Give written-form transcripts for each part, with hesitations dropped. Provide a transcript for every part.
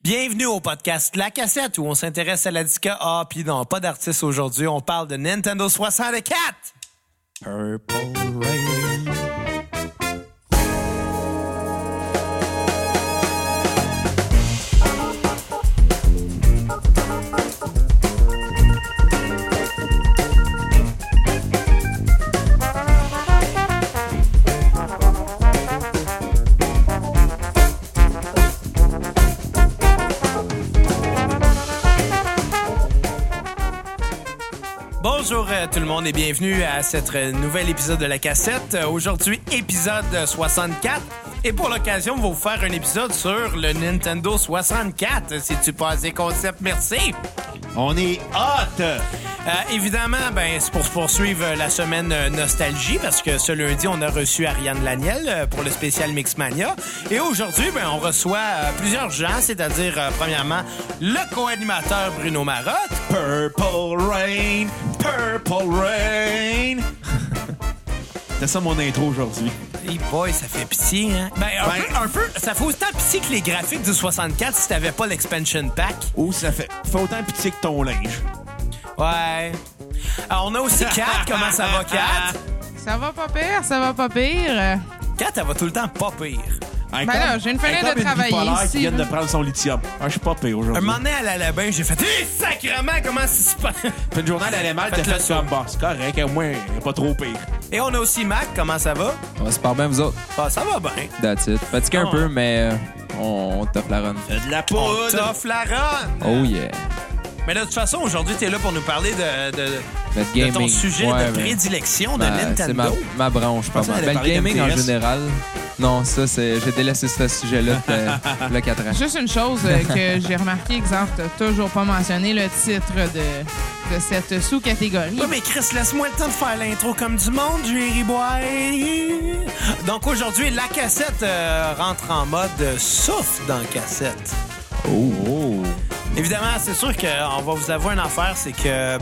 Bienvenue au podcast La Cassette où on s'intéresse à la disque. Ah, puis non, pas d'artiste aujourd'hui. On parle de Nintendo 64. Purple Rain. Bonjour tout le monde et bienvenue à cet nouvel épisode de La Cassette. Aujourd'hui, épisode 64. Et pour l'occasion, on va vous faire un épisode sur le Nintendo 64. C'est-tu pas assez concept? Merci! On est hot! Évidemment, c'est pour poursuivre la semaine Nostalgie, parce que ce lundi, on a reçu Ariane Laniel pour le spécial Mixmania. Et aujourd'hui, on reçoit plusieurs gens, c'est-à-dire, premièrement, le co-animateur Bruno Marotte. Purple Rain! Purple Rain! C'est ça mon intro aujourd'hui. Hey boy, ça fait pitié, hein? Un peu, ça fait autant pitié que les graphiques du 64 si t'avais pas l'expansion pack. Ou ça fait autant pitié que ton linge. Ouais. Alors, on a aussi Kat. Comment ça va, Kat? Ça va pas pire, ça va pas pire. Kat, elle va tout le temps pas pire. Là, j'ai une fenêtre de travailler ici. Qui vient de prendre son lithium. Je suis pas pire aujourd'hui. Un moment donné, elle allait bien, j'ai fait « sacrement, comment ça se passe? » Puis une journée, elle allait mal, t'as fait comme « c'est correct, au moins, elle est pas trop pire. » Et on a aussi Mac. Comment ça va? Ça va super bien, vous autres. Ah, ça va bien. That's it. Fatigué un peu, mais on t'offre la run. Fais de la On poudre! t'offre la run! Oh yeah. Mais de toute façon, aujourd'hui, t'es là pour nous parler de ton sujet de prédilection de Nintendo. C'est ma branche, pas mal. Le gaming en général. Non, ça, j'ai délaissé ce sujet-là il y a 4 ans. Juste une chose que j'ai remarqué, exemple, t'as toujours pas mentionné le titre de cette sous-catégorie. Oui, mais Chris, laisse-moi le temps de faire l'intro comme du monde, Jerry Boy. Donc aujourd'hui, La Cassette rentre en mode souffle dans la cassette. Oh! Évidemment, c'est sûr qu'on va vous avouer une affaire, c'est que,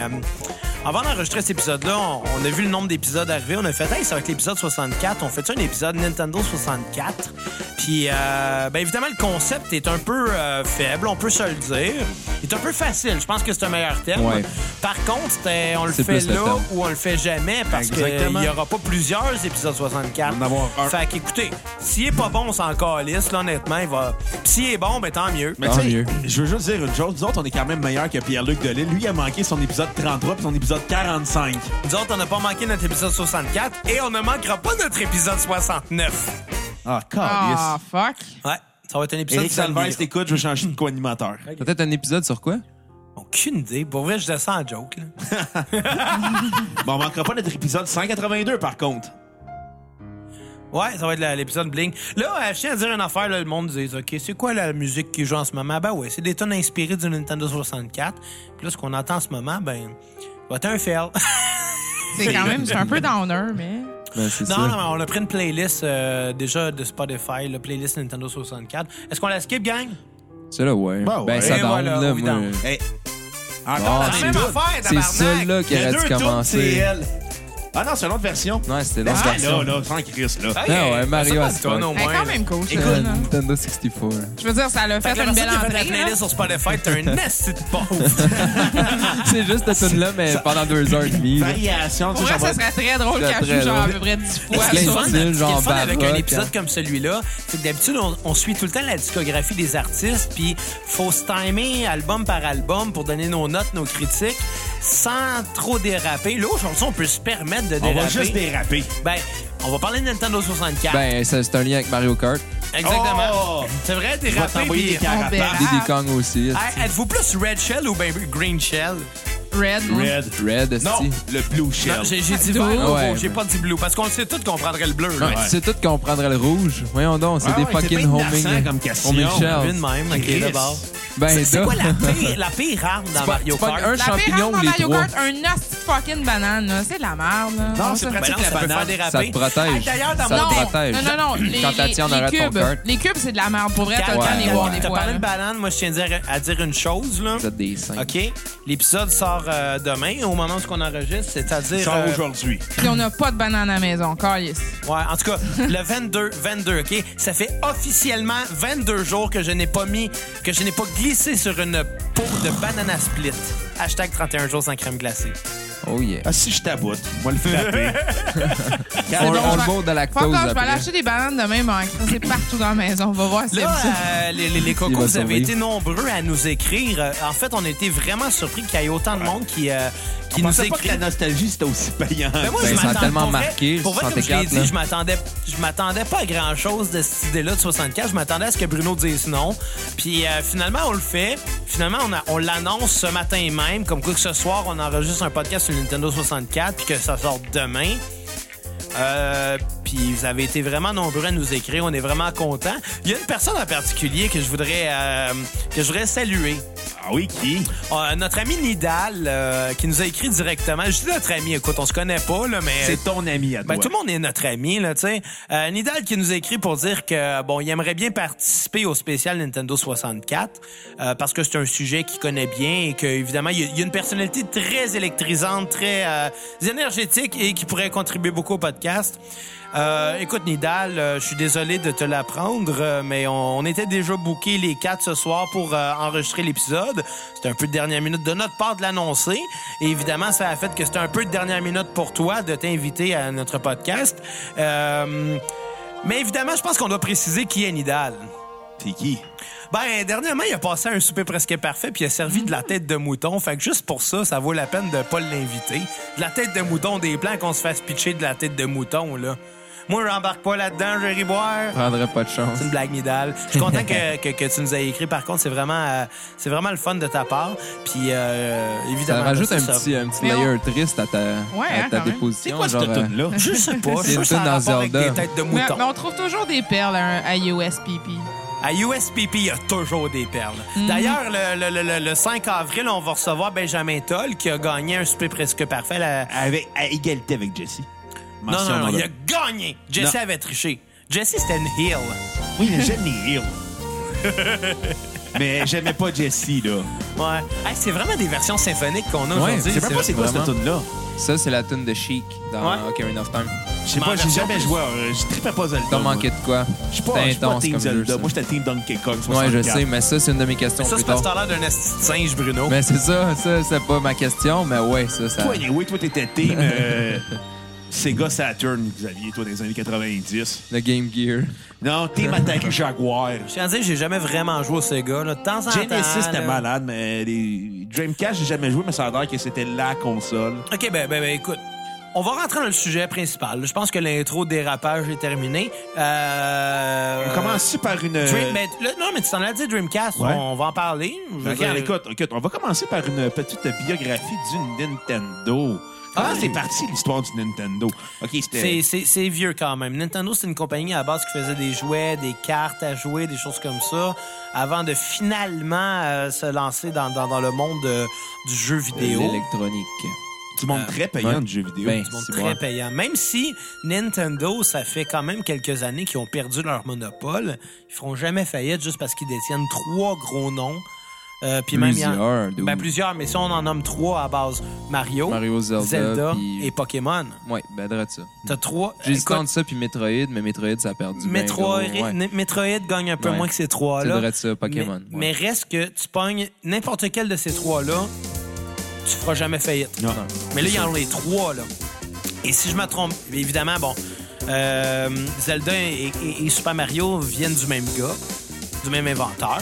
avant d'enregistrer cet épisode-là, on a vu le nombre d'épisodes arriver. On a fait, hey, ça va être l'épisode 64. On fait un épisode Nintendo 64. Puis, évidemment, le concept est un peu faible, on peut se le dire. Il est un peu facile. Je pense que c'est un meilleur thème. Ouais. Par contre, on le fait là ou on le fait jamais parce qu'il n'y aura pas plusieurs épisodes 64. On en avoir un. Fait qu'écoutez, s'il est pas bon, on s'en calisse, là, honnêtement. Puis s'il est bon, tant mieux. Mais tu sais, je veux juste dire une chose. Nous autres, on est quand même meilleurs que Pierre-Luc Delisle. Lui, il a manqué son épisode 33 puis son épisode 45. Nous autres, on n'a pas manqué notre épisode 64 et on ne manquera pas notre épisode 69. Ah, Ah, fuck. Ouais, ça va être un épisode... Éric Salvaire, t'écoutes, je vais changer de co-animateur. Peut-être un épisode sur quoi? Aucune idée. Pour vrai, je descends en joke, là. Bon, on manquera pas notre épisode 182, par contre. Ouais, ça va être l'épisode Bling. Là, je tiens à dire une affaire, là, le monde dit, OK, c'est quoi la musique qui joue en ce moment? Ouais, c'est des tonnes inspirées du Nintendo 64. Puis là, ce qu'on entend en ce moment, ça va être un fail. C'est quand même, c'est un peu downer, mais... Non, on a pris une playlist déjà de Spotify, la playlist Nintendo 64. Est-ce qu'on la skip, gang? C'est là, ouais. Ça down, voilà, là, oui, moi. down. Hey. Encore c'est la même affaire, C'est celle-là qui aurait dû commencer. Ah non, c'est une autre version. Ouais, c'était l'autre version. Là, sans Chris, là. Ouais, Mario à toi, au Elle est moins. quand même cool, ça. Nintendo 64. Je veux dire, ça l'a fait une belle Fait entrée. la playlist sur Spotify, t'as un esti de pauvre. C'est juste cette tune-là, mais pendant 2h30. Variation, tu Pour sais, vrai, ça serait très drôle qu'elle joue genre à peu près 10 fois. Plein de ça. styles, Ce qui est genre le fun avec un baroque, épisode comme celui-là, c'est que d'habitude, on suit tout le temps la discographie des artistes, puis faut se timer album par album pour donner nos notes, nos critiques, sans trop déraper. Là, aujourd'hui, on peut se permettre de déraper. On va juste déraper. On va parler de Nintendo 64. C'est un lien avec Mario Kart. Exactement. Oh! C'est vrai, Je vais déraper. t'envoyer des Puis... carapaces. Diddy Kong aussi. Hey, êtes-vous plus Red Shell ou Green Shell? Red. Red, Non, esti. le Blue Shell. Non, j'ai dit vert, Ouais. j'ai pas dit blue, parce qu'on le sait tous qu'on prendrait le bleu. Ouais, tu sais tout qu'on prendrait le rouge. Voyons donc, c'est des fucking homing. comme question. Homing J'ai vu shells. de même, ok, d'abord. C'est quoi la pire arme dans Mario Kart? La pire arme dans Mario Kart, un hostie fucking banane, là. C'est de la merde, là. Non, c'est pratique la banane. Ça te protège. D'ailleurs, Ça te protège. Non. Quand tu tiens en arrêt ton kart. Les cubes, c'est de la merde. Pour vrai, t'as le temps de les voir des T'as fois. parlé de banane, moi, je tiens à dire une chose, là. Vous êtes des saints. OK? L'épisode sort demain, au moment où on enregistre, c'est-à-dire... Il sort aujourd'hui. Puis on n'a pas de banane à la maison, calice. Ouais, en tout cas, le 22, OK? Ça fait officiellement 22 jours que je n'ai pas glissé sur une peau de banana split. Hashtag 31 jours sans crème glacée. Oh yeah. Ah, si je taboute, moi le frapper. On le bourre de lactose Je vais aller après. acheter des bananes demain, mais c'est partout dans la maison. On va voir si c'est Là, ça. les cocos, Il va vous avez survivre. été nombreux à nous écrire. En fait, on a été vraiment surpris qu'il y ait autant de monde qui Je nous pensais pas que écrit. la nostalgie, c'était aussi payant. Ben moi, Ben, je ça a m'attends- tellement pour vrai- marqué, le Pour vrai, comme je l'ai 64, dit, là. je m'attendais pas à grand-chose de cette idée-là de 64. Je m'attendais à ce que Bruno dise non. Puis finalement, on le fait. Finalement, on l'annonce ce matin même. Comme quoi que ce soir, on enregistre un podcast sur Nintendo 64 puis que ça sort demain. Puis vous avez été vraiment nombreux à nous écrire. On est vraiment contents. Il y a une personne en particulier que je voudrais saluer. Ah oui, qui? Notre ami Nidal qui nous a écrit directement. Je dis notre ami, écoute, on se connaît pas, là, mais... C'est ton ami à toi. Ben, tout le monde est notre ami, là, tu sais. Nidal qui nous a écrit pour dire que, bon, il aimerait bien participer au spécial Nintendo 64 parce que c'est un sujet qu'il connaît bien et qu'évidemment, il y a une personnalité très électrisante, très énergétique et qui pourrait contribuer beaucoup au podcast. Écoute, Nidal, je suis désolé de te l'apprendre, mais on était déjà bookés les 4 ce soir pour enregistrer l'épisode. C'était un peu de dernière minute de notre part de l'annoncer. Et évidemment, ça a fait que c'était un peu de dernière minute pour toi de t'inviter à notre podcast. Mais évidemment, je pense qu'on doit préciser qui est Nidal. C'est qui? Ben, dernièrement, il a passé un souper presque parfait puis il a servi de la tête de mouton. Fait que juste pour ça, ça vaut la peine de pas l'inviter. De la tête de mouton, des plans qu'on se fasse pitcher de la tête de mouton, là. Moi, je n'embarque pas là-dedans, Jerry Boire. Je prendrais pas de chance. C'est une blague, Nidal. Je suis content que tu nous aies écrit. Par contre, c'est vraiment le fun de ta part. Puis, évidemment... Ça rajoute un ça. petit Mais layer triste à ta quand même. déposition. C'est quoi genre, cette tune-là? Je sais pas. Je C'est sais une que ça a tune dans rapport avec Zelda. des têtes de Mais mouton. on trouve toujours des perles à USPP. À USPP, il y a toujours des perles. D'ailleurs, le 5 avril, on va recevoir Benjamin Toll qui a gagné un souper presque parfait. À égalité avec Jesse. Non, il a gagné. Jesse avait triché. Jesse, c'était une heel. Oui, mais j'aime les heels. Mais j'aimais pas Jesse, là. Ouais. Hey, c'est vraiment des versions symphoniques qu'on a Ouais, aujourd'hui. Je sais même pas c'est quoi cette vraiment- tune-là. Ça, c'est la tune de Chic dans Ouais. Ocarina of Time. Je sais pas, j'ai jamais joué. Je trippais pas Zelda. T'as moi. manqué de quoi? Je suis pas C'était Team intense comme jeu, Zelda. ça. Moi, j'étais Team Donkey Kong 64. Ouais, je sais, mais ça, c'est une de mes questions Ça, plus c'est parce que tard. t'as l'air d'un esti de singe, Bruno. Mais c'est ça, c'est pas ma question, mais ouais, ça... Toi, anyway, toi, t'étais Team Sega Saturn, Xavier, toi, dans les années 90. Le Game Gear. Non, Team Atari Jaguar. Je tiens à dire que j'ai jamais vraiment joué au Sega. Là. De temps en temps. Genesis, c'était là. malade, mais les Dreamcast, j'ai jamais joué, mais ça a l'air que c'était la console. OK, ben, écoute. On va rentrer dans le sujet principal. Je pense que l'intro dérapage est terminé. On commence par une... Non, mais tu t'en as dit Dreamcast. Ouais. On va en parler. Je veux Regarde, dire- écoute, on va commencer par une petite biographie du Nintendo. Comment c'est parti l'histoire du Nintendo? OK, c'était... C'est vieux quand même. Nintendo, c'est une compagnie à la base qui faisait des jouets, des cartes à jouer, des choses comme ça, avant de finalement se lancer dans le monde du jeu vidéo. L'électronique. Du monde très payant ouais. de jeux vidéo. Ben, Du monde c'est très bon. payant. Même si Nintendo, ça fait quand même quelques années qu'ils ont perdu leur monopole, ils feront jamais faillite juste parce qu'ils détiennent 3 gros noms. Puis même, il y en- Plusieurs, dude. plusieurs, mais si on en nomme 3 à base, Mario, Mario, Zelda, puis- et Pokémon. Ouais, ben, drôle ça. T'as 3. J'hésitais entre ça puis Metroid, mais Metroid, ça a perdu. ben Metroid, gros, ouais. Metroid gagne un peu Ouais. moins que ces C'est 3-là. drôle ça, Pokémon. Mais reste que tu pognes n'importe quel de ces 3-là, tu feras jamais faillite. Non. Mais là, il y en a les 3, là. Et si je me trompe, évidemment, bon, Zelda et Super Mario viennent du même gars, du même inventeur.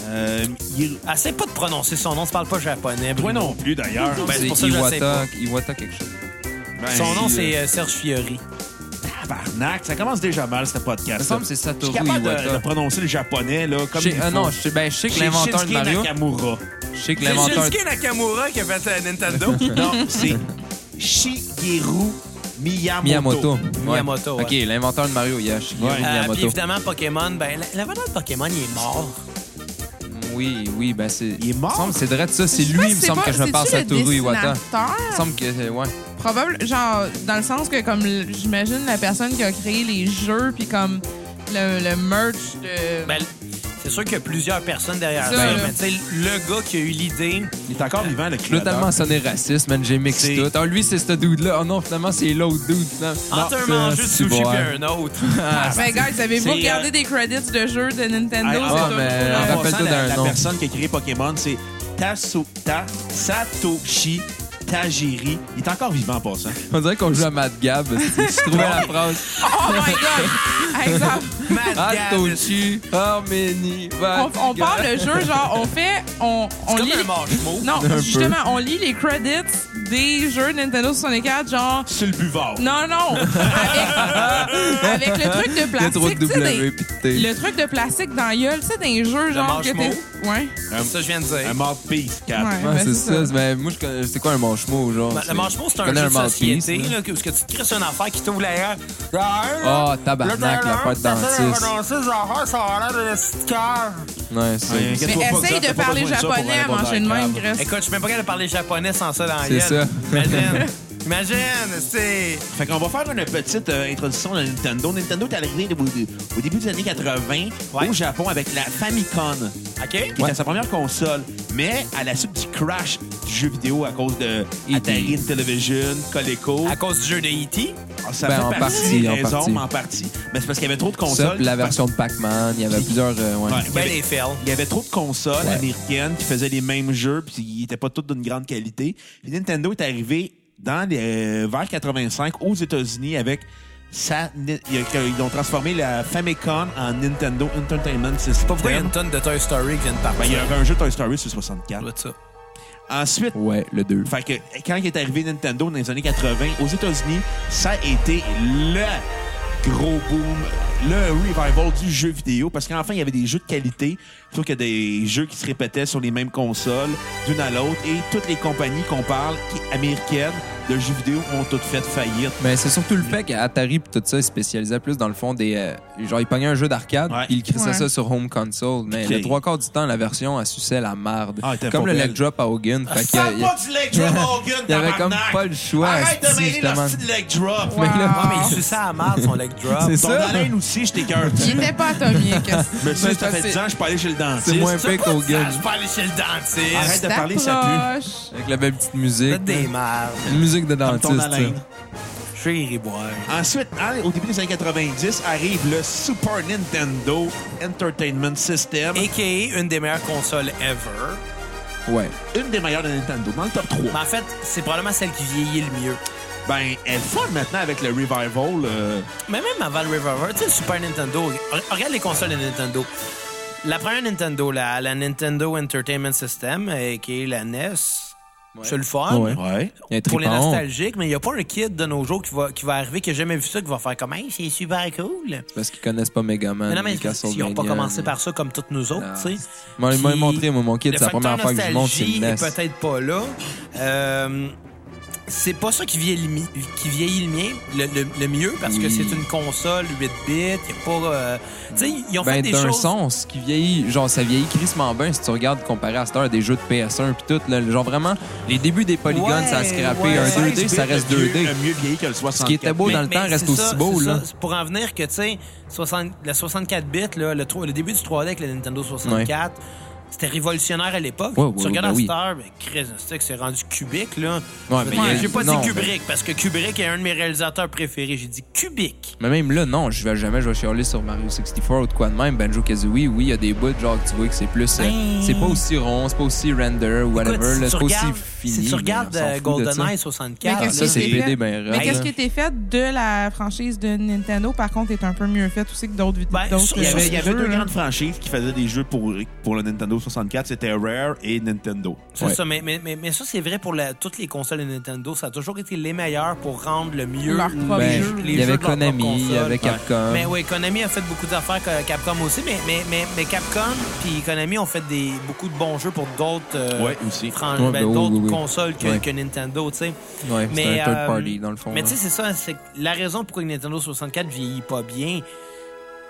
Essaye pas de prononcer son nom, tu parles pas japonais. Toi Bruno. non plus, d'ailleurs. Ben, c'est pour ça que je le sais pas. Iwata quelque chose. Ben, Son nom, c'est Serge Fiori. Tabarnak, ça commence déjà mal, ce Il me podcast. semble que c'est Je Satoru suis capable Iwata. de prononcer le japonais, là, comme il faut. Non, je sais que l'inventeur de Shinsuke Mario... Nakamura. Je sais que C'est l'inventeur... Shinsuke Nakamura qui a fait Nintendo. Non, c'est Shigeru Miyamoto. Miyamoto. Ouais. Miyamoto, ouais. OK, l'inventeur de Mario, il y a Shigeru Ouais. Puis Miyamoto. évidemment, Pokémon, ben, l'inventeur de Pokémon, il est mort. Oui, ben c'est... Il est mort? Il me semble que c'est vrai de ça. C'est lui, il me semble que je me pense à Toru Iwata. Il me semble que, ouais. Probable, genre, dans le sens que, comme, j'imagine la personne qui a créé les jeux, puis comme le merch de... Ben, c'est sûr qu'il y a plusieurs personnes derrière Ça, ça, là. mais tu sais, le gars qui a eu l'idée... Il est encore vivant, le Je veux tellement sonner raciste, man. J'ai mixé tout. Ah, lui, c'est ce dude-là. Oh non, finalement, c'est l'autre dude. Entre un mangeux de sushi et un autre. Ben, guys, avez-vous regardé des credits de jeux de Nintendo? mais rappelle-toi d'un la nom. personne qui a créé Pokémon, c'est Satoshi Tajiri. Il est encore vivant en passant. On dirait qu'on joue à Mad Gab. Je trouvais la phrase. Oh my God! Exemple, Atoshi, Arménie, on parle le jeu, genre, on C'est comme lit... un marshmallow. Non, justement, on lit les credits des jeux Nintendo 64, genre... C'est le buvard. Non, avec le truc de Il y a trop de plastique, tu sais, W pis de T. le truc de plastique dans la gueule, tu sais, dans les jeux, genre... que marshmallow? t'es... Ouais. Ça, je viens de dire. Un mouthpiece, Cap. Ouais. Ouais, ben, c'est c'est ça. Ben, moi, c'est quoi un manchemot, genre? Ben, le marshmallow, c'est Je un connais jeu de mouthpiece, société, là. là, où tu te crisses une affaire qui t'ouvre l'air. Oh, tabarnak, la pâte dentiste. Ouais, c'est Ouais, Mais inquiète-toi pas, essaye Xav, t'as de pas parler besoin de ça pour japonais à répondre à manger de la même, cave. Grèce. Écoute, je suis même pas capable de parler japonais sans ça dans la C'est gueule. ça. Imagine. Imagine, c'est... Fait qu'on va faire une petite introduction de Nintendo. Nintendo est arrivé au début des années 80 au Japon avec la Famicom, OK? qui était sa première console. Mais à la suite du crash du jeu vidéo à cause de Atari Intellivision, Coleco, À cause du jeu de E.T.? ça Ben, fait en partie partie, des en raisons, partie. mais en partie. Mais c'est parce qu'il y avait trop de ça, consoles. puis la version de Pac-Man. Il y avait plusieurs... ouais. Ouais, Ben, les fails. il y avait trop de consoles Ouais. américaines qui faisaient les mêmes jeux puis ils n'étaient pas toutes d'une grande qualité. Puis Nintendo est arrivé vers 85 aux États-Unis avec ils ont transformé la Famicom en Nintendo Entertainment System. Pourquoi il y a une tonne de Toy Story qui vient de Ben, partir? il y avait un jeu Toy Story sur 64. Ça. Ensuite, Ouais, le 2. fait que quand il est arrivé Nintendo dans les années 80 aux États-Unis, ça a été le gros boom, le revival du jeu vidéo, parce qu'enfin, il y avait des jeux de qualité, plutôt que des jeux qui se répétaient sur les mêmes consoles, d'une à l'autre, et toutes les compagnies qu'on parle, américaines, de jeux vidéo, ont toutes fait faillite. Mais c'est surtout le fait qu'Atari pis tout ça, ils spécialisaient plus dans le fond des... genre, ils pognaient un jeu d'arcade, Ouais. puis ils crissaient Ouais. ça sur home console. Mais Ok. les 3/4 du temps, la version, elle suçait la merde. Ah, elle était Comme pas le belle. leg drop à Hogan. Fait qu'il y a- Sors pas du leg drop, Hogan, il y avait comme tabarnak! pas le choix. Arrête de asti, mêler justement. le style leg drop! Wow. Mais là- Ah, mais il suçait à la marde, son leg drop. C'est Ton ça. haleine aussi, je t'écœure Il dessus. était pas atomique. Monsieur, Mais ça fait c'est- 10 ans, je suis pas allé chez le dentiste. C'est moins pire Ça, qu'Hogan. je peux aller chez le dentiste. Arrête de parler, ça T'approches. Avec la belle petite musique. Faites des merdes. Une musique de Comme ton dentiste. haleine. Je vais y boire. Ensuite, au début des années 90, arrive le Super Nintendo Entertainment System. A.K.A. une des meilleures consoles ever. ça. Ouais. Une des meilleures de Nintendo, dans le top 3. Mais en fait, c'est probablement celle qui vieillit le mieux. Ben, elle fun maintenant avec le Revival. Mais même avant le Revival, tu sais, le Super Nintendo, regarde les consoles de Nintendo. La première Nintendo, la Nintendo Entertainment System, qui est la NES, c'est le fun. Ouais. Ouais. Il y a un Pour les tripon. nostalgiques, mais il n'y a pas un kid de nos jours qui va arriver, qui n'a jamais vu ça, qui va faire comme, hey, c'est super cool. Parce qu'ils connaissent pas Megaman. Mais non, mais Castlevania. ils n'ont pas commencé par ça comme toutes nous autres, Non. tu sais. Moi, il m'a Puis, montré, moi, mon kid, le c'est la première facteur fois que je monte, c'est nostalgie une NES. est peut-être pas là. C'est pas ça qui vieillit le mien, le mieux, parce que Oui. c'est une console 8 bits, il y a pas... tu sais, ils ont fait Ben, des d'un choses... sens, qui vieillit, genre, ça vieillit crissement bien si tu regardes comparé à cette heure des jeux de PS1 puis tout, là, genre vraiment, les débuts des polygones, Ouais, ça a scrappé. ouais. Un 2D, 16 ça bits, reste le 2D. mieux vieilli que le 64. Ce qui était beau dans le temps reste c'est aussi ça, beau, c'est là. ça. C'est pour en venir que, tu sais, le 64 bits, là, le début du 3D avec le Nintendo 64... C'était révolutionnaire à l'époque. Ouais, Tu ouais, regardes ben à oui. cette heure, Chris, c'est rendu cubique, là. Ouais, mais J'ai pas non, dit Kubrick, parce que Kubrick est un de mes réalisateurs préférés. J'ai dit Kubrick. Mais même là, non, je vais chialer sur Mario 64 ou de quoi de même. Banjo-Kazooie, oui, il y a des bouts, genre, que tu vois que c'est plus... c'est pas aussi rond, c'est pas aussi render ou whatever, Écoute, là, si c'est tu pas aussi regardes, fini. si tu regardes mais on s'en fout de ça. GoldenEye Mais 64, qu'est-ce Ça, qui c'est était PD fait? ben Mais raide, qu'est-ce là. qui était fait de la franchise de Nintendo, par contre, est un peu mieux fait aussi que d'autres vidéos. Ben, Il y avait jeux, deux là. grandes franchises qui faisaient des jeux pour le Nintendo 64. C'était Rare et Nintendo. c'est Ouais. ça, mais ça, c'est vrai pour toutes les consoles de Nintendo. Ça a toujours été les meilleurs pour rendre le mieux Leur propre Ben, jeu. les il y jeux avait de leur propre Konami, il y console. avait Capcom. Mais oui, Konami a fait beaucoup d'affaires, Capcom aussi, mais Capcom puis Konami ont fait beaucoup de bons jeux pour d'autres Ouais, aussi. Ouais, ben oui, d'autres oui, oui. consoles Ouais. que Nintendo, tu sais. Ouais, Mais, c'est un third party, dans le fond. Mais là. tu sais, c'est ça, c'est la raison pourquoi Nintendo 64 vieillit pas bien.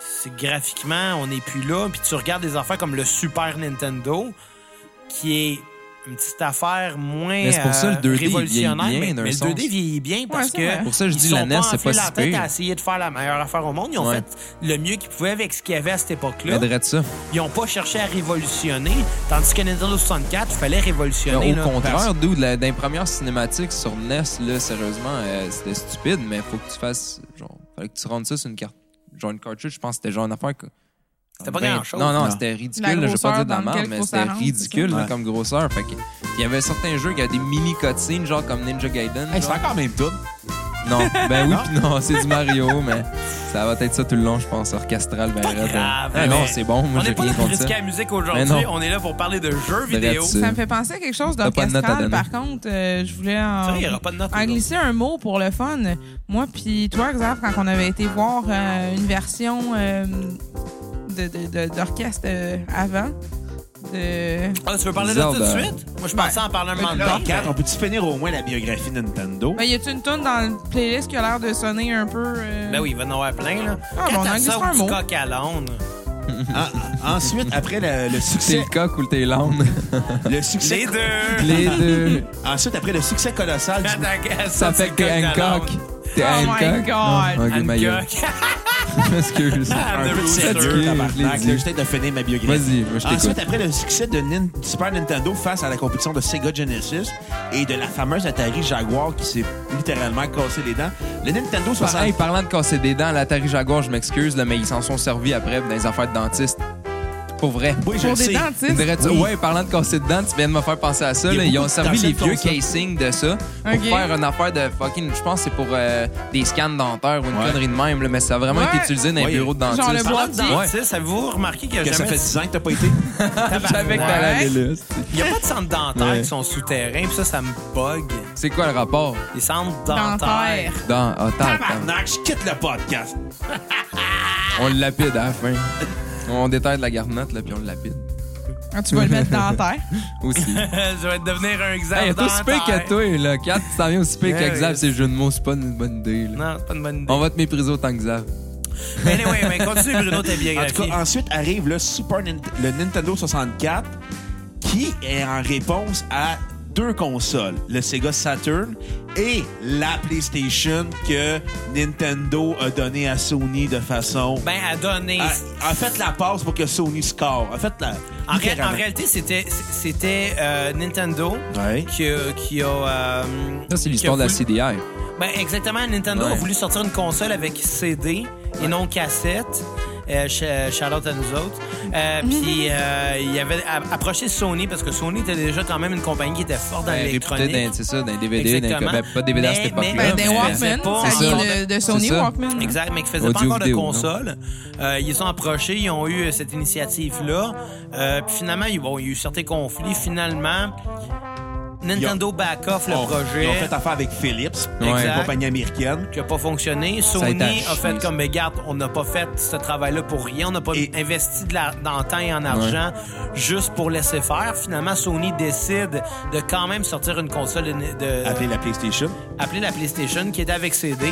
graphiquement, on n'est plus là. Puis tu regardes des affaires comme le Super Nintendo, qui est une petite affaire moins Mais c'est pour ça, le 2D révolutionnaire. vieillit bien, mais le d'un 2D vieillit bien parce c'est que vrai. Pour ça, je dis ils la sont NES, c'est enflés pas la si tête pire. à essayer de faire la meilleure affaire au monde. Ils ont Ouais. fait le mieux qu'ils pouvaient avec ce qu'il y avait à cette époque-là. Mais de ça. Ils n'ont pas cherché à révolutionner, tandis que Nintendo 64, il fallait révolutionner. Au là. contraire, dude, dans les premières cinématiques sur NES, là, sérieusement, c'était stupide, mais faut que tu fasses. Genre, fallait que tu rendes ça sur une carte. Genre une cartouche, je pense que c'était genre une affaire. C'était pas grand-chose. Non, Non. c'était ridicule. La là, je vais pas grosseur dire de la dans merde, laquelle mais faut c'était s'arranger, ridicule c'est ça? là, comme grosseur. Fait que, il y avait certains jeux qui avaient des mini cutscenes, genre comme Ninja Gaiden. Hey, c'est genre. encore même tout. Non, ben oui, Non? pis non, c'est du Mario, mais ça va être ça tout le long, je pense, orchestral, ben Pas raide. grave, Ah, non, mais c'est bon, moi On j'ai n'est pas rien là pour contre ça. critiquer la musique aujourd'hui. Mais non. On est là pour parler de jeux Drette vidéo. ça. Ça me fait penser à quelque chose T'as pas de note à d'orchestral, donner. par contre. Je voulais C'est vrai, il n'y aura pas de note. en glisser un mot pour le fun. Moi puis toi, Xav, quand on avait été voir une version d'orchestre avant, Ah, tu veux parler de ça tout de Zelda. suite? Moi, je pensais en parler un moment Là, donné. 4, on peut-tu finir au moins la biographie Nintendo? ben, y a-tu une tune dans le playlist qui a l'air de sonner un peu... Ben oui, il va y en avoir plein, là. Ah, Quand bon, on t'as en ça glissera un au mot. petit coq à l'âne. Ensuite, après le T'es succès... le coq ou t'es l'âne? Le succès... Les deux! Les deux. Ensuite, après le succès colossal du... Ça fait que t'es Hancock. T'es Oh my Hancock? God. Non, ok, ma gueule. Hancock. Excuse. Ah, un peu de sérieux, Riddler, je l'ai tabarnak. dit. Là, j'essaie de finir ma biographie. Vas-y, moi je Ensuite, t'écoute. après le succès de Super Nintendo face à la compétition de Sega Genesis et de la fameuse Atari Jaguar qui s'est littéralement cassé les dents, le Nintendo 60... Hey, parlant de casser des dents, l'Atari Jaguar, je m'excuse, là, mais ils s'en sont servis après dans les affaires de dentiste. Pour vrai. Oui, je Pour le des sais. dentistes. Drette ça. Oui. Ouais, parlant de casser de dents, tu viens de me faire penser à ça. Il y a Là. Ils beaucoup ont de servi les personnes vieux qui font ça. casings de ça pour Ok. faire une affaire de fucking. Je pense que c'est pour des scans dentaires ou une Ouais. connerie de même, là, mais ça a vraiment Ouais. été utilisé dans les Ouais. bureaux de dentiste. Genre le Parlant de boîtier. dentiste, avez-vous remarqué qu'il n'y a Que ça jamais... fait 10 ans que t'as pas été? Je savais que t'allais aller là. Il n'y a pas de centres dentaires Ouais. qui sont souterrains, puis ça me bug. C'est quoi le rapport? Les centres dentaires. Dentaire. Dans. Oh, attends. Tabarnak, je quitte le podcast. On le lapide à la fin. On détaille de la garnotte, là, puis on le lapide. Ah, tu vas le mettre dans la terre. Aussi. Je vais devenir un exemple Hey, t'es aussi pire que toi, là. 4, tu t'en viens aussi pire Ouais, que Xav, ouais. c'est jeu de mots, c'est pas une bonne idée, là. Non, c'est pas une bonne idée. On va te mépriser autant que Xav. Mais anyway, mais continue, Bruno, ta En biographie. tout cas, ensuite arrive le Nintendo 64 qui est en réponse à 2 consoles, le Sega Saturn et la PlayStation que Nintendo a donné à Sony de façon... Ben, à donner... a fait la passe pour que Sony score. A fait la... En littéralement. réalité, c'était Nintendo Ouais. qui a... Ça, c'est l'histoire de la CDI. Ben, exactement. Nintendo Ouais. a voulu sortir une console avec CD et non cassette. Shout out à nous autres. Puis il avait approché Sony parce que Sony était déjà quand même une compagnie qui était forte dans l'électronique. C'est ça, dans les DVD, Exactement. pas DVD à cette Mais- époque-là. Ben, des mais- Walkman, pas- ça c'est vient ça. de Sony C'est ça. Walkman. Exact, mais qui faisaient pas Audio encore de vidéo, console. Ils sont approchés, ils ont eu cette initiative-là. Puis finalement, il y a eu certains conflits. Finalement, Nintendo back off le projet. Ils ont fait affaire avec Philips, Ouais. une Exact. compagnie américaine. Qui n'a pas fonctionné. a été Sony acheté, a fait ça. comme, regarde, on n'a pas fait ce travail-là pour rien. On n'a pas Et- investi dans le temps et en argent juste pour laisser faire. Finalement, Sony décide de quand même sortir une console Appelée la PlayStation. appelée la PlayStation qui était avec CD.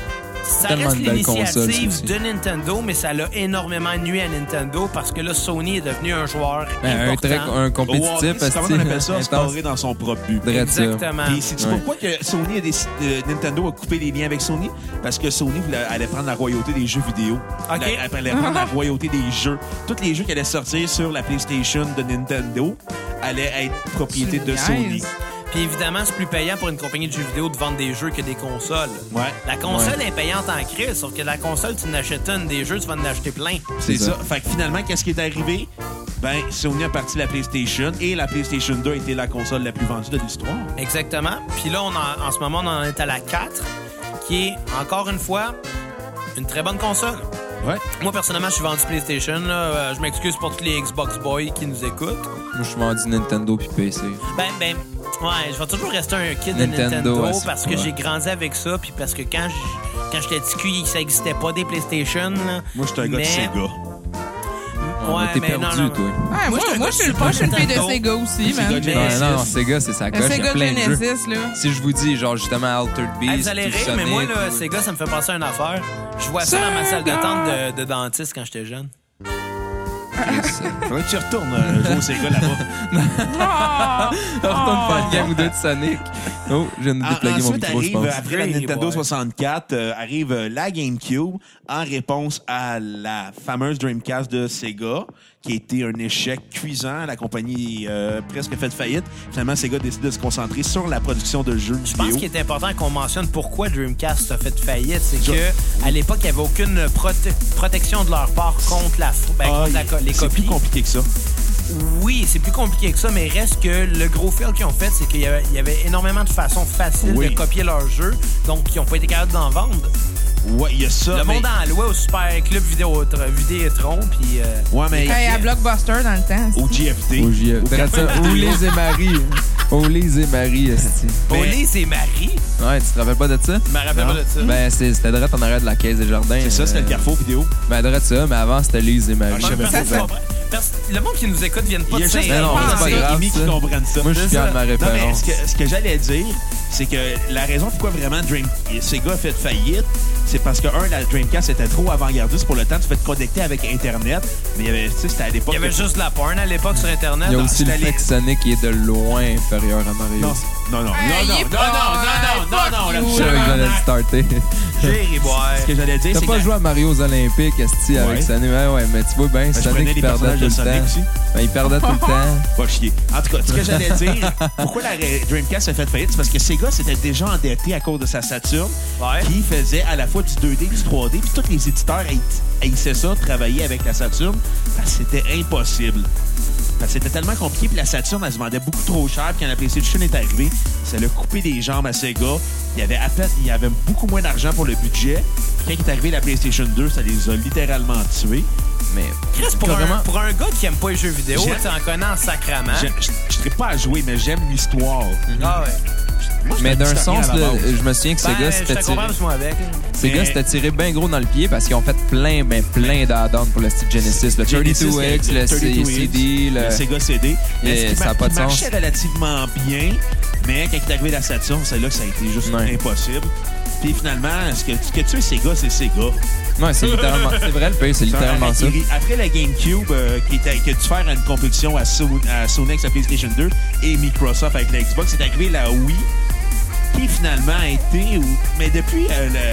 Ça Tellement reste une belle console, l'initiative ça aussi. de Nintendo, mais ça l'a énormément nuit à Nintendo parce que là, Sony est devenu un joueur Ben, important. un compétitif, Comment on appelle ça? intense. Scorer dans son propre but. Drette ça. Exactement. Puis c'est-tu Ouais. pourquoi que Sony a décidé, Nintendo a coupé les liens avec Sony? Parce que Sony allait prendre la royauté des jeux vidéo. OK. Elle allait prendre la royauté des jeux. Tous les jeux qui allaient sortir sur la PlayStation de Nintendo allaient être propriété Tu de me Sony. niaises. Puis évidemment, c'est plus payant pour une compagnie de jeux vidéo de vendre des jeux que des consoles. Ouais. La console est payante en crise, sauf que la console, tu n'achètes une, des jeux, tu vas en acheter plein. C'est C'est ça. ça. Fait que finalement, qu'est-ce qui est arrivé? Ben, Sony a parti la PlayStation et la PlayStation 2 a été la console la plus vendue de l'histoire. Exactement. Puis là, en ce moment, on en est à la 4, qui est, encore une fois, une très bonne console. Ouais. Moi, personnellement, je suis vendu PlayStation. Là. Je m'excuse pour tous les Xbox Boys qui nous écoutent. Moi, je suis vendu Nintendo puis PC. Ben, ouais, je vais toujours rester un kid de Nintendo, Nintendo ouais, c'est- parce que ouais. j'ai grandi avec ça, puis parce que quand j'étais petit cul, ça n'existait pas des PlayStation. Là. Moi, je suis un gars de Mais- Sega. Ouais, T'es mais perdu, non. toi. Ouais, Moi, moi, je suis pas une fille de Nintendo. Sega aussi, man. Sega Genesis. Non, Sega, c'est sa Le coche. Il y a Sega plein de jeux. Genesis, là. Si je vous dis, genre, justement, Altered Beast. Vous allez tout rire, mais Sonic, moi, là, tout- Sega, ça me fait penser à une affaire. Je vois ça dans ma salle d'attente de dentiste quand j'étais jeune. Faudrait que tu retournes jouer au Sega là-bas. Retourne faire une game ou deux de Sonic. Oh, je viens de dépluguer mon Ensuite micro, je arrive, pense. après la Hey, Nintendo boy. 64, arrive la GameCube en réponse à la fameuse Dreamcast de Sega, qui a été un échec cuisant. La compagnie presque fait faillite. Finalement, Sega décide de se concentrer sur la production de jeux Je pense vidéo. qu'il est important qu'on mentionne pourquoi Dreamcast a fait faillite. C'est que à l'époque, il n'y avait aucune protection de leur part contre les C'est copies. plus compliqué que ça. Oui, c'est plus compliqué que ça, mais reste que le gros fail qu'ils ont fait, c'est qu'il y avait énormément de façons faciles Oui. de copier leurs jeux, donc ils n'ont pas été capables d'en vendre. Ouais, il y a ça. Le mais... monde en louait au Super Club Vidéotron, puis... Ouais, mais... Quand il y a Blockbuster dans le temps. Au GFT. Au JF. T'aurais dit ça, Ou les et Marie. Ou les et Marie, esti. Oli, c'est Marie. Ouais, tu te rappelles pas de ça? Je me rappelle pas de ça. Ben, c'était direct en arrière de la caisse des jardins. C'est ça, c'était le Carrefour vidéo. Ben, direct ça, mais avant, c'était Lise et Marie. je savais Personne pas. comprend. Le monde qui nous écoute vient pas Il y de a juste Saint-Laurent. non, c'est pas grave, Amy qui ça. comprennent ça. Moi, je suis C'est fier ça. de ma Non, mais référence. ce que j'allais dire, c'est que la raison pourquoi vraiment Sega a fait faillite, c'est parce que, la Dreamcast était trop avant-gardiste pour le temps. Tu fais te connecter avec Internet, mais il y avait, tu sais, c'était à l'époque... Il y avait juste de la porn à l'époque sur Internet. Il y a aussi le C'était fait les- que Sonic il est de loin inférieur à Mario. Non, non, non, Hey, il est pas- non, Je savais que j'allais le starter. J'ai boire. Ce que j'allais dire, T'as c'est pas que joué à Mario aux Olympiques, esti, Ouais. avec Sonic. Ouais, mais tu vois bien, je prenais Sonic les il perdait personnages tout de le Sonic temps. aussi. Ben, il perdait tout le temps. Pas chier. En tout cas, ce que j'allais dire, pourquoi la Dreamcast a fait faillite, c'est parce que Sega s'était déjà endetté à cause de sa Saturn, Ouais. qui faisait à la fois du 2D, du 3D, puis tous les éditeurs haïssaient ça, travailler avec la Saturn, parce que c'était impossible. Parce que c'était tellement compliqué, puis la Saturn, elle se vendait beaucoup trop cher, puis quand la PlayStation est arrivée, ça l'a coupé les jambes à Sega. Il y avait beaucoup moins d'argent pour le budget. Puis quand est arrivé la PlayStation 2, ça les a littéralement tués. Mais Chris, pour un gars qui aime pas les jeux vidéo, J'aime- tu en connais en sacrament. Je ne serais pas à jouer, mais j'aime l'histoire. Ah ouais. Moi, je Mais suis un d'un historien sens, à la là, base. je me souviens que Ben, Sega je s'était te tiré. comprends, parce que moi avec. Sega Mais- s'était tiré bien gros dans le pied parce qu'ils ont fait plein d'add-ons pour le style Genesis. Le 32X, le 32X, CD, le Sega CD. Et Ce qui ça a pas de marchait sens. relativement bien, mais quand est arrivé la Saturn, c'est là que ça a été juste Ouais. impossible. Puis finalement, ce que tu es Sega, c'est Sega. Ouais, c'est littéralement. C'est vrai, le pays, c'est littéralement ça. Après la GameCube, qui a dû faire une compétition à Sony avec la PlayStation 2 et Microsoft avec la Xbox, c'est arrivé la Wii, qui finalement a été... Mais depuis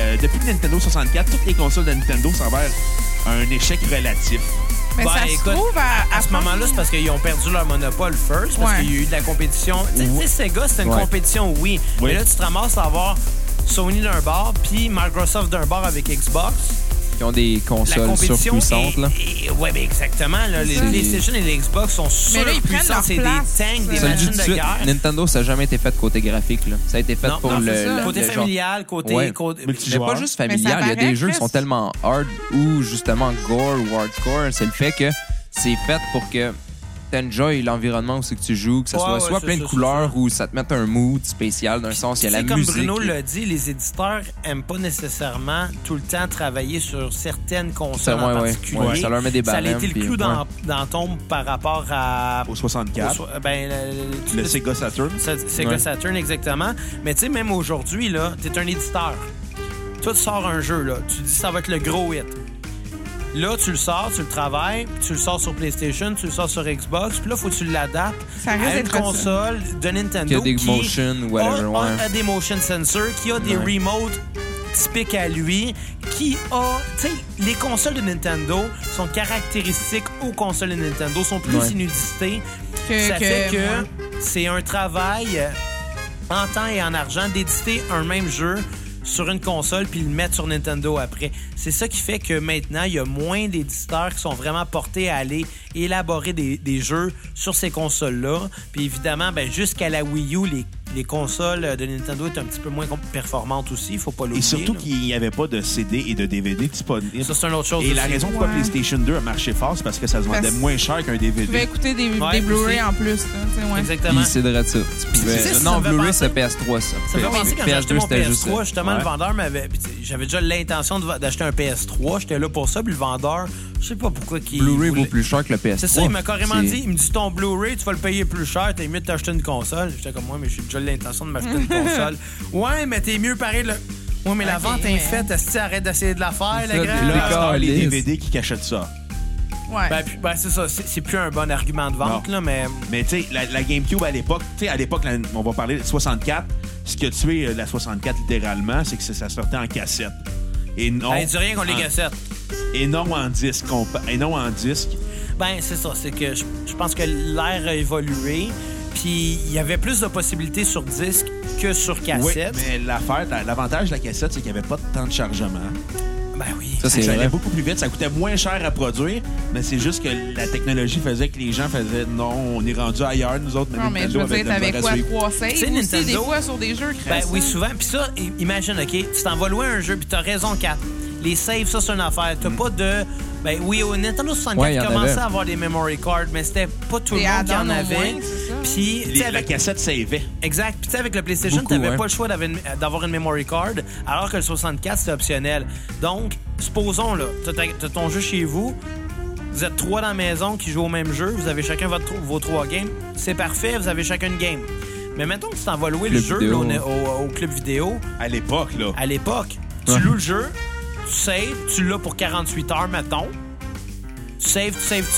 le Nintendo 64, toutes les consoles de Nintendo s'avèrent un échec relatif. Mais Ben, ça écoute, se trouve à ce moment-là, c'est parce qu'ils ont perdu leur monopole first, parce Ouais. qu'il y a eu de la compétition. Tu sais, Sega, c'était une Ouais. compétition, oui. Oui. Mais là, tu te ramasses à avoir Sony d'un bord, puis Microsoft d'un bord avec Xbox. Qui ont des La consoles compétition surpuissantes, là. ouais, ben exactement. Là, les C'est- PlayStation et les Xbox sont Mais là, ils prennent surpuissants. leur C'est des place. tanks, des Ça Ça le dit machines tout de de suite, guerre. Nintendo, ça n'a jamais été fait côté graphique, là. Ça a été fait Non, pour non, c'est ça. le Côté le genre. familial, côté... Ouais. côté- Mais Multijoueur. pas juste Mais familial, ça il y a paraît, des jeux qui Chris. sont tellement hard ou justement gore ou hardcore. C'est le fait que c'est fait pour que t'enjoy l'environnement où c'est que tu joues, que ça Ouais, soit ouais, soit c'est plein ça, de c'est couleurs ça. ou ça te mette un mood spécial d'un sens. Il y a la C'est comme musique. Bruno l'a dit, les éditeurs aiment pas nécessairement tout le temps travailler sur certaines consoles en particulier. Ouais, ça leur met des Ça a barèmes. été le puis- clou ouais. dans tombe par rapport à... Au 64, le le Sega Saturn. Sega Ouais. Saturn, exactement. Mais tu sais, même aujourd'hui, là, t'es un éditeur. Toi, tu sors un jeu, là. Tu dis ça va être le gros hit. Là, tu le sors, tu le travailles, puis tu le sors sur PlayStation, tu le sors sur Xbox, puis là, faut que tu l'adaptes Ça risque à une d'être ça. console de Nintendo Qui a des qui motion, whatever, ouais. a des motion sensors, qui a des Ouais. remotes typiques à lui, qui a... Tu sais, les consoles de Nintendo sont caractéristiques aux consoles de Nintendo, sont plus Ouais. inusitées. Que- Ça que- fait que ouais. c'est un travail en temps et en argent d'éditer un même jeu sur une console puis le mettre sur Nintendo après. C'est ça qui fait que maintenant, il y a moins d'éditeurs qui sont vraiment portés à aller élaborer des jeux sur ces consoles-là. Puis évidemment, ben, jusqu'à la Wii U, les consoles de Nintendo étaient un petit peu moins performantes aussi, il faut pas l'oublier. Et surtout là. qu'il n'y avait pas de CD et de DVD disponibles. Ça, c'est une autre chose Et la aussi. raison pourquoi Ouais. PlayStation 2 a marché fort, c'est parce que ça se vendait Parce- moins cher qu'un Tu DVD. pouvais écouter des Ouais, Blu-ray aussi. en plus. Là, tu sais, ouais. Exactement. Puis c'est de ça. Tu pouvais... tu sais, ça Non, me fait Blu-ray, penser- c'est PS3, ça. Ça me fait penser quand j'ai acheté mon c'était juste PS3, ça. justement, Ouais. le vendeur m'avait... puis, tu sais, j'avais déjà l'intention d'acheter un PS3, j'étais là pour ça, puis le vendeur Je sais pas pourquoi qu'il... Blu-ray vaut plus cher que le PS3. C'est ça, il m'a carrément dit, il me dit ton Blu-ray, tu vas le payer plus cher, t'es mieux de t'acheter une console. J'étais comme, ouais, mais j'ai déjà l'intention de m'acheter une console. Ouais, mais t'es mieux pareil de... Ouais, mais la vente est faite, est-ce que tu arrêtes d'essayer de la faire, C'est la ça, grande? Là, les DVD qui cachètent ça. Ouais. Ben, c'est ça, c'est plus un bon argument de vente, Non. là, mais... Mais tu sais, la GameCube à l'époque, on va parler de 64. Ce qui a tué la 64 littéralement, c'est que ça sortait en cassette. Et non, Ben, dis rien qu'on les cassettes. et non en disque. Ben, c'est ça, c'est que je pense que l'ère a évolué, puis il y avait plus de possibilités sur disque que sur Oui, cassette. mais l'avantage de la cassette, c'est qu'il n'y avait pas de temps de chargement. Ben oui. Ça, c'est Ça allait vrai. beaucoup plus vite, ça coûtait moins cher à produire, mais c'est juste que la technologie faisait que les gens faisaient non, on est rendu ailleurs, nous autres, Non, mais je Nintendo veux dire, avait de t'avais la misère quoi, à 3 saves Tu sais, aussi, des Nintendo- fois, sur des jeux Ben créatifs? oui, souvent. Puis ça, imagine, OK, tu t'en vas louer un jeu, puis t'as raison, 4. Les saves, ça, c'est une affaire. T'as pas de... Ben oui, au Nintendo 64, Ouais, il y il en commençait avait. à avoir des memory cards, mais c'était pas tout le Des monde qui en add-ons au avait. moins, c'est ça. Puis, tu sais, suivre. La avec... cassette savait. Exact. Puis tu sais, avec le PlayStation, Beaucoup, t'avais ouais. pas le choix d'avoir une memory card, alors que le 64, c'était optionnel. Donc, supposons, là, t'as ton jeu chez vous, vous êtes 3 dans la maison qui jouent au même jeu, vous avez chacun vos 3 games, c'est parfait, vous avez chacun une game. Mais mettons que tu t'en vas louer le Club jeu vidéo. là, au club vidéo, À l'époque, là. à l'époque, tu Ouais. loues le jeu, tu saves, tu l'as pour 48 heures, mettons. Tu saves,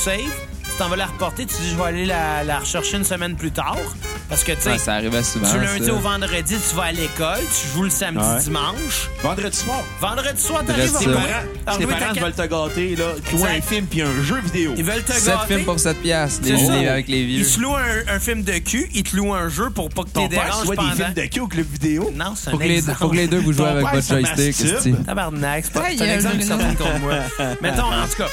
tu t'en vas la reporter, tu dis je vais aller la rechercher une semaine plus tard. Parce que, tu sais, Ouais, ça arrivait souvent. du lundi ça. au vendredi, tu vas à l'école, tu joues le samedi, Ouais. dimanche. Vendredi soir. Vendredi soir, Dresse t'arrives à ça. jouer. Tes parents veulent te gâter, là. Tu vois un Exact. film puis un jeu vidéo. Ils veulent te 7 gâter. films pour 7 piastres. C'est ça. Avec les vieux. Ils te louent un film de cul, ils te louent un jeu pour pas que Ton t'es père, tu déranges vois pendant... des films de cul au club vidéo. Non, c'est un Faut que, les, exemple. faut que les deux vous jouez Ton avec père, votre ça joystick. masturbe. esti. Tabarnak, c'est pas Aïe, c'est un exemple qui Bruno. s'entend contre moi. Mettons, en tout cas...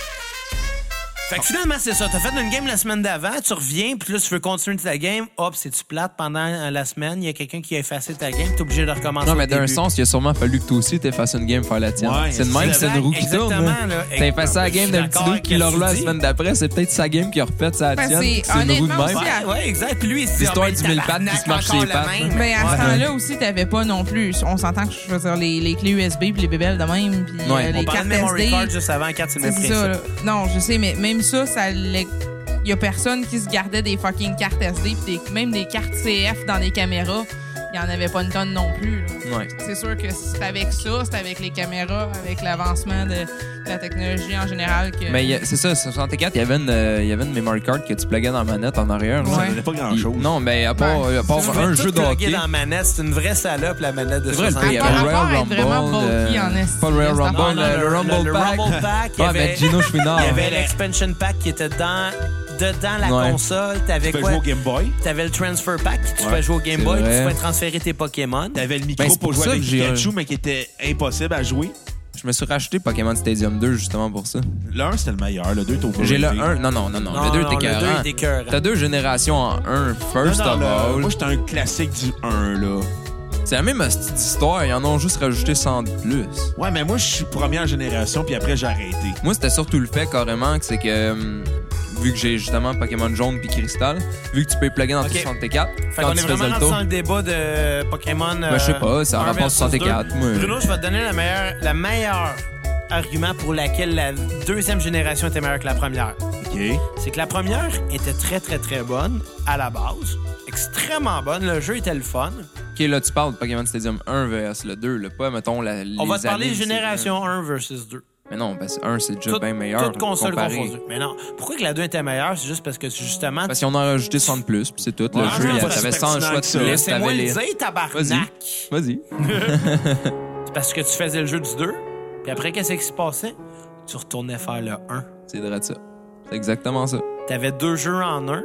Fait que finalement, c'est ça. T'as fait une game la semaine d'avant, tu reviens, puis là, tu veux continuer ta game. Hop, c'est-tu plate pendant la semaine? Il y a quelqu'un qui a effacé ta game, t'es obligé de recommencer. Non, mais au d'un début. sens, il a sûrement fallu que toi aussi t'effaces une game pour faire la tienne. Ouais, c'est de même, c'est c'est une roue qui exactement, tourne. là. T'as effacé la Je suis game d'un petit d'accord dude avec qui ce que l'a tu roulé la dis. semaine d'après. C'est peut-être sa game qui a refait sa Ben, tienne. c'est- C'est une roue de honnêtement même. aussi, Ouais, exact. Puis lui, il se dit, L'histoire ah, ben, du mille pattes qui se tabarnak, marche encore les le pattes. même. Mais à Ouais. ce temps-là aussi, t'avais pas non plus. On s'entend que je veux dire les clés USB puis les bébelles de même puis Ouais. les On parlait cartes de memory SD. card juste avant, 4, c'est le même C'est ça. principe. Là. Non, je sais, mais même ça, y a personne qui se gardait des fucking cartes SD puis même des cartes CF dans des caméras. Il y en avait pas une tonne non plus. Là. Ouais. C'est sûr que c'est avec ça, c'est avec les caméras, avec l'avancement de la technologie en général que. Mais c'est ça, sur 64, il y avait une memory card que tu pluguais dans la manette en arrière. là. Ça Ouais. donnait pas grand-chose. Non, mais à part, Ouais. à part Tu veux un tout jeu de plugger hockey. dans la manette, c'est une vraie salope, la manette de C'est vrai, le 64. il y À avait part le Royal être vraiment Rumble. bulky en esti, Pas le Royal cette Rumble, affaire-là. le Rumble Pack. Rumble Pack, il y Ah, avait... mais Gino Chouinard. Il y avait l'expansion pack qui était dedans la Ouais. console. T'avais Tu peux quoi? jouer au Game Boy. T'avais le transfer pack qui tu Ouais. fais jouer au Game C'est Boy, puis tu vrai. pouvais transférer tes Pokémon. T'avais le micro Ben, c'est pour pour jouer ça avec que j'ai Pikachu, mais qui était impossible à jouer. Je me suis racheté Pokémon Stadium 2 justement pour ça. Le 1, c'était le meilleur. Le 2, t'as overrated. J'ai le 1. Non. Le 2 était le 2 écœurant. était écœurant. T'as deux générations en un. First Non, of non, all. Moi, j'étais un classique du 1, là. C'est la même hostie d'histoire. Ils en ont juste rajouté 100 de plus. Ouais, mais moi, je suis première génération, puis après, j'ai arrêté. Moi, c'était surtout le fait carrément que c'est que vu que j'ai justement Pokémon jaune puis cristal, vu que tu peux y plugger dans Ok. ton 64, Fait quand qu'on tu est faisais vraiment le rendu tour. dans le débat de Pokémon. Ben, je sais pas, c'est en 1 rapport versus 64, 2. moi. Bruno, je vais te donner la meilleure argument pour laquelle la deuxième génération était meilleure que la première. OK. C'est que la première était très, très, très bonne à la base. Extrêmement bonne. Le jeu était le fun. Ok, là, tu parles de Pokémon Stadium 1 vs le 2, là, pas, mettons, les On va te parler années, c'est- génération 1 versus 2. Mais non, parce que 1, c'est déjà Toutes- bien meilleur. Toutes consoles comparé. confondues. Mais non. Pourquoi que la 2 était meilleure? C'est juste parce que justement... Parce qu'on en a rajouté 100 de plus, puis c'est tout. Ouais, Le jeu, c'est pas t'avais si 100 pertinent choix de que ça. plus. Laissez-moi t'avais le les- dire, tabarnak. Vas-y. C'est parce que tu faisais le jeu du 2, puis après, qu'est-ce qui se passait? Tu retournais faire le 1. C'est vrai de ça. C'est exactement ça. T'avais 2 jeux en un.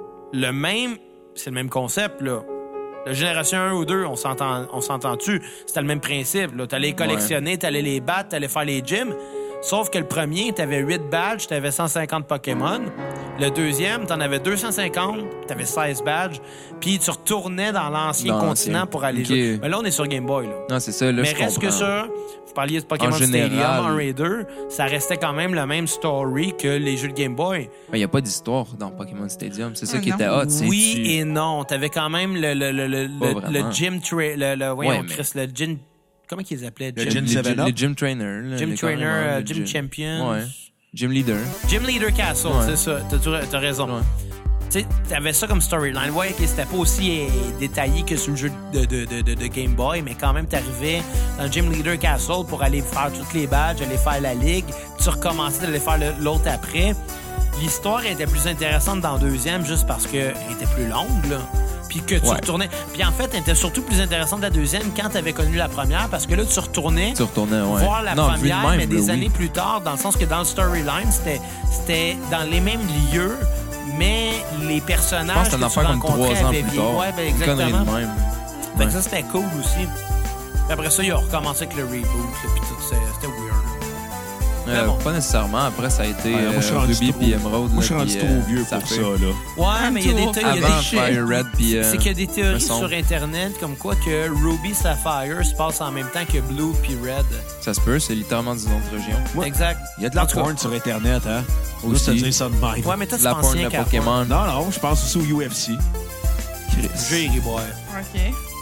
C'est le même concept, là. La génération 1 ou 2, on s'entend-tu? C'était le même principe, là. T'allais les collectionner, t'allais les battre, t'allais faire les gyms. Sauf que le premier, t'avais 8 badges, t'avais 150 Pokémon. Le deuxième, t'en avais 250, t'avais 16 badges. Puis tu retournais dans l'ancien Dans continent l'ancien. pour aller Ok. jouer. Mais là, on est sur Game Boy, là. Non, c'est ça, là, Mais je reste que comprends. ça, vous parliez de Pokémon En général. Stadium 1 et 2, ça restait quand même le même story que les jeux de Game Boy. Mais il n'y a pas d'histoire dans Pokémon Stadium. C'est ça Ah, qui non. était hot. c'est Oui tu- et non. T'avais quand même Pas le vraiment. gym voyons, Ouais, mais- Chris, le gym... Comment qu'ils appelaient? Le Gym, Gym 7 Up. Les gym trainers. là, gym les trainer, carrément, le gym champion. Ouais. Gym Leader. Gym Leader Castle, Ouais. c'est ça. T'as raison. Ouais. Tu sais, t'avais ça comme storyline. Ouais, que c'était pas aussi détaillé que sur le jeu de Game Boy, mais quand même, t'arrivais dans le Gym Leader Castle pour aller faire toutes les badges, aller faire la ligue. Tu recommençais d'aller faire l'autre après. L'histoire était plus intéressante dans le deuxième juste parce qu'elle était plus longue, là. Puis que tu retournais. Puis en fait, elle était surtout plus intéressante la deuxième quand t'avais connu la première parce que là, tu retournais voir la première, même, mais des là, années plus tard, dans le sens que dans le storyline, c'était dans les mêmes lieux, mais les personnages Je pense que c'est une que tu affaire comme rencontrais 3 ans avaient plus vieilli. tard. Ouais, ben Une connerie exactement. de même. Fait que Ouais. ça, c'était cool aussi. Puis après ça, ils ont recommencé avec le reboot, là, puis tout, c'était weird. Mais bon. Pas nécessairement. Après, ça a été Ouais, moi, je suis rendu Ruby trop- puis Emerald. Moi, je suis là, rendu puis, trop vieux ça pour fait- ça, là. Ouais, mais il y a des Avant Fire Red puis... c'est qu'il y a des théories me semble. sur Internet comme quoi que Ruby Sapphire se passe en même temps que Blue puis Red. Ça se peut, c'est littéralement d'une autre région. Ouais. Exact. Il y a de la En tout cas, porn sur Internet, hein? Aussi. Juste te dire ça de même. Ouais, mais toi, tu La penses porn rien de qu'à Pokémon. Non, je pense aussi au UFC. J'ai ri boire. OK.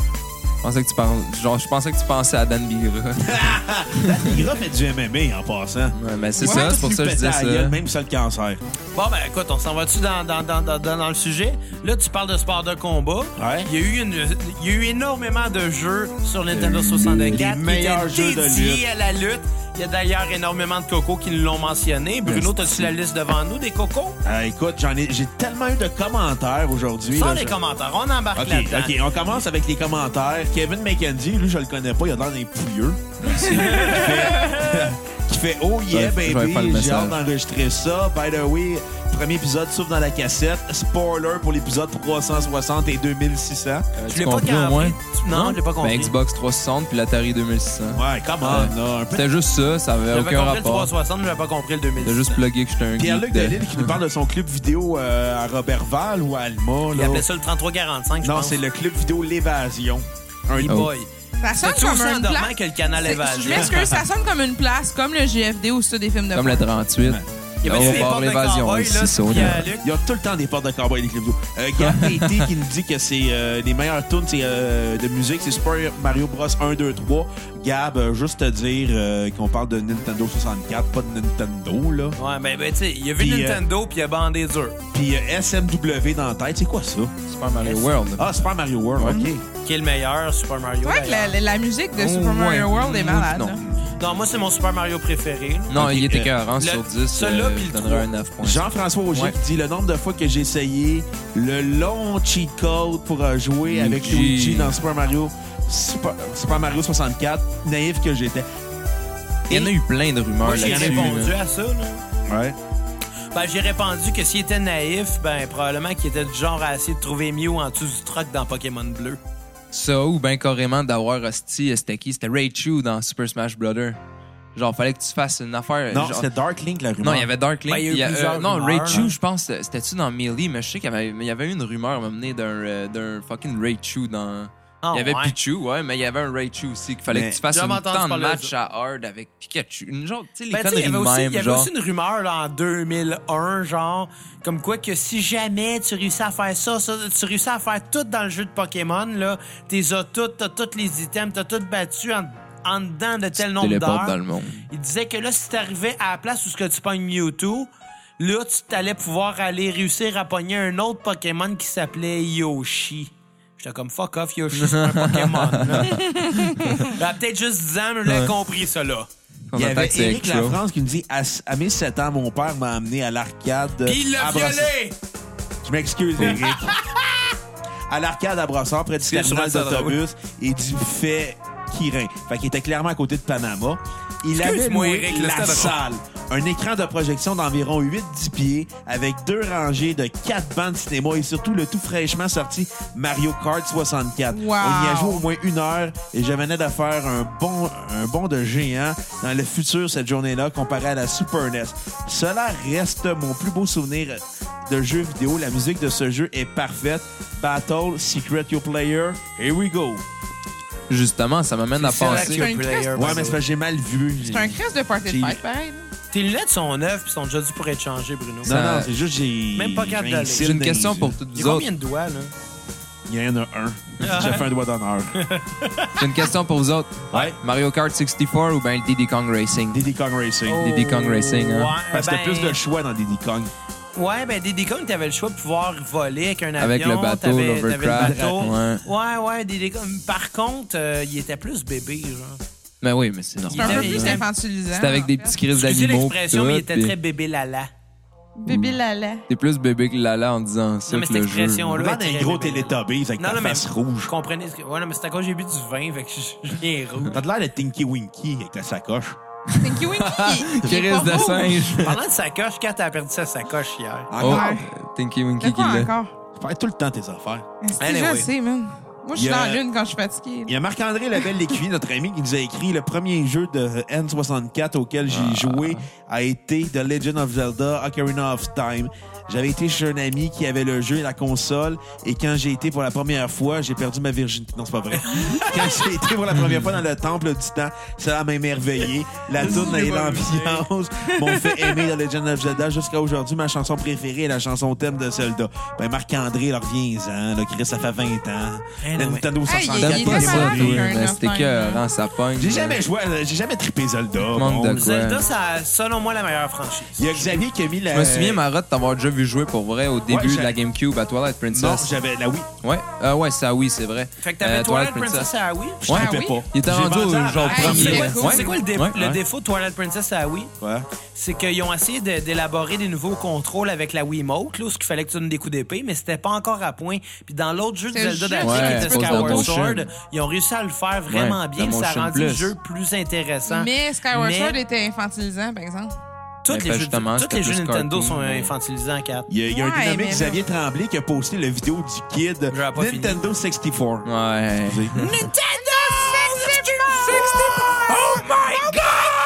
Je pensais que tu pensais à Dan Bigra. Il a fait du MMA en passant. Ouais, mais c'est Ouais, ça, c'est pour Lui ça que je pétait disais à la gueule, ça. même ça le cancer. Bon, ben écoute, on s'en va-tu dans le sujet? Là, tu parles de sport de combat. Ouais. Il y a eu énormément de jeux sur Nintendo 64 les meilleurs qui étaient jeux de dédiés lutte. à la lutte. Il y a d'ailleurs énormément de cocos qui l'ont mentionné. Bruno, t'as-tu la liste devant nous des cocos? Écoute, j'ai tellement eu de commentaires aujourd'hui. Sans là, les je- commentaires, on embarque OK, là-dedans. OK, on commence avec les commentaires. Kevin McKenzie, lui, je le connais pas, il a l'air d'un pouilleux. Qui fait Oh yeah, Je vais faire le baby, j'ai message. hâte d'enregistrer ça. By the way, premier épisode s'ouvre dans la cassette. Spoiler pour l'épisode 360 et 2600. Je Tu l'ai pas compris au moins? compris. Non, je l'ai pas compris. Ben, Xbox 360 puis l'Atari 2600. Ouais, come on, là. Un peu. C'était juste ça avait J'avais aucun compris le rapport. 360, mais j'avais pas compris le 2000. T'as juste plugué que j'étais un Pierre-Luc geek. Delisle qui nous parle de son club vidéo à Robertval ou à Alma. Il Là. appelait ça le 3345, je Non, pense. c'est le club vidéo L'Évasion. Un E-boy. Ça sonne C'est comme aussi une endormant place. que le canal Je Évasion. m'excuse, ça sonne comme une place, comme le GFD ou ça des films de Comme le porn. 38. Il y avait Au des bord portes de l'évasion cowboy, ici, là, Sonia. Pierre-Luc. Il y a tout le temps des portes de cowboy des clubs vidéo. Gab PT qui nous dit que c'est les meilleures tunes de musique, c'est Super Mario Bros 1, 2, 3. Gab, juste te dire qu'on parle de Nintendo 64, pas de Nintendo, là. Ouais, ben tu sais, il a vu Puis, Nintendo puis il a bandé dur. Puis SMW dans la tête, c'est quoi ça? Super Mario World. Ah, Super Mario World, OK. Qui est le meilleur, Super Mario. Ouais, que d'ailleurs. la musique de Super ouais. Mario World est malade. Non. là. Non, moi, c'est mon Super Mario préféré. là. Non, Ok, il était le- 40 sur 10. celui-là, puis le je donnerais un 3. 9 points. Jean-François Augier Ouais. qui dit le nombre de fois que j'ai essayé le long cheat code pour jouer avec Luigi dans Super Mario 64, naïf que j'étais. Il y en a eu plein de rumeurs Moi, j'ai là-dessus. répondu là. à ça. Là. Ouais. Ben, j'ai répondu que s'il était naïf, ben, probablement qu'il était du genre à essayer de trouver Mew en dessous du truck dans Pokémon Bleu. Ça, ou bien carrément d'avoir hostie, c'était qui? C'était Raichu dans Super Smash Bros. Genre, fallait que tu fasses une affaire. Non, genre- c'était Dark Link, la rumeur. Non, il y avait Dark Link. Ben, il y a eu puis plusieurs non, rumeurs, Raichu, là. je pense, c'était-tu dans Melee, mais je sais qu'il y avait eu une rumeur à m'amener d'un fucking Raichu dans. Ah, Il y avait ouais. Pichu, ouais, mais il y avait un Raichu aussi qu'il fallait Mais que tu fasses j'ai un jamais entendu temps de parler de match ça. à hard avec Pikachu. Une genre, tu sais, les Ben, tu sais, conneries de il même, y avait genre. aussi une rumeur là, en 2001, genre, comme quoi que si jamais tu réussis à faire ça, tu réussis à faire tout dans le jeu de Pokémon, là, t'as tous les items, t'as tout battu en dedans de tel nombre Téléporte d'heures. dans le monde. Il disait que là, si t'arrivais à la place où ce que tu pognes Mewtwo, là, tu t'allais pouvoir aller réussir à pogner un autre Pokémon qui s'appelait Yoshi. J'étais comme fuck off, Yoshi, c'est pas un Pokémon. là. Ben, peut-être juste 10 ans, mais je l'ai Ouais. compris, ça, là. On Il y attaque, avait c'est Éric Electro. Lafrance qui nous dit à mes 7 ans, mon père m'a amené à l'arcade. Puis il l'a à Brossard. violé! Je m'excuse, Éric. À l'arcade à Brossard, près du C'est terminal sur le d'autobus et du fait Quirin. Fait qu'il était clairement à côté de Panama. Il avait Excuse-moi, loué Éric, le la stade salle. Un écran de projection d'environ 8-10 pieds avec 2 rangées de 4 bancs de cinéma et surtout le tout fraîchement sorti Mario Kart 64. Wow. On y a joué au moins 1 heure et je venais de faire un bond de géant dans le futur cette journée-là comparé à la Super NES. Cela reste mon plus beau souvenir de jeu vidéo. La musique de ce jeu est parfaite. Battle, Secret Your Player, here we go. Justement, ça m'amène à C'est penser. un Christ. Ouais, mais c'est parce que j'ai mal vu. C'est un Chris de party de J'ai- fête, pareil. là. Tes lunettes sont neuves puis sont déjà dues pour être changées, Bruno. Non, Ça- c'est juste j'ai... Même pas quatre j'ai un dollars. cil J'ai une dans question les pour yeux. toutes Il y vous a autres. combien de doigts, là? Il y en a un. J'ai fait un doigt d'honneur. J'ai une question pour vous autres. Ouais. Mario Kart 64 ou bien le Diddy Kong Racing? Diddy Kong Racing. Diddy Kong Racing, hein? Ouais, Parce que t'as plus de choix dans Diddy Kong. Ouais, ben Diddy Kong, t'avais le choix de pouvoir voler avec un avion. Avec le bateau, t'avais le l'overcraft. bateau. Ouais, Diddy Kong. Par contre, il était plus bébé, genre. Ben oui, mais c'est C'est un normal. peu plus infantilisant. C'était avec en des fait. petits crises Excusez d'animaux. l'expression, pis mais il tout, était pis très bébé lala. Bébé Lala. T'es plus bébé que Lala en disant ça Non, mais que cette le jeu. expression-là. On a un gros Teletubbies avec Non, ta non, mais face rouge. je comprenais. Ouais, non, mais c'est à cause que j'ai bu du vin, fait que je viens rouge. T'as de l'air de Tinky Winky avec la sacoche. Tinky Winky, il est Crise pas de rouge. singe. Parlant de sacoche, Kat a perdu sa sacoche hier. Oh, Encore. Tinky Winky De qui quoi l'a. encore? Tu perds tout le temps tes affaires. Est-ce que Anyway. je sais, man? Moi, je suis Il y a- dans la lune quand je suis fatiguée. Il y a Marc-André Lebel-Lécuyer, notre ami, qui nous a écrit le premier jeu de N64 auquel j'ai joué a été The Legend of Zelda Ocarina of Time. J'avais été chez un ami qui avait le jeu et la console, et quand j'ai été pour la première fois, j'ai perdu ma virginité. Non, c'est pas vrai. Quand j'ai été pour la première fois dans le temple du temps, ça m'a émerveillé. La toune et l'ambiance m'ont fait aimer The Legend of Zelda jusqu'à aujourd'hui. Ma chanson préférée est la chanson thème de Zelda. Ben, Marc-André, là, reviens-en. Là, Chris, ça fait 20 ans. Eh non, Nintendo Hey, 64. il T'aimes est pas ça, malade, toi, Ocarina mais of c'était Time. écœurant, ça pogne. J'ai jamais trippé Zelda. Manque de bon. quoi. Zelda, c'est selon moi la meilleure franchise. Il y a Xavier qui a mis la... Je me souviens, Marotte, t'avoir déjà vu jouer pour vrai au début Ouais, de la GameCube à Twilight Non, Princess. j'avais la Wii. Ouais, ouais, c'est à Wii, c'est vrai. Fait que t'avais Twilight Princess à Wii. Je Ouais, trippais oui. pas. Il était J'ai rendu vendu au à la genre base. premier. C'est Ouais, quoi, cool. c'est quoi Ouais. le défaut de Twilight Princess à Wii? Ouais. C'est qu'ils ont essayé d'élaborer des nouveaux contrôles avec la Wiimote, là, où ce qu'il fallait que tu donnes des coups d'épée, mais c'était pas encore à point. Puis dans l'autre jeu de C'est Zelda juste- d'après, Ouais, qui à était cause de la Skyward motion. Sword, ils ont réussi à le faire vraiment Ouais, bien, la puis ça a motion rendu le plus. jeu plus intéressant. Mais Skyward Mais- Sword était infantilisant, par exemple. Tous Ben, les jeux, justement, tous c'était les jeux plus Nintendo cartoon, sont mais- infantilisants, Kat. Il y a un Ouais, dynamique mais là- Xavier Tremblay qui a posté la vidéo du kid J'aurais pas fini. Nintendo 64. Ouais. Nintendo 64! Oh my God!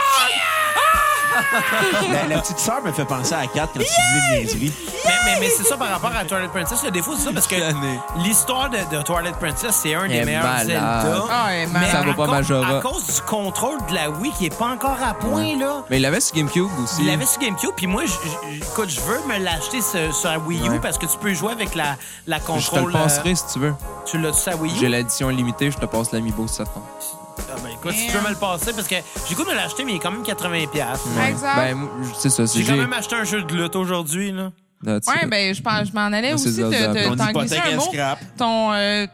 La petite sœur me fait penser à 4 quand tu dis une niaiserie. Mais c'est ça par rapport à Twilight Princess. Le défaut, c'est ça parce que Année. l'histoire de Twilight Princess, c'est un des Elle est meilleurs malade. Zelda. Ah, elle est Mais malade. Ça va à pas cause- Majora. À cause du contrôle de la Wii qui est pas encore à point, là. Mais il l'avait sur GameCube aussi. Il l'avait sur GameCube, puis moi, écoute, je veux me l'acheter sur la Wii U Ouais. parce que tu peux jouer avec la Je te contrôle. le passerai si tu veux. Tu l'as sur la Wii U? J'ai l'édition limitée, je te passe l'Amiibo si ça te tente. Ah, ben, écoute, si tu veux me le passer, parce que j'ai goût de me l'acheter, mais il est quand même 80$. Exact. Ben, c'est ça, c'est J'ai quand même acheté un jeu de lutte aujourd'hui, là. Ouais, ben, je m'en allais Ouais, c'est aussi Zelda. Ton t'en glisser hypothèque un est mot. scrap. Ton,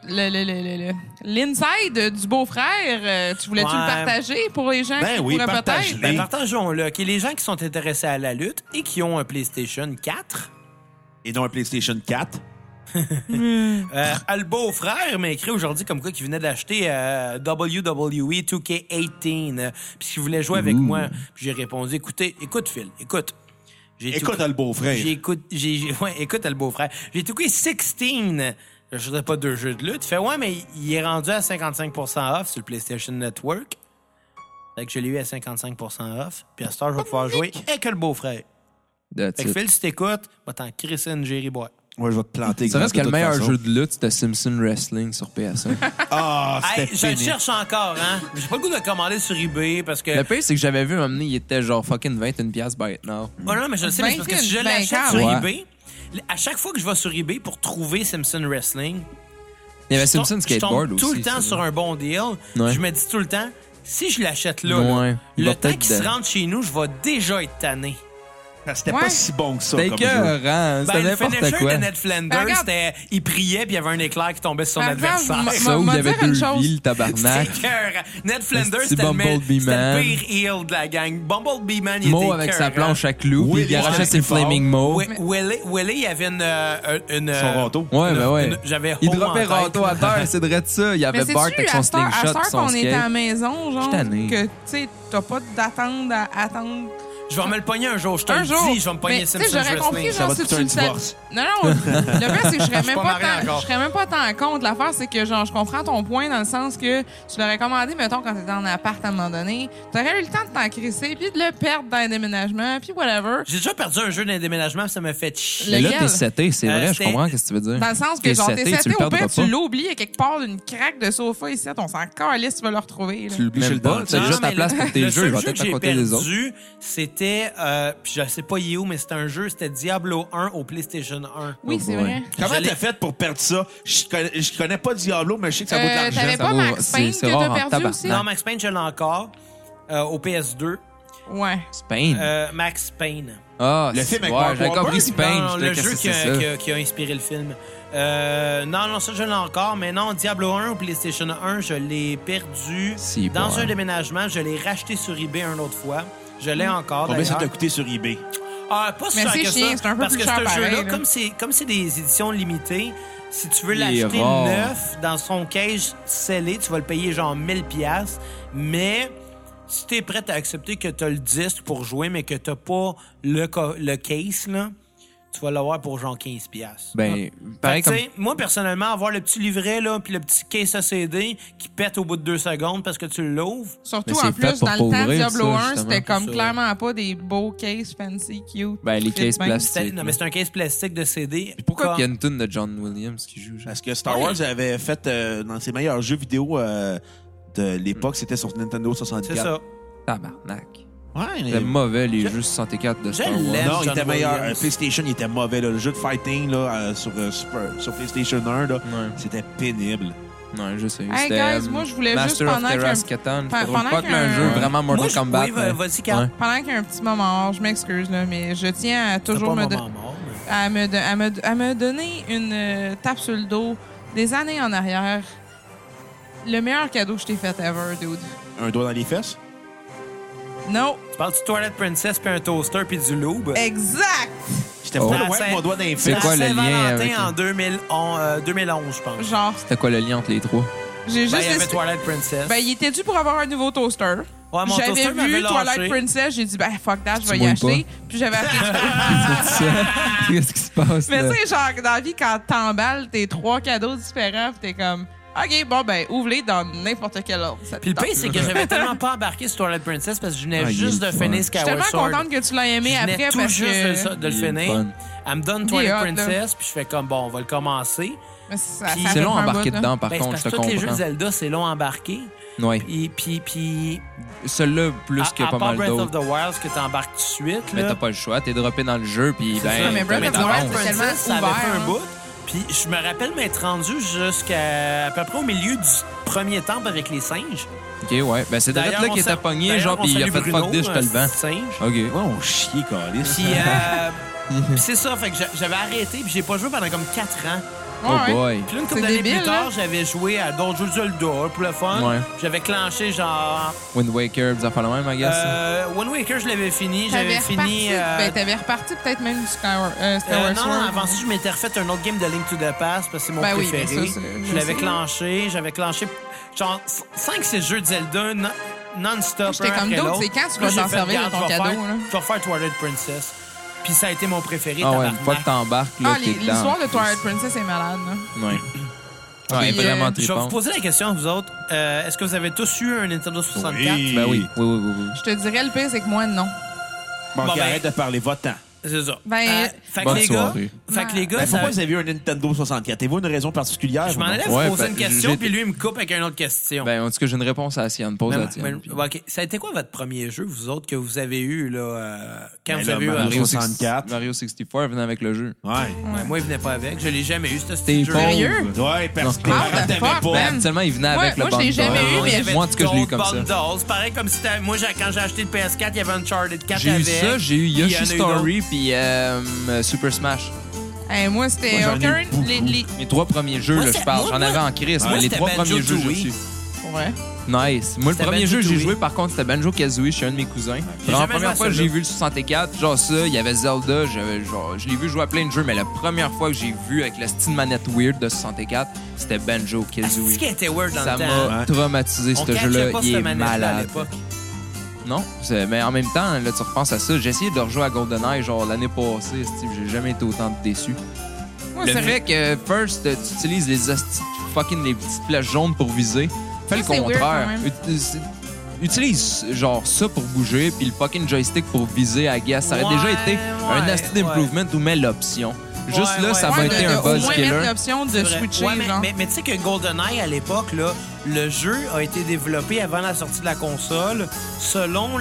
l'inside du beau-frère, tu voulais-tu Ouais. le partager pour les gens Ben qui oui, pourraient partage-le. peut-être? Ben, partageons-le. OK, les gens qui sont intéressés à la lutte et qui ont un PlayStation 4, Et donc un PlayStation 4. le beau-frère m'a écrit aujourd'hui comme quoi qu'il venait d'acheter WWE 2K18 puis qu'il voulait jouer avec moi. Puis j'ai répondu, écoute Phil, écoute. Écoute le beau-frère. Écoute le beau-frère. J'ai tout coupé 16. Je faisais pas deux jeux de lutte. Il fait, ouais, mais il est rendu à 55% off sur le PlayStation Network. Fait que je l'ai eu à 55% off. Puis à ce temps, je vais pouvoir jouer avec le beau-frère. That's Fait que it. Phil, si t'écoutes, va t'en crisser une Jerry Boy. Moi, je vais te planter. Ça reste que de le toute meilleur façon. jeu de lutte, c'était Simpson Wrestling sur PS1. Ah, Hey, c'était je le fini. cherche encore, hein. J'ai pas le goût de le commander sur eBay parce que. Le pire, c'est que j'avais vu m'amener, il était genre fucking 21$ by now. Oh non, mais je le sais, mais c'est parce que si je 21, l'achète ben, sur ouais. eBay, à chaque fois que je vais sur eBay pour trouver Simpson Wrestling, Il y avait je tombe- Simpson je tombe Skateboard aussi. tout le temps ça. sur un bon deal. Ouais. Je me dis tout le temps, si je l'achète là, Ouais, là, il le va temps peut-être qu'il se de- rentre chez nous, je vais déjà être tanné. C'était Ouais. pas si bon que ça. C'était comme jeu. écœurant, c'était Ben, le n'importe finisher quoi. de Ned Flanders, Ben, regarde. c'était... Il priait, puis il y avait un éclair qui tombait sur son Ben, adversaire. regarde, Ça où il y m'a avait dire une deux chose. villes, tabarnak. C'était écœurant. Ned Flanders, petit c'était Bumblebee c'était le Man. pire heel de la gang. Bumblebee Man, il Mo était avec sa écœurant. planche à clous, Oui, puis il arrachait ouais, ses c'est fort. Flaming Mo. Willie, il y avait une Son râteau. Ouais, mais ouais. J'avais Il Ho en droppait tête. Rato à terre, c'est vrai de ça. Il y Mais avait c'est-tu Bart avec son à cette heure slingshot et son qu'on est à la skate. maison, genre, Je suis tanné. que, tu sais, t'as pas d'attente à attendre... Je vais me le pogner un jour, je te Un le jour. dis, je vais me pogner Mais, tu sais, Simpsons j'aurais compris, Wrestling. Ça genre, va si te tu coûter un le sais. divorce. Non, le pire, c'est que je serais même pas pas marié encore. je serais même pas tant compte. L'affaire, c'est que, genre, je comprends ton point dans le sens que tu l'aurais commandé, mettons, quand t'étais en appart à un moment donné. T'aurais eu le temps de t'en crisser, puis de le perdre dans un déménagement, puis whatever. J'ai déjà perdu un jeu d'un déménagement, ça m'a fait chier. Mais là, Lequel? t'es seté, c'est vrai, je c'était- comprends ce que tu veux dire. Dans le sens que, T'es genre, seté, t'es tu seté, le au pire, perdras tu pas. l'oublies à quelque part d'une craque de sofa ici, on s'en calisse, tu vas le retrouver. là. Tu l'oublies chez Même le pas, dentiste. t'as juste mais ta place pour tes le jeux, seul il va jeu peut-être que à j'ai côté des autres. perdu, c'était c'était, puis je sais pas où, mais c'était un jeu, c'était Diablo 1 au PlayStation 1. Oui, c'est vrai. Comment Je l'ai- t'as fait pour perdre ça? Je connais pas Diablo, mais je sais que ça vaut de l'argent. T'avais ça pas vaut- Max Payne c'est que rare t'as en perdu tabarnak. aussi? Non, Max Payne, je l'ai encore. Au PS2. Ouais. Spain. Max Payne. Ah, Le film avec ouais, Mark j'avais compris Wahlberg? Spain. Non, J'étais, le qu'est-ce jeu que c'est ça? qui a inspiré le film. Non, ça, je l'ai encore. Mais non, Diablo 1 au PlayStation 1, je l'ai perdu Si, dans bon, un hein. déménagement. Je l'ai racheté sur eBay une autre fois. Je l'ai encore, Combien ça d'ailleurs. t'a coûté sur eBay? Ah, pas si Mais cher c'est que chiant, ça. c'est un peu Parce plus que cher ce jeu-là, pareil, là. comme c'est des éditions limitées, si tu veux Il est l'acheter rare. neuf, dans son cage scellé, tu vas le payer genre 1000$. Mais si t'es prêt à accepter que t'as le disque pour jouer, mais que t'as pas le case, là, tu vas l'avoir pour genre 15$. Ben, pareil Fait que, comme. tu sais, moi, personnellement, avoir le petit livret, là, puis le petit case à CD qui pète au bout de 2 secondes parce que tu l'ouvres, Surtout, Mais c'est en fait plus, pour dans le temps, pauvrir, Diablo ça, 1, justement. c'était comme Ça. clairement pas des beaux cases fancy, cute. Ben, les cases Bien. plastiques. non, mais c'est un case plastique de CD. Pourquoi Comme- il y a une tune de John Williams qui joue? genre? Parce que Star Ouais. Wars avait fait dans ses meilleurs jeux vidéo de l'époque, c'était sur Nintendo 64. C'est ça. Tabarnak. Ouais, C'était mauvais, les jeux 64 de Star je Wars. l'aime. non, il John était meilleur. Williams. PlayStation, il était mauvais. Là. Le jeu de fighting là, sur PlayStation 1, là, Ouais. c'était pénible. Non, je sais. Hey, C'était, guys, moi, je voulais juste Master of pendant Terras qu'un- Catan. pendant Faudrait pas que qu'un- un jeu vraiment Mortal Moi, je- Kombat. oui, mais- vas-y, Kat. Ouais. Pendant qu'il y a un petit moment mort, je m'excuse, là, mais je tiens à C'est toujours pas un me, moment mort, mais- à me donner une tape sur le dos des années en arrière. Le meilleur cadeau que je t'ai fait ever, dude. Un doigt dans les fesses? Non, Tu parles du Twilight Princess, puis un toaster, puis du lube. exact! J'étais Oh. pas loin avec mon doigt dans les C'est fesses. quoi le lien Saint-Valentin avec- en 2011, je pense. Genre, C'était quoi le lien entre les trois? j'ai Ben, juste il y avait décidé- Twilight Princess. Ben, il était dû pour avoir un nouveau toaster. Ouais, mon toaster J'avais m'avait vu lâché. Twilight Princess, j'ai dit, ben, fuck that, je vais y mouilles acheter. Puis j'avais acheté du C'est ça? Qu'est-ce qui se passe? Mais là? tu sais, genre, dans la vie, quand t'emballes tes 3 cadeaux différents, pis t'es comme, OK, bon, ben, ouvre-les dans n'importe quel ordre. Ça te Puis le tente. pire, c'est que j'avais tellement pas embarqué sur Twilight Princess parce que je venais Ah, il juste est de fun. finir Je suis Skyward tellement Sword. contente que tu l'as aimé Je venais après tout parce juste que. de le Il est finir. fun. Elle me donne Il est Twilight hot, là. Princess, puis je fais comme, bon, on va le commencer. Mais ça, Puis- ça C'est fait long un embarqué bout, là. dedans, par Ben, c'est contre, parce je que te tous les jeux de comprends. Zelda, c'est long à embarquer. Ouais. Puis Celui-là, plus que à pas part mal Breath of d'autres. the Wild, que t'embarques tout de suite, Mais là. t'as pas le choix. T'es droppé dans le jeu, puis C'est ben, ça, mais t'as Breath mis of the ta Wild, bande. c'est tellement Princess, ça avait ouvert, fait un hein. bout. Puis je me rappelle m'être rendu jusqu'à à peu près au milieu du premier temple avec les singes. OK, ouais. Ben, c'est Drette là qui était pogné, genre, puis il a fait fuck this, je te le vends. Singe. OK. Ouais, on chier, calice. Puis puis c'est ça, fait que j'avais arrêté, puis j'ai pas joué pendant comme 4 ans. Oh Ouais. boy. Puis là, une couple C'est d'années débile, plus tard, là. j'avais joué à d'autres jeux de Zelda pour le fun. Ouais. J'avais clenché genre. Wind Waker, des affaires la même, I guess. Wind Waker, je l'avais fini. T'avais J'avais fini. reparti, ben, t'avais reparti peut-être même du Skyward non, Sword. avant ça, je m'étais refait un autre game de Link to the Past parce que c'est mon Ben oui, préféré. mais ça, je je l'avais sais. clenché. J'avais clenché genre 5-6 jeux de Zelda non-stop. J'étais un comme après d'autres, l'autre. c'est quand tu Là, vas j'ai t'en fait, servir de regarde, ton je vais cadeau, faire- là. Je vais faire Twilight Princess. Puis ça a été mon préféré. Ah ouais, tabarnak. une fois que t'embarques, là, Ah, t'es dedans. l'histoire de Twilight Princess est malade, là. Ouais. Ouais, Puis, vraiment Je vais vous trippante. poser la question à vous autres. Est-ce que vous avez tous eu un Nintendo 64? Oui. Ben oui, oui. Je te dirais, le pire, c'est que moi, non. Bon, Bon, ok, ben- arrête de parler, va-t'en. C'est ça. Ben, fait que bonne les gars, soirée. fait que les gars, Ben, pourquoi ça- vous avez eu un Nintendo 64? Avez-vous une raison particulière? je m'en ou non? allais vous Ouais, poser ben, une question, j'ai- puis lui, il me coupe avec une autre question. Ben, en tout cas, j'ai une réponse à la sienne. Pose la tienne. puis- OK. Ça a été quoi votre premier jeu, vous autres, que vous avez eu, là, quand Ben vous là, avez eu Mario Mario? 64. Mario 64 venait avec le jeu. Ouais. Moi, il venait pas avec. Je l'ai jamais eu, ce T'es petit jeu. pauvre. Sérieux? Ouais, parce que tes How parents the t'aimaient fuck, pas. man? Habituellement, il venait Moi- avec moi, le je l'ai bundle. jamais eu, mais- Il y avait Moi, en tout cas, je l'ai eu comme ça. bundles. C'est pareil comme si moi, quand j'ai acheté le PS4, il y avait Uncharted 4 J'ai eu avec. ça, j'ai eu puis il y en Yoshi a eu Story, puis Super Smash. Hey, moi, c'était Moi, j'en ai aucun. eu beaucoup. Mes 3 premiers jeux, Moi, là, c'est- je parle. moi, J'en moi- avais en crise, moi, mais les c'était 3 premiers jeux, j'ai Banjo-Tooie. reçu. Ouais. Nice. Moi, le C'était premier jeu que j'ai Banjo-Tooie. joué, par contre, c'était Banjo-Kazooie chez un de mes cousins. J'ai La jamais première joué à fois que j'ai celui-là. vu le 64, genre ça, il y avait Zelda, je l'ai vu jouer à plein de jeux, mais la première fois que j'ai vu avec la style manette weird de 64, c'était C'est Banjo-Kazooie. qui était weird dans Ça le temps. m'a Ouais. traumatisé, On ce catchait jeu-là. pas Il cette est manette-là à malade. l'époque. Non, mais en même temps, là, tu repenses à ça. J'ai essayé de rejouer à GoldenEye, genre l'année passée, Steve, j'ai jamais été autant déçu. Moi, Le c'est fait que, first, tu utilises les les petites flèches jaunes pour viser, fais le Ça, c'est weird contraire. quand même. Utilise genre ça pour bouger, puis le fucking joystick pour viser à guess. Ça aurait déjà été un asti d'improvement ou mets l'option. Juste là, ça Ouais, m'a été un au buzz moins killer. mettre l'option de C'est vrai. switcher, Ouais, genre. mais tu sais que GoldenEye, à l'époque, là, le jeu a été développé avant la sortie de la console selon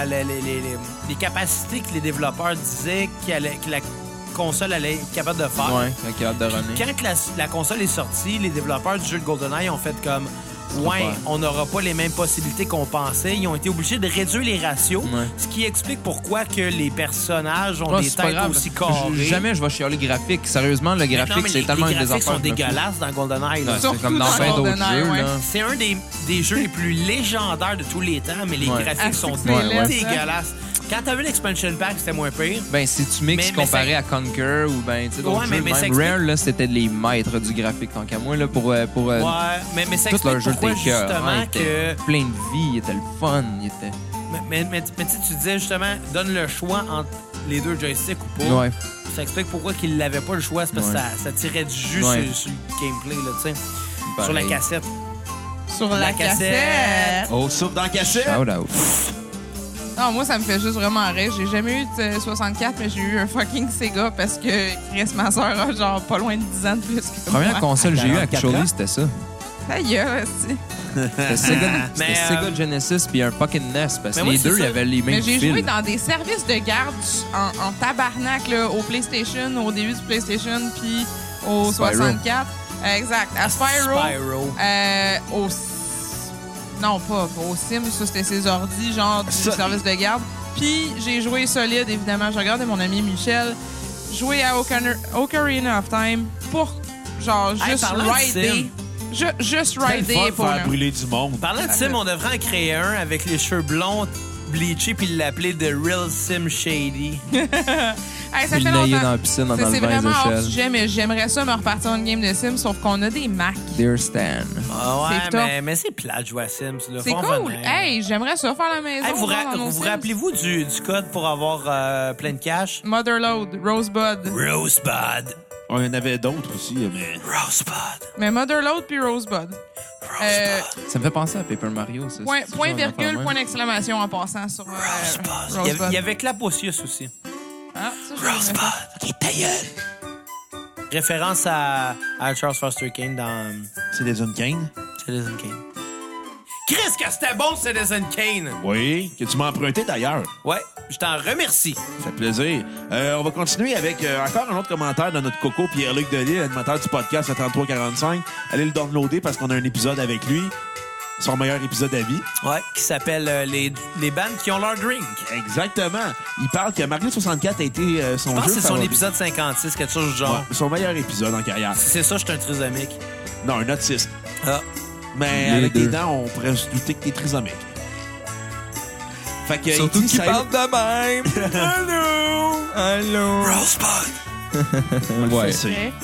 les capacités que les développeurs disaient que la console allait être capable de faire. Ouais, capable de runner. Quand que la console est sortie, les développeurs du jeu de GoldenEye ont fait comme ouais, faire. on n'aura pas les mêmes possibilités qu'on pensait. Ils ont été obligés de réduire les ratios, Ouais. ce qui explique pourquoi que les personnages ont Ouais, des c'est pas têtes grave. aussi carrées. Jamais je vais chialer graphique. Sérieusement, le Non, graphique, mais c'est tellement les une des graphiques affaires. sont que je me fous. dégueulasses dans GoldenEye. là. Ouais, Surtout c'est comme dans dans bien d'autres GoldenEye, jeux. ouais. Là. C'est un des jeux les plus légendaires de tous les temps, mais les Ouais. graphiques Ah, sont c'est laid, dégueulasses. Quand t'avais l'expansion pack, c'était moins pire. Ben, si tu mixes Mais comparé ça- à Conquer ou ben, tu sais, d'autres Ouais, jeux, mais ça même explique- Rare, là, c'était les maîtres du graphique, tant qu'à moi, là, pour Ouais, mais ça tout explique leur jeu pourquoi était cœur. justement Il était que... plein de vie, il était le fun, il était... Mais tu sais, tu disais justement, donne le choix entre les deux joysticks ou pas. Ouais. Ça explique pourquoi qu'il n'avait pas le choix. C'est parce que Ouais. ça tirait du jus Ouais. sur le gameplay, là, tu sais. Pareil. Sur la cassette. Sur la cassette. Oh, sauf dans la cassette. Shout out. Non, moi, ça me fait juste vraiment rire. J'ai jamais eu de 64, mais j'ai eu un fucking Sega parce que Chris, ma soeur a genre pas loin de 10 ans de plus que Première moi. console que j'ai eue, 44 actually, ans? c'était ça. Ta gueule, aussi. C'était Sega, c'était Mais, Sega Genesis puis un fucking NES, parce mais que moi, les c'est deux, il y ça. avait les mêmes Mais j'ai fils. joué dans des services de garde en tabarnak là, au PlayStation, au début du PlayStation, puis au Spyro. 64. Exact. À Spyro. Spyro. Non, pas au Sims, ça c'était ses ordis, genre du Ça- service de garde. Puis j'ai joué solide, évidemment. J'ai regardé mon ami Michel jouer à Ocarina of Time pour genre Hey, juste parlant de rider. Sim. Juste C'est le rider fun de pour faire le. brûler du monde. Parlant de Sim, on devrait en créer un avec les cheveux blonds bleachés puis l'appeler The Real Sim Shady. Hey, ça Puis fait le nailler longtemps. dans la piscine en C'est enlevant les vraiment hors échelles. sujet, mais j'aimerais ça me repartir une game de Sims, sauf qu'on a des Macs. Dear Stan. Ah ouais, C'est top. mais c'est plat de jouer à Sims. Là. C'est Faut en cool. venir. Hey, j'aimerais ça faire la maison. Hey, vous genre, dans nos vous Sims. rappelez-vous du code pour avoir plein de cash? Motherload, Rosebud. Rosebud. On en avait d'autres aussi, mais... Rosebud. Mais Motherload puis Rosebud. Ça me fait penser à Paper Mario, ça. Point, C'est point toujours une affaire virgule, de point même. d'exclamation en passant sur Rosebud. Il y avait Claposius aussi. Ah, ça, je l'ai fait. Qui ta gueule? Référence à Charles Foster Kane dans Citizen Kane. Citizen Kane. Chris, que c'était bon, Citizen Kane! Oui, que tu m'as emprunté d'ailleurs. Ouais, je t'en remercie. Ça fait plaisir. On va continuer avec encore un autre commentaire de notre coco Pierre-Luc Delisle, animateur du podcast le 3345. Allez le downloader parce qu'on a un épisode avec lui. Son meilleur épisode à vie. Ouais, qui s'appelle les bandes qui ont leur drink. Exactement. Il parle que Mario 64 a été son Je pense jeu que c'est son favori. épisode 56, quelque chose du genre. Ouais, son meilleur épisode en carrière. Si c'est ça, je suis un trisomique. Non, un autiste. Ah. Mais Les avec deux. des dents, on pourrait se douter que t'es trisomique. Fait que, Surtout il dit, qu'il ça parle de même. Allô? Allô? On le Ouais. fait, c'est- Ok.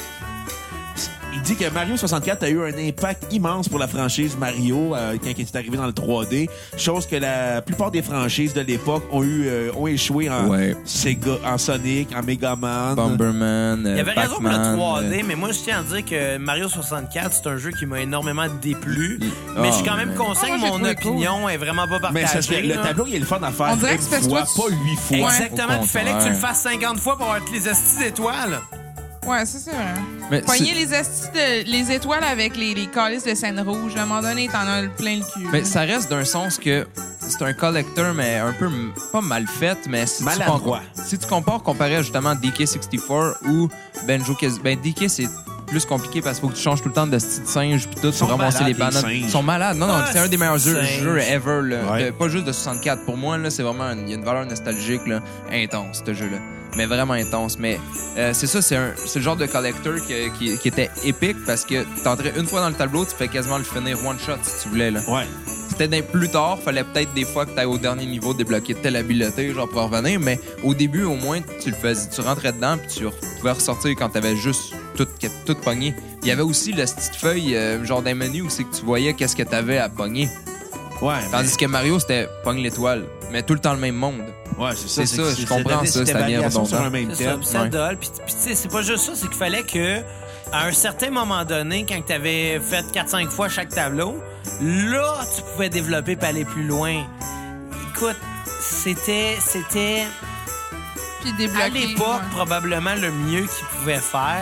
Il dit que Mario 64 a eu un impact immense pour la franchise Mario quand il est arrivé dans le 3D, chose que la plupart des franchises de l'époque ont échoué en Ouais. Sega, en Sonic, en Mega Man. Bomberman, Il y avait raison pour le Pac-Man, 3D, mais moi, je tiens à dire que Mario 64, c'est un jeu qui m'a énormément déplu. Ah, Mais je suis quand même mais- conscient Ah, que moi, j'ai mon trouvé opinion est vraiment pas Mais ça partagée. serait- le là. tableau, il est le fun à faire On dirait une que c'est parce que fois, toi, pas 8 fois. Ouais. Exactement, Au il fallait que tu le contraire. fasses 50 fois pour avoir les estis d'étoiles. Ouais, ça, c'est vrai. Mais Pogner c'est- les étoiles avec les calices de scène rouge, à un moment donné, t'en as plein le cul. Mais ça reste d'un sens que c'est un collector, mais un peu pas mal fait, mais si Maladroit. si tu compares comparé à justement DK64 ou Banjo Kazooie, ben DK c'est plus compliqué parce qu'il faut que tu changes tout le temps de style de singe puis tout sont pour ramasser les malades, les bananes. singes. Ils sont malades. Non, non, Ah, c'est un des meilleurs jeux singes. ever. Là. Ouais. Pas juste de 64. Pour moi, là, c'est vraiment il y a une valeur nostalgique là, intense, ce jeu-là. Mais vraiment intense. Mais c'est ça, c'est le genre de collector qui était épique parce que t'entrais une fois dans le tableau, tu fais quasiment le finir one shot si tu voulais. Là. Ouais. C'était plus tard, fallait peut-être des fois que tu ailles au dernier niveau débloquer telle habileté, genre pour revenir, mais au début, au moins, tu le faisais. Tu rentrais dedans, puis tu pouvais ressortir quand t'avais juste tout pogné. Il y avait aussi la petite feuille, genre d'un menu où c'est que tu voyais qu'est-ce que t'avais à pogner. Ouais. Tandis que Mario, c'était pogne l'étoile, mais tout le temps le même monde. Ouais, c'est ça. C'est ça, je comprends ça, c'était ça vient variation sur redondant. un même C'est ça, thème. puis ça ouais. dole. Puis tu sais, c'est pas juste ça, c'est qu'il fallait que, à un certain moment donné, quand tu avais fait 4-5 fois chaque tableau, là, tu pouvais développer et aller plus loin. Écoute, c'était puis débloquer. À l'époque, probablement le mieux qu'ils pouvaient faire.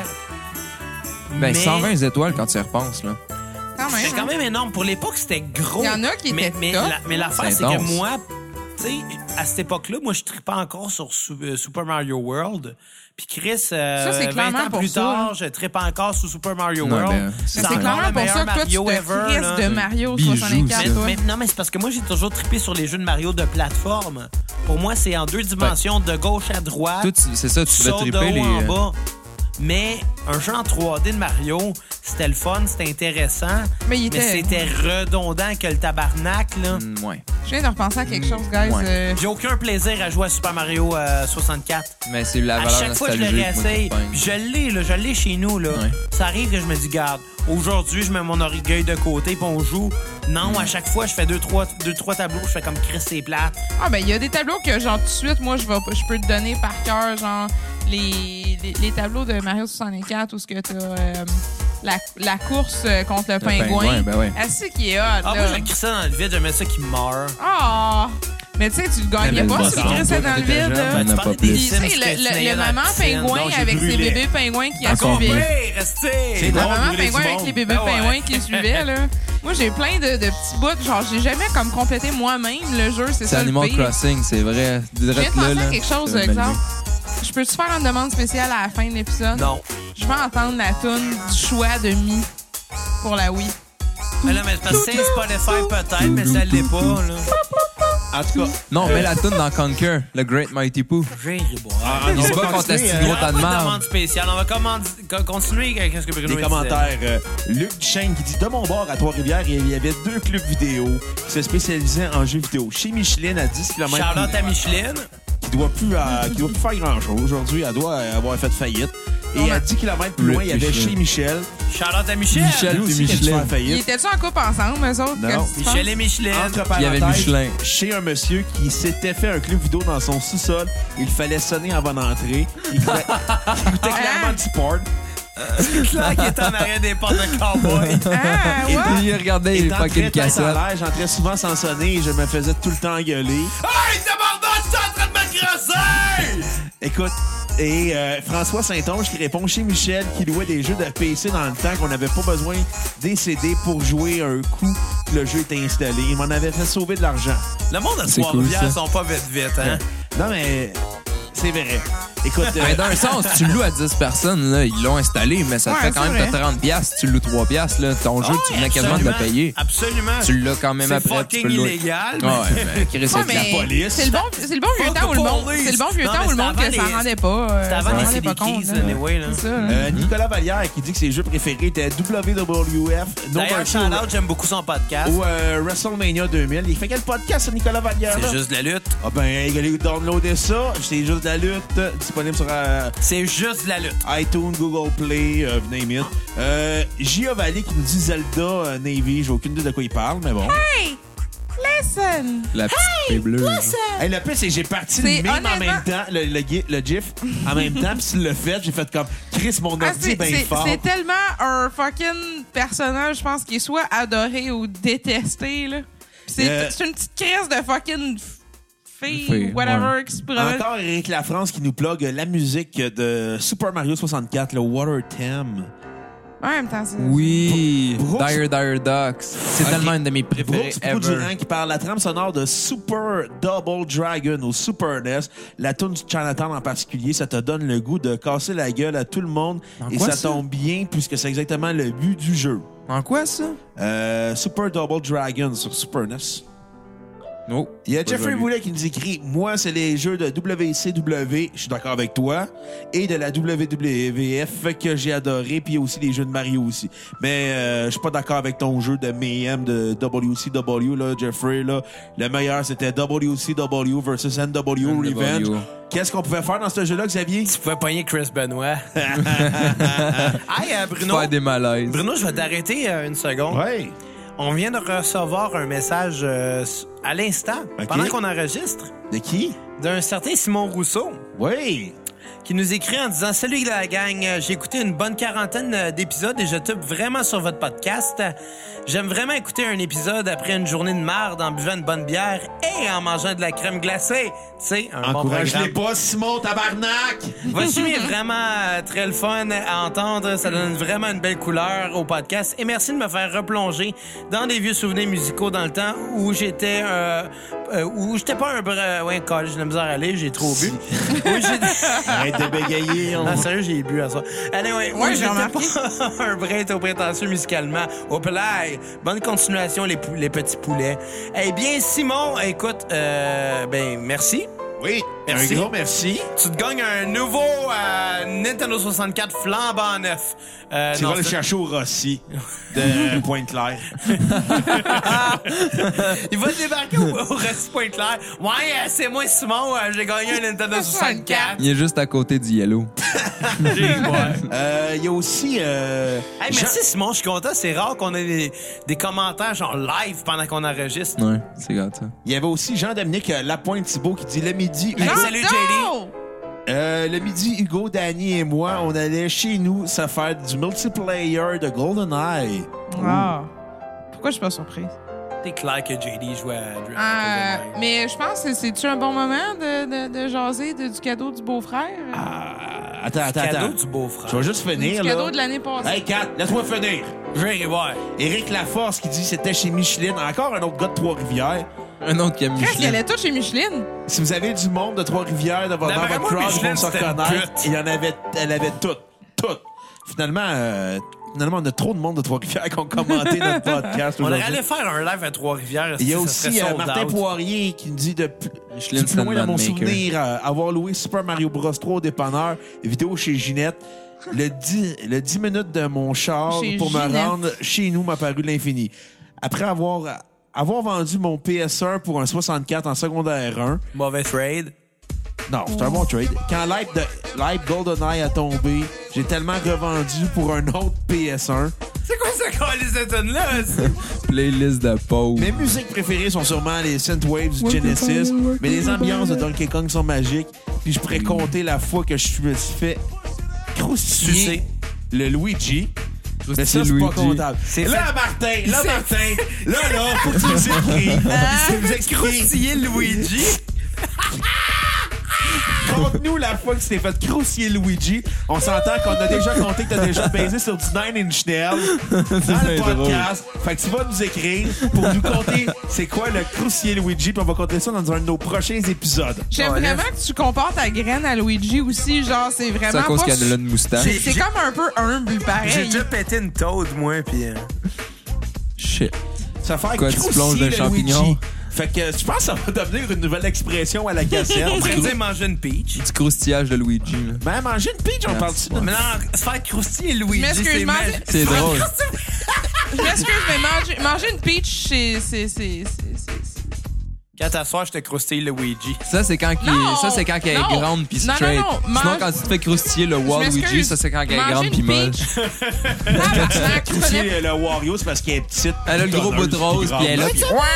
Ben, mais 120 étoiles quand tu y repenses, là. Quand même, c'était quand même énorme. Pour l'époque, c'était gros. Il y en a qui étaient mais, top. mais l'affaire, C'est c'est que intense. moi, tu sais, à cette époque-là, moi, je tripais encore sur Super Mario World. Puis Chris, c'est 20 clairement ans pour plus ça, tard, hein. je trippe encore sur Super Mario Non, World. ben, Mais c'est encore clairement le pour meilleur ça que toi, tu Mario te ever, crises là. de Mario Bijou, 64. ça. toi. Non, mais c'est parce que moi, j'ai toujours trippé sur les jeux de Mario de plateforme. Pour moi, c'est en 2 dimensions, de gauche à droite. Toi, c'est ça, tu Tu vas sautes de triper haut les. en bas. Mais un jeu en 3D de Mario, c'était le fun, c'était intéressant. Mais il était. Mais c'était redondant que le tabarnak, là. Ouais. Je viens de repenser à quelque chose, guys. Ouais. J'ai aucun plaisir à jouer à Super Mario 64. Mais c'est la À valeur chaque fois que je le nostalgique, moi, réessaye, qui pogne. puis je l'ai chez nous, là. Ouais. Ça arrive que je me dis, garde, aujourd'hui, je mets mon orgueil de côté, puis on joue. Non, à chaque fois, je fais deux, trois tableaux, je fais comme Chris, c'est plate. Ah, ben, il y a des tableaux que, genre, tout de suite, moi, je peux te donner par cœur, genre, les tableaux de Mario 64 où ce que t'as la course contre le pingouin. ben ouais. Assez qui est hot, Ah, là. moi, je le crissais dans le vide, j'aimais ça qui meurt. Ah! Mais tu sais, tu le gagnais T'avais pas le si tu bâton, crissais toi, dans le quand t'étais vide, jeune. là. Ben, Tu n'a parlais pas plus. des Puis, tu Sims sais, que tu le naillais dans maman la piscine. pingouin Non, j'ai avec ses brûlé. bébés pingouins qui a Encore suivi. mieux. Oui, restez! C'est La drôle, maman brûler du pingouin avec monde. les bébés Ah ouais. pingouins qui suivaient, là. Moi, j'ai plein de petits bouts. Genre, j'ai jamais comme complété moi-même le jeu. C'est C'est ça le Animal pire. Crossing, c'est vrai. Je viens de penser à quelque chose, ça va exemple. m'allumer. Je peux-tu faire une demande spéciale à la fin de l'épisode? Non. Je veux entendre la toune du choix de Mi pour la Wii. Mais là, mais c'est parce que c'est Spotify peut-être, mais ça l'est pas, là. En tout cas, Non, mets la toune dans Conquer, le Great Mighty Pooh. J'ai Il se bat contre la petite gros tas de pas de marde. demande spéciale. On va continuer avec ce que Bruno les disait. commentaires. Luc Duchesne qui dit de mon bord à Trois-Rivières, il y avait 2 clubs vidéo qui se spécialisaient en jeux vidéo. Chez Micheline, à 10 km, Charlotte à Micheline. qui doit plus faire grand-chose. Aujourd'hui, elle doit avoir fait faillite. Et à 10 km plus loin, il y avait Micheline. chez Michel. Charlotte à Michel. Michel. Lui aussi, qui a dû Micheline. faire Ils faillite. étaient-tu en couple ensemble, eux autres? Non. Qu'est-ce que tu Michel penses? et Micheline. Entre Il y avait parenthèses, Michelin. chez un monsieur qui s'était fait un club vidéo dans son sous-sol. Il fallait sonner avant d'entrer. Il coûtait clairement du porn. Là, qui était en arrière des portes de cowboy. Ah, Et ouais? Il regardait les Étant fucking très tête en cassettes. l'air, j'entrais souvent sans sonner et je me faisais tout le temps engueuler. Hey, tabarnak, tu es en train de me crosser! Écoute, et François Saint-Onge qui répond chez Michel qui louait des jeux de PC dans le temps qu'on n'avait pas besoin des CD pour jouer un coup que le jeu était installé. Il m'en avait fait sauver de l'argent. Le monde à C'est Trois-Rivières cool, ça. sont pas vite, hein? Non, mais c'est vrai. Écoute, Mais d'un sens, tu le loues à 10 personnes, là, ils l'ont installé, mais ça te Ouais, fait quand c'est même vrai. 30 piastres si tu le loues 3 piastres. Là. Ton jeu, tu venais quasiment de le payer. Absolument. Tu l'as quand même C'est après, tu fucking peux le louer. illégal. Ouais, ben, Chris, Ouais, c'est de la mais police. c'est le bon vieux Fuck temps où le the monde, police. c'est le bon vieux Non, temps mais où le c'était monde avant que ça les- rendait pas. C'était Ça avant les rendait CD pas compte. keys, là. anyway, là. C'est ça. là. Nicolas Vallière qui dit que ses jeux préférés étaient WWF, No D'ailleurs, Mercy shout-out, j'aime beaucoup son podcast. ou WrestleMania 2000. Il fait quel podcast, ce Nicolas Vallière? C'est juste de la lutte. Ah ben, allez downloader ça. C'est juste de la lutte. Disponible sur C'est juste de la lutte. iTunes, Google Play, name it. Giovanni qui nous dit Zelda Navy. J'ai aucune idée de quoi il parle, mais bon. Hey! Listen! La petite fée bleue. là. Hey, le pire, c'est que j'ai parti C'est le meme en honnêtement- même temps, le GIF en même temps, puis tu l'as fait, j'ai fait comme Chris, mon Ah, ordi est bien fort. c'est tellement un fucking personnage, je pense, qui est soit adoré ou détesté, là. Puis c'est une petite crise de fucking fille, Fille, whatever, qui se promène. Encore Eric Lafrance qui nous plug la musique de Super Mario 64, le Water Theme. En même temps, c'est... Oui, Brooks- Dire Ducks. C'est Ok. tellement une de mes préférées Brooks ever. Durand qui parle la trame sonore de Super Double Dragon au Super NES. La tune du Chinatown en particulier, ça te donne le goût de casser la gueule à tout le monde. En Et quoi, ça ça? tombe bien puisque c'est exactement le but du jeu. En quoi, ça? Super Double Dragon sur Super NES. Non. Il y a Pas Jeffrey jamais. Boulet qui nous écrit « Moi, c'est les jeux de WCW, je suis d'accord avec toi, et de la WWF que j'ai adoré, puis il y a aussi les jeux de Mario aussi. Mais je suis pas d'accord avec ton jeu de Mayhem de WCW, là, Jeffrey. Là. Le meilleur, c'était WCW versus NW Revenge. Qu'est-ce qu'on pouvait faire dans ce jeu-là, Xavier? Tu pouvais pogner Chris Benoit. Hey, Bruno. Faire des malaises. Bruno, je vais t'arrêter une seconde. Ouais. On vient de recevoir un message à l'instant, Ok. pendant qu'on enregistre, De qui? d'un certain Simon Rousseau, Oui. qui nous écrit en disant « Salut la gang, j'ai écouté une bonne quarantaine d'épisodes et je tape vraiment sur votre podcast. J'aime vraiment écouter un épisode après une journée de marde en buvant une bonne bière et en mangeant de la crème glacée. Tu sais, un bon Encourage-les programme. pas, Simon, tabarnak! Voici est vraiment très le fun à entendre. Ça donne vraiment une belle couleur au podcast. Et merci de me faire replonger dans des vieux souvenirs musicaux dans le temps où j'étais pas un bras... Ouais, collège, j'ai de la misère à aller, j'ai trop bu. Oui, Arrête de bégayer. non, sérieux, j'ai bu à ça. Allez, ouais, Ouais, j'étais j'ai remarqué. pas un brin trop prétentieux musicalement. Au play. Bonne continuation, les petits poulets. Eh bien, Simon, écoute, merci. Oui, Merci. un gros merci. Tu te gagnes un nouveau Nintendo 64 flambant neuf. Tu non, vas le c'est- chercher au Rossi de Pointe-Claire. Il va débarquer au Rossi Pointe-Claire. Ouais, c'est moi, Simon, j'ai gagné un Nintendo 64. Il est juste à côté du Yellow. Il y a aussi... Hey, merci, Simon, je suis content. C'est rare qu'on ait des commentaires genre live pendant qu'on enregistre. Ouais, c'est grave ça. Il y avait aussi Jean-Dominique Lapointe-Thibault qui dit le midi... Hey, Hugo, salut, Non! le midi, Hugo, Danny et moi, on allait chez nous se faire du multiplayer de GoldenEye. Ah. Pourquoi je suis pas surprise? C'est clair que JD jouait à GoldenEye. Mais je pense que c'est-tu un bon moment de jaser du cadeau du beau-frère? Attends. Cadeau du beau-frère. Je vais juste finir, Du là. cadeau de l'année passée. Hey, Kat, laisse-moi finir. Je vais y voir. Éric Laforce qui dit c'était chez Micheline. Encore un autre gars de Trois-Rivières. Un autre qui a Qu'est-ce qu'elle Michelin. est toute chez Micheline? Si vous avez du monde de Trois-Rivières dans D'après votre moi, crowd, Micheline, vont se c'était une reconnaître. pute. Il y en avait, elle avait toutes. Finalement, on a trop de monde de Trois-Rivières qui ont commenté notre podcast On aurait aujourd'hui. allé faire un live à Trois-Rivières. Il y a ça aussi serait sold Martin out. Poirier qui nous dit du Michelin plus loin de mon Sandman Maker. souvenir, avoir loué Super Mario Bros 3 au dépanneur, vidéo chez Ginette. Le 10 minutes de mon char Chez pour me Ginette. rendre chez nous m'a paru l'infini. Après avoir vendu mon PS1 pour un 64 en secondaire 1, Mauvais trade. non, c'est un bon trade. Quand l'hype GoldenEye a tombé, j'ai tellement revendu pour un autre PS1. C'est quoi ça, quand les étonnes-là? Playlist de pauvres. Mes musiques préférées sont sûrement les synthwaves du Genesis, mais les ambiances de Donkey Kong sont magiques. Puis je pourrais compter la fois que je me suis fait croustiller Sucer. le Luigi. Mais ça, c'est Luigi. pas comptable. C'est Là, Martin, faut que tu nous écrives. Tu nous expliques. Croustiller Luigi. Conte-nous la fois que tu t'es fait croustiller Luigi. On s'entend qu'on a déjà compté que t'as déjà baisé sur du 9-inch nail dans le podcast. Fait que tu vas nous écrire pour nous conter c'est quoi le croustiller Luigi, puis on va compter ça dans un de nos prochains épisodes. J'aime Ouais, vraiment que tu compares ta graine à Luigi aussi. Genre, c'est C'est vraiment à cause pas... qu'elle a une moustache. C'est comme un peu humble, J'ai pareil. déjà pété une toad, moi, pis... Shit. Ça fait Quoi, tu plonges croustiller de le champignons? Luigi. Fait que je pense que ça va devenir une nouvelle expression à la cassette. On pourrait dire manger une peach. Du croustillage de Luigi. là. Ben, manger une peach, on parle dessus. Mais non, se faire croustiller Luigi, Je m'excuse, c'est manger- magique. C'est drôle. Je m'excuse, mais manger une peach, c'est... Quand t'assois, je te croustille Luigi. Ça, c'est quand, Non! ça, c'est quand elle est Non! grande pis Non, straight. non, Sinon, mange- quand tu te fais croustiller le Je Waluigi, m'excuse. ça, c'est quand elle est Manger grande une pis molle. peach. Tabarnak, tu connais- Croustiller le Wario, c'est parce qu'elle est petite. Elle a le gros bout de rose, pis elle a...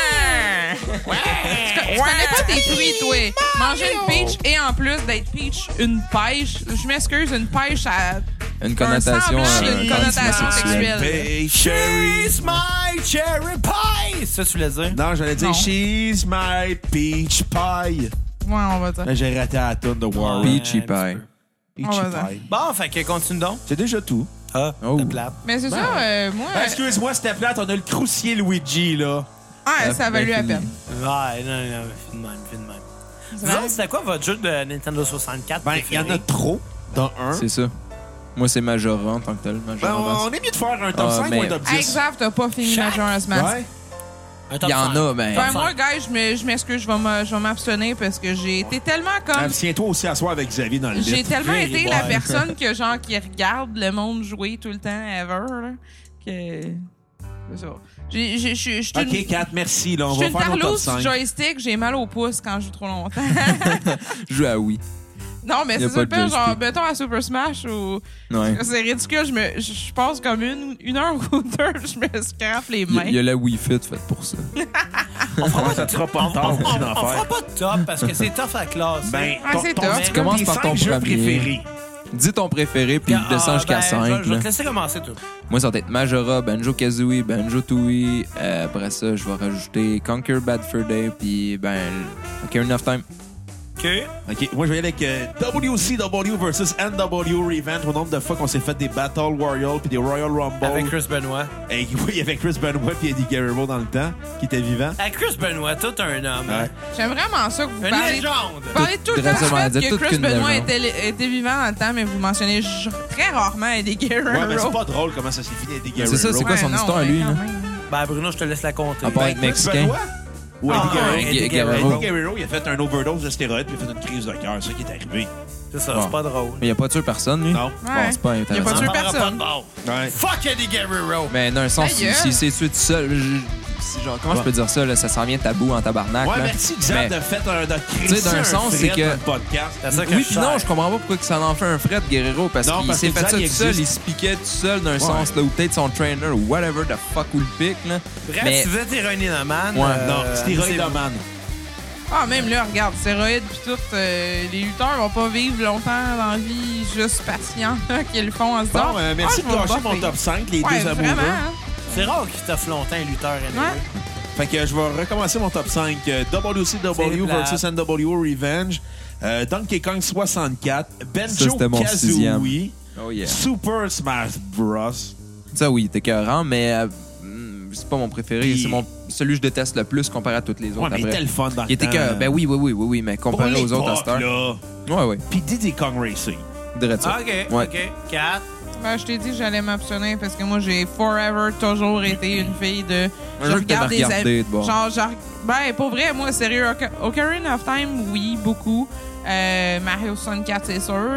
Tu connais pas tes fruits, toi. Manger une peach et en plus d'être peach, une pêche. Je m'excuse, une pêche à... Une connotation, Un semblant d'une connotation sexuelle. sexuelle. She's my cherry pie! Ça, tu voulais dire? Non, j'allais dire Non. She's my peach pie. Ouais, on va dire. Mais j'ai raté la toune de Wario. Peachy un pie. petit Peachy On va pie. Bon, fait que continue donc. C'est déjà tout. Ah, Oh. c'est plate. Mais c'est ça, moi... Excuse-moi, c'était plate, on a le croustiller Luigi, là. ça a valu la peine. Ouais, non, fais de même. C'est Vous vrai? autres, c'était quoi votre jeu de Nintendo 64 Ben, il y en a trop dans un. C'est ça. Moi, c'est Majora en tant que tel. Ben, Majora. on est mieux de faire un top Ah, 5 mais- ou un top 10. Exact, t'as pas fini Chaque- Majora's Mask. Ouais. Un top Il y en 5. a, ben... Ben, moi, guys, je m'excuse, je vais m'abstenir parce que j'ai été tellement comme... Tiens-toi aussi à soir avec Xavier dans le lit. J'ai tellement Very été la well. personne que, genre, qui regarde le monde jouer tout le temps, ever, là, que... C'est ça. Je suis une... OK, Kat, merci. Là, on Je suis va une faire nos top tarlouse 5. joystick, j'ai mal au pouce quand je joue trop longtemps. Joue à Wii. Non, mais Y a c'est pas ça, de pire, genre, joystick. mettons à Super Smash ou... Ouais. C'est ridicule, je passe comme une heure ou deux, je me scrape les mains. Il y a la Wii Fit faite pour ça. Ça te fera pas de tort aussi d'en On fera faire. pas de top parce que c'est tough à classe. Ben, c'est top. Tu commences par ton jeux premier. préférés. Dis ton préféré, puis descends jusqu'à 5. Je vais te laisser commencer, toi. Moi, ça va être Majora, Banjo-Kazooie, Banjo-Tooie. Après ça, je vais rajouter Conquer Bad Fur Day, puis Ocarina of Time. OK. OK, moi, je vais y aller avec WCW versus NW Revenge. Au nombre de fois qu'on s'est fait des Battle Royale puis des Royal Rumble. Avec Chris Benoit. Et oui, il y avait Chris Benoit puis Eddie Guerrero dans le temps, qui était vivant. Avec Chris Benoit, tout un homme. Ouais. J'aime vraiment ça que vous Une parlez. légende. Vous parlez tout le temps du fait que Chris Benoit était vivant dans le temps, mais vous mentionnez très rarement Eddie Guerrero. Ouais, mais c'est pas drôle comment ça s'est fini, Eddie Guerrero. C'est ça, c'est quoi son histoire, lui, là? Ben, Bruno, je te laisse la compter. À part être Chris mexicain. Benoit ou Eddie Guerrero? Eddie Guerrero. Eddie Guerrero, il a fait un overdose de stéroïdes puis il a fait une crise de cœur. C'est ça qui est arrivé. C'est ça, Bon. c'est pas drôle. Mais il a pas tué personne, lui. Non. Ouais. Bon, c'est pas Il a intéressant. pas tué On parlera personne. pas de bord. Ouais. Fuck Eddie Guerrero. Mais dans un sens, Ta gueule. s'il s'est tué tout seul, genre, comment je peux dire ça, là, ça s'en vient tabou en tabarnak. Ouais, là. merci, Xav, Mais- de fait de créer Tu sais, d'un sens, c'est que- dans le podcast. C'est ça que Oui, je puis non, sers. je comprends pas pourquoi ça en fait un fret, Guerrero, parce Non, qu'il parce s'est que fait ça il tout seul, existe. il se piquait tout seul d'un sens, là, ou peut-être son trainer, ou whatever the fuck où le pique, là. Bref, Mais- si vous êtes héroïnomane... Ouais. Non, c'est Héroïnomane. Ah, même là, regarde, stéroïdes pis tout, les lutteurs vont pas vivre longtemps dans la vie juste patients qu'ils le font en se disant. Bon, merci je de vais lâcher buffer. mon top 5, les Ouais, deux amoureux. vraiment. Hein? C'est rare qu'il t'offre longtemps un lutteur. anyway. Ouais. Fait que je vais recommencer mon top 5. WCW C'est versus NW Revenge. Donkey Kong 64. Ça, c'était mon sixième. Banjo-Kazooie. Oh yeah. Super Smash Bros. Ça, oui, t'es écœurant, mais c'est pas mon préféré. Puis- C'est celui que je déteste le plus comparé à toutes les autres. Ouais, mais il après. était le fun dans Il était le temps. écœurant. Ben oui, mais Pour comparé aux autres à l'époque, cette heure. là. Ouais, ouais. Puis Diddy Kong Racing. Dirais ça. Ah, OK, Ouais. OK. 4. Ben, je t'ai dit que j'allais m'abstenir parce que moi, j'ai forever toujours été une fille de. Un jeu que t'avais regardé, de bord. Genre, ben, pour vrai, moi, sérieux, Ocarina of Time, oui, beaucoup. Mario 64, c'est sûr.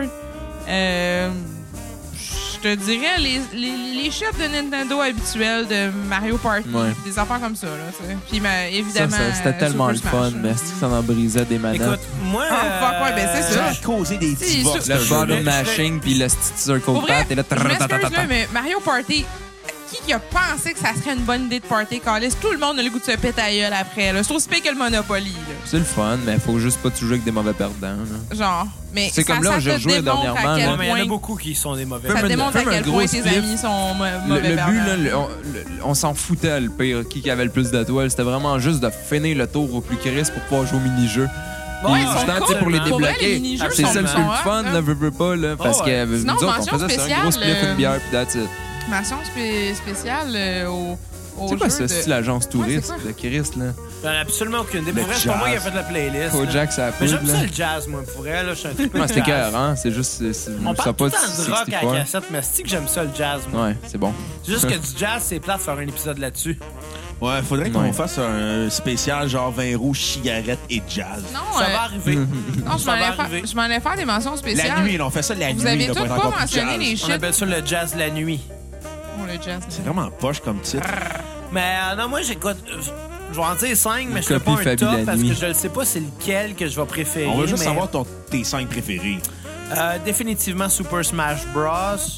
Je te dirais les shit de Nintendo habituels de Mario Party, Ouais. des affaires comme ça, là, tu sais. Puis, évidemment. C'était tellement Super le fun, Smash, mais c'est que ça en brisait des manettes. Écoute, moi... Ah, fuck, ouais, ben, c'est Ça ça. a causé des Si, divorces. Le ce jeu-là. bottom mashing puis le circle Pour vrai, pat et là... je m'excuse, là, mais Mario Party, qui a pensé que ça serait une bonne idée de party, Carlis? Tout le monde a le goût de se péter à gueule après, là. C'est aussi pire que le Monopoly, là. C'est le fun, mais faut juste pas toujours avec des mauvais perdants. là. Genre, mais C'est comme là, ça j'ai te rejoué démontre dernièrement, à quel Ouais, mais il y en a point- beaucoup qui sont des mauvais. Ça Fais-moi démontre à un quel gros point tes split. amis sont Le mauvais but, perdants. là, on s'en foutait, le pire, qui avait le plus d'étoiles. C'était vraiment juste de finir le tour au plus crisp pour pouvoir jouer au mini-jeu. Ouais, Puis, ils sont justement, tu sais, cool. pour les Pour vrai, débloquer, les mini-jeux c'est sont- ça le sont plus hot, fun, là. là, veux pas, là, parce ouais. que Sinon, nous autres, on mention faisait ça, un gros spéciale, split, une bière, puis that's it. Mention spéciale au C'est quoi jeu ça, de- style agence touriste Ouais, de Chris, là? J'en ai absolument aucune idée. Le Pour vrai, c'est pas moi qui ai jazz. fait la playlist. Au là. Jack, ça Mais poudre, j'aime là. ça le jazz, moi, pour vrai. Là, je suis un truc Ouais, c'était cœur, hein? C'est juste, On ça parle tout pas le de temps de rock à la 64. cassette, mais c'est que j'aime ça le jazz, moi. Ouais, c'est bon. C'est juste que du jazz, c'est plate de faire un épisode là-dessus. Ouais, faudrait qu'on Ouais. fasse un spécial genre vin rouge, cigarette et jazz. Non, Ça va arriver. non, Ça va arriver. je m'en allais faire des mentions spéciales. La nuit, là, on fait ça la nuit. Vous avez là, tous pour être pas encore plus mentionné jazz. les On shit. appelle ça le jazz la nuit. Oh, le jazz. C'est vraiment poche comme titre. Mais non, moi, j'écoute. Je vais en dire 5, mais je fais copie pas un Fabi top la parce nuit. que je ne sais pas c'est lequel que je vais préférer. On va juste mais, savoir tes 5 préférés. Définitivement Super Smash Bros.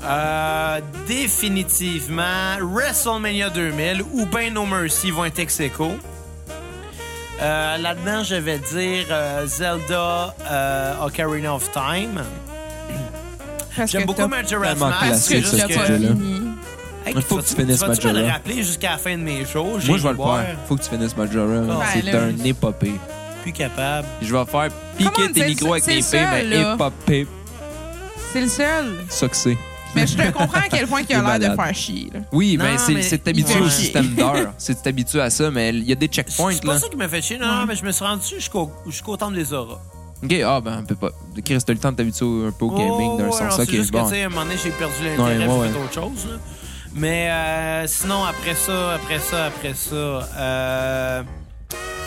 Définitivement WrestleMania 2000 ou ben No Mercy vont être ex aequo. Là-dedans, je vais dire Zelda Ocarina of Time. Parce J'aime que beaucoup t'as- Majora's tellement Mask. Parce que classique, c'est tu juste l'as ce pas jeu-là. fini. Hey, Il faut que tu finisses vas-tu me le Majora. rappeler jusqu'à la fin de mes shows? Moi, J'ai je vais le boire. faire. Faut que tu finisses Majora. Ben, C'est là, un épopée. Plus capable. Je vais faire piquer Comment tes c'est- micros avec c'est tes le seul, pets, mais là. épopée. C'est le seul. Ça que c'est. Mais je te comprends à quel point il a Il est l'air de malade. faire chier. Là. Oui, Non, ben mais c'est t'habituer il au fait système chier. d'heure. C'est t'habituer à ça, mais il y a des checkpoints, C'est pas là. ça qui me fait chier, non, mais je me suis rendu jusqu'au temple des auras. OK, ah ben, on peut pas. Chris, t'as eu le temps de t'habituer un peu au gaming d'un ouais, sens. non, OK, c'est juste bon. que, tu sais, à un moment donné, j'ai perdu l'intérêt, Ouais, j'ai ouais, fait autre chose. Là. Mais sinon, après ça...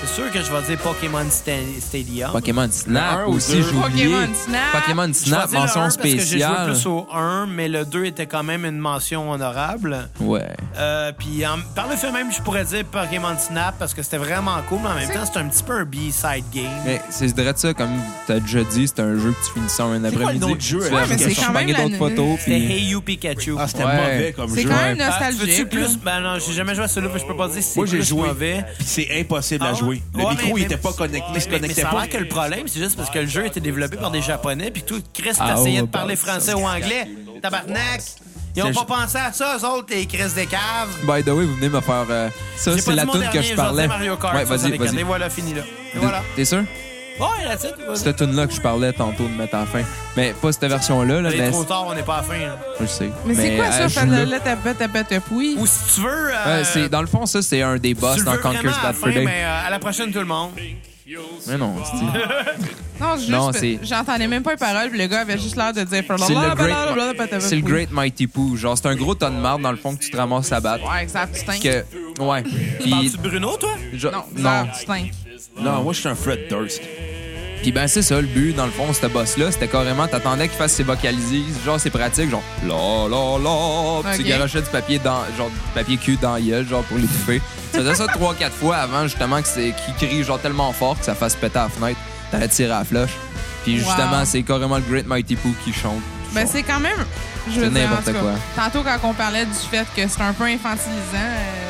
C'est sûr que je vais dire Pokémon Stadium. Pokémon Le un Snap ou aussi, deux. j'ai oublié. Pokémon Snap. Pokémon Je vais Snap, dire le mention 1 parce que j'ai joué spéciale. plus au 1, mais le 2 était quand même une mention honorable. Ouais. Puis par le fait même, je pourrais dire Pokémon Snap parce que c'était vraiment cool, mais en même temps, c'est un petit peu un B-side game. Mais c'est vrai de ça, comme t'as déjà dit, c'est un jeu que tu finissais en un C'est quoi après-midi. le nom du jeu? Tu Ouais, fais mais c'est quand même pogner d'autres photos. C'était Puis... Hey You Pikachu. Ah, c'était Ouais. mauvais comme C'est jeu. quand même Veux-tu nostalgique. plus? Ben non, j'ai jamais joué à celui-là, je peux pas dire si c'est Moi, j'ai plus joué. mauvais. Puis c'est impossible à Ah, jouer. Le ouais, micro, mais- il était pas connecté. Il se Mais connectait ça a pas. l'air que le problème, c'est juste parce que le jeu a été développé par des Japonais, puis tout, Chris, Ah, t'essayais de oh, parler bah, français ou anglais. Tabarnak! Ils ont C'est- pas pensé à ça, eux autres, les Chris des caves. By the way, vous venez me faire... ça, J'ai c'est pas la dit mon tune que dernier, je vais parlais. dire Mario Kart, Ouais, ça, vas-y, avec vas-y. Et voilà, fini là. Et voilà. T'es sûr? Ouais, la titre, vas-y. Cette tune-là que je parlais tantôt de mettre à la fin. Mais pas cette version-là, là, Il est mais... trop tard, on n'est pas à la fin. Là. Je sais. Mais c'est quoi ça, joue-le. faire le tapette-pouille? Ou si tu veux. C'est dans le fond, ça, c'est un des si boss tu le dans veux vraiment Conker's à la Bad fin, Fur Day. mais à la prochaine, tout le monde. Mais non, c'est... Non, juste, Non, c'est- j'entendais même pas les paroles, puis le gars avait juste l'air de dire... C'est le Great Mighty Pooh. Genre, c'est un gros tas de marde, dans le fond, que tu te ramasses à battre. Ouais, exact, tu stinks. Ouais. Puis... Parles-tu de Bruno, toi? Non, non. Tu stinks. Non, moi, je suis un Fred Durst. Puis ben c'est ça le but dans le fond, ce boss là, c'était carrément t'attendais qu'il fasse ses vocalises, genre c'est pratique, genre la la la, puis tu Ok. garochais du papier dans genre du papier cul dans la gueule, genre pour l'étouffer. Tu faisais ça 3-4 fois avant justement qu'il crie genre tellement fort que ça fasse péter à la fenêtre, t'allais tirer à la flèche. Puis justement, Wow. c'est carrément le Great Mighty Pooh qui chante. Ben, c'est quand même... Je veux C'est dire, en n'importe tout cas, quoi. tantôt, quand on parlait du fait que c'est un peu infantilisant,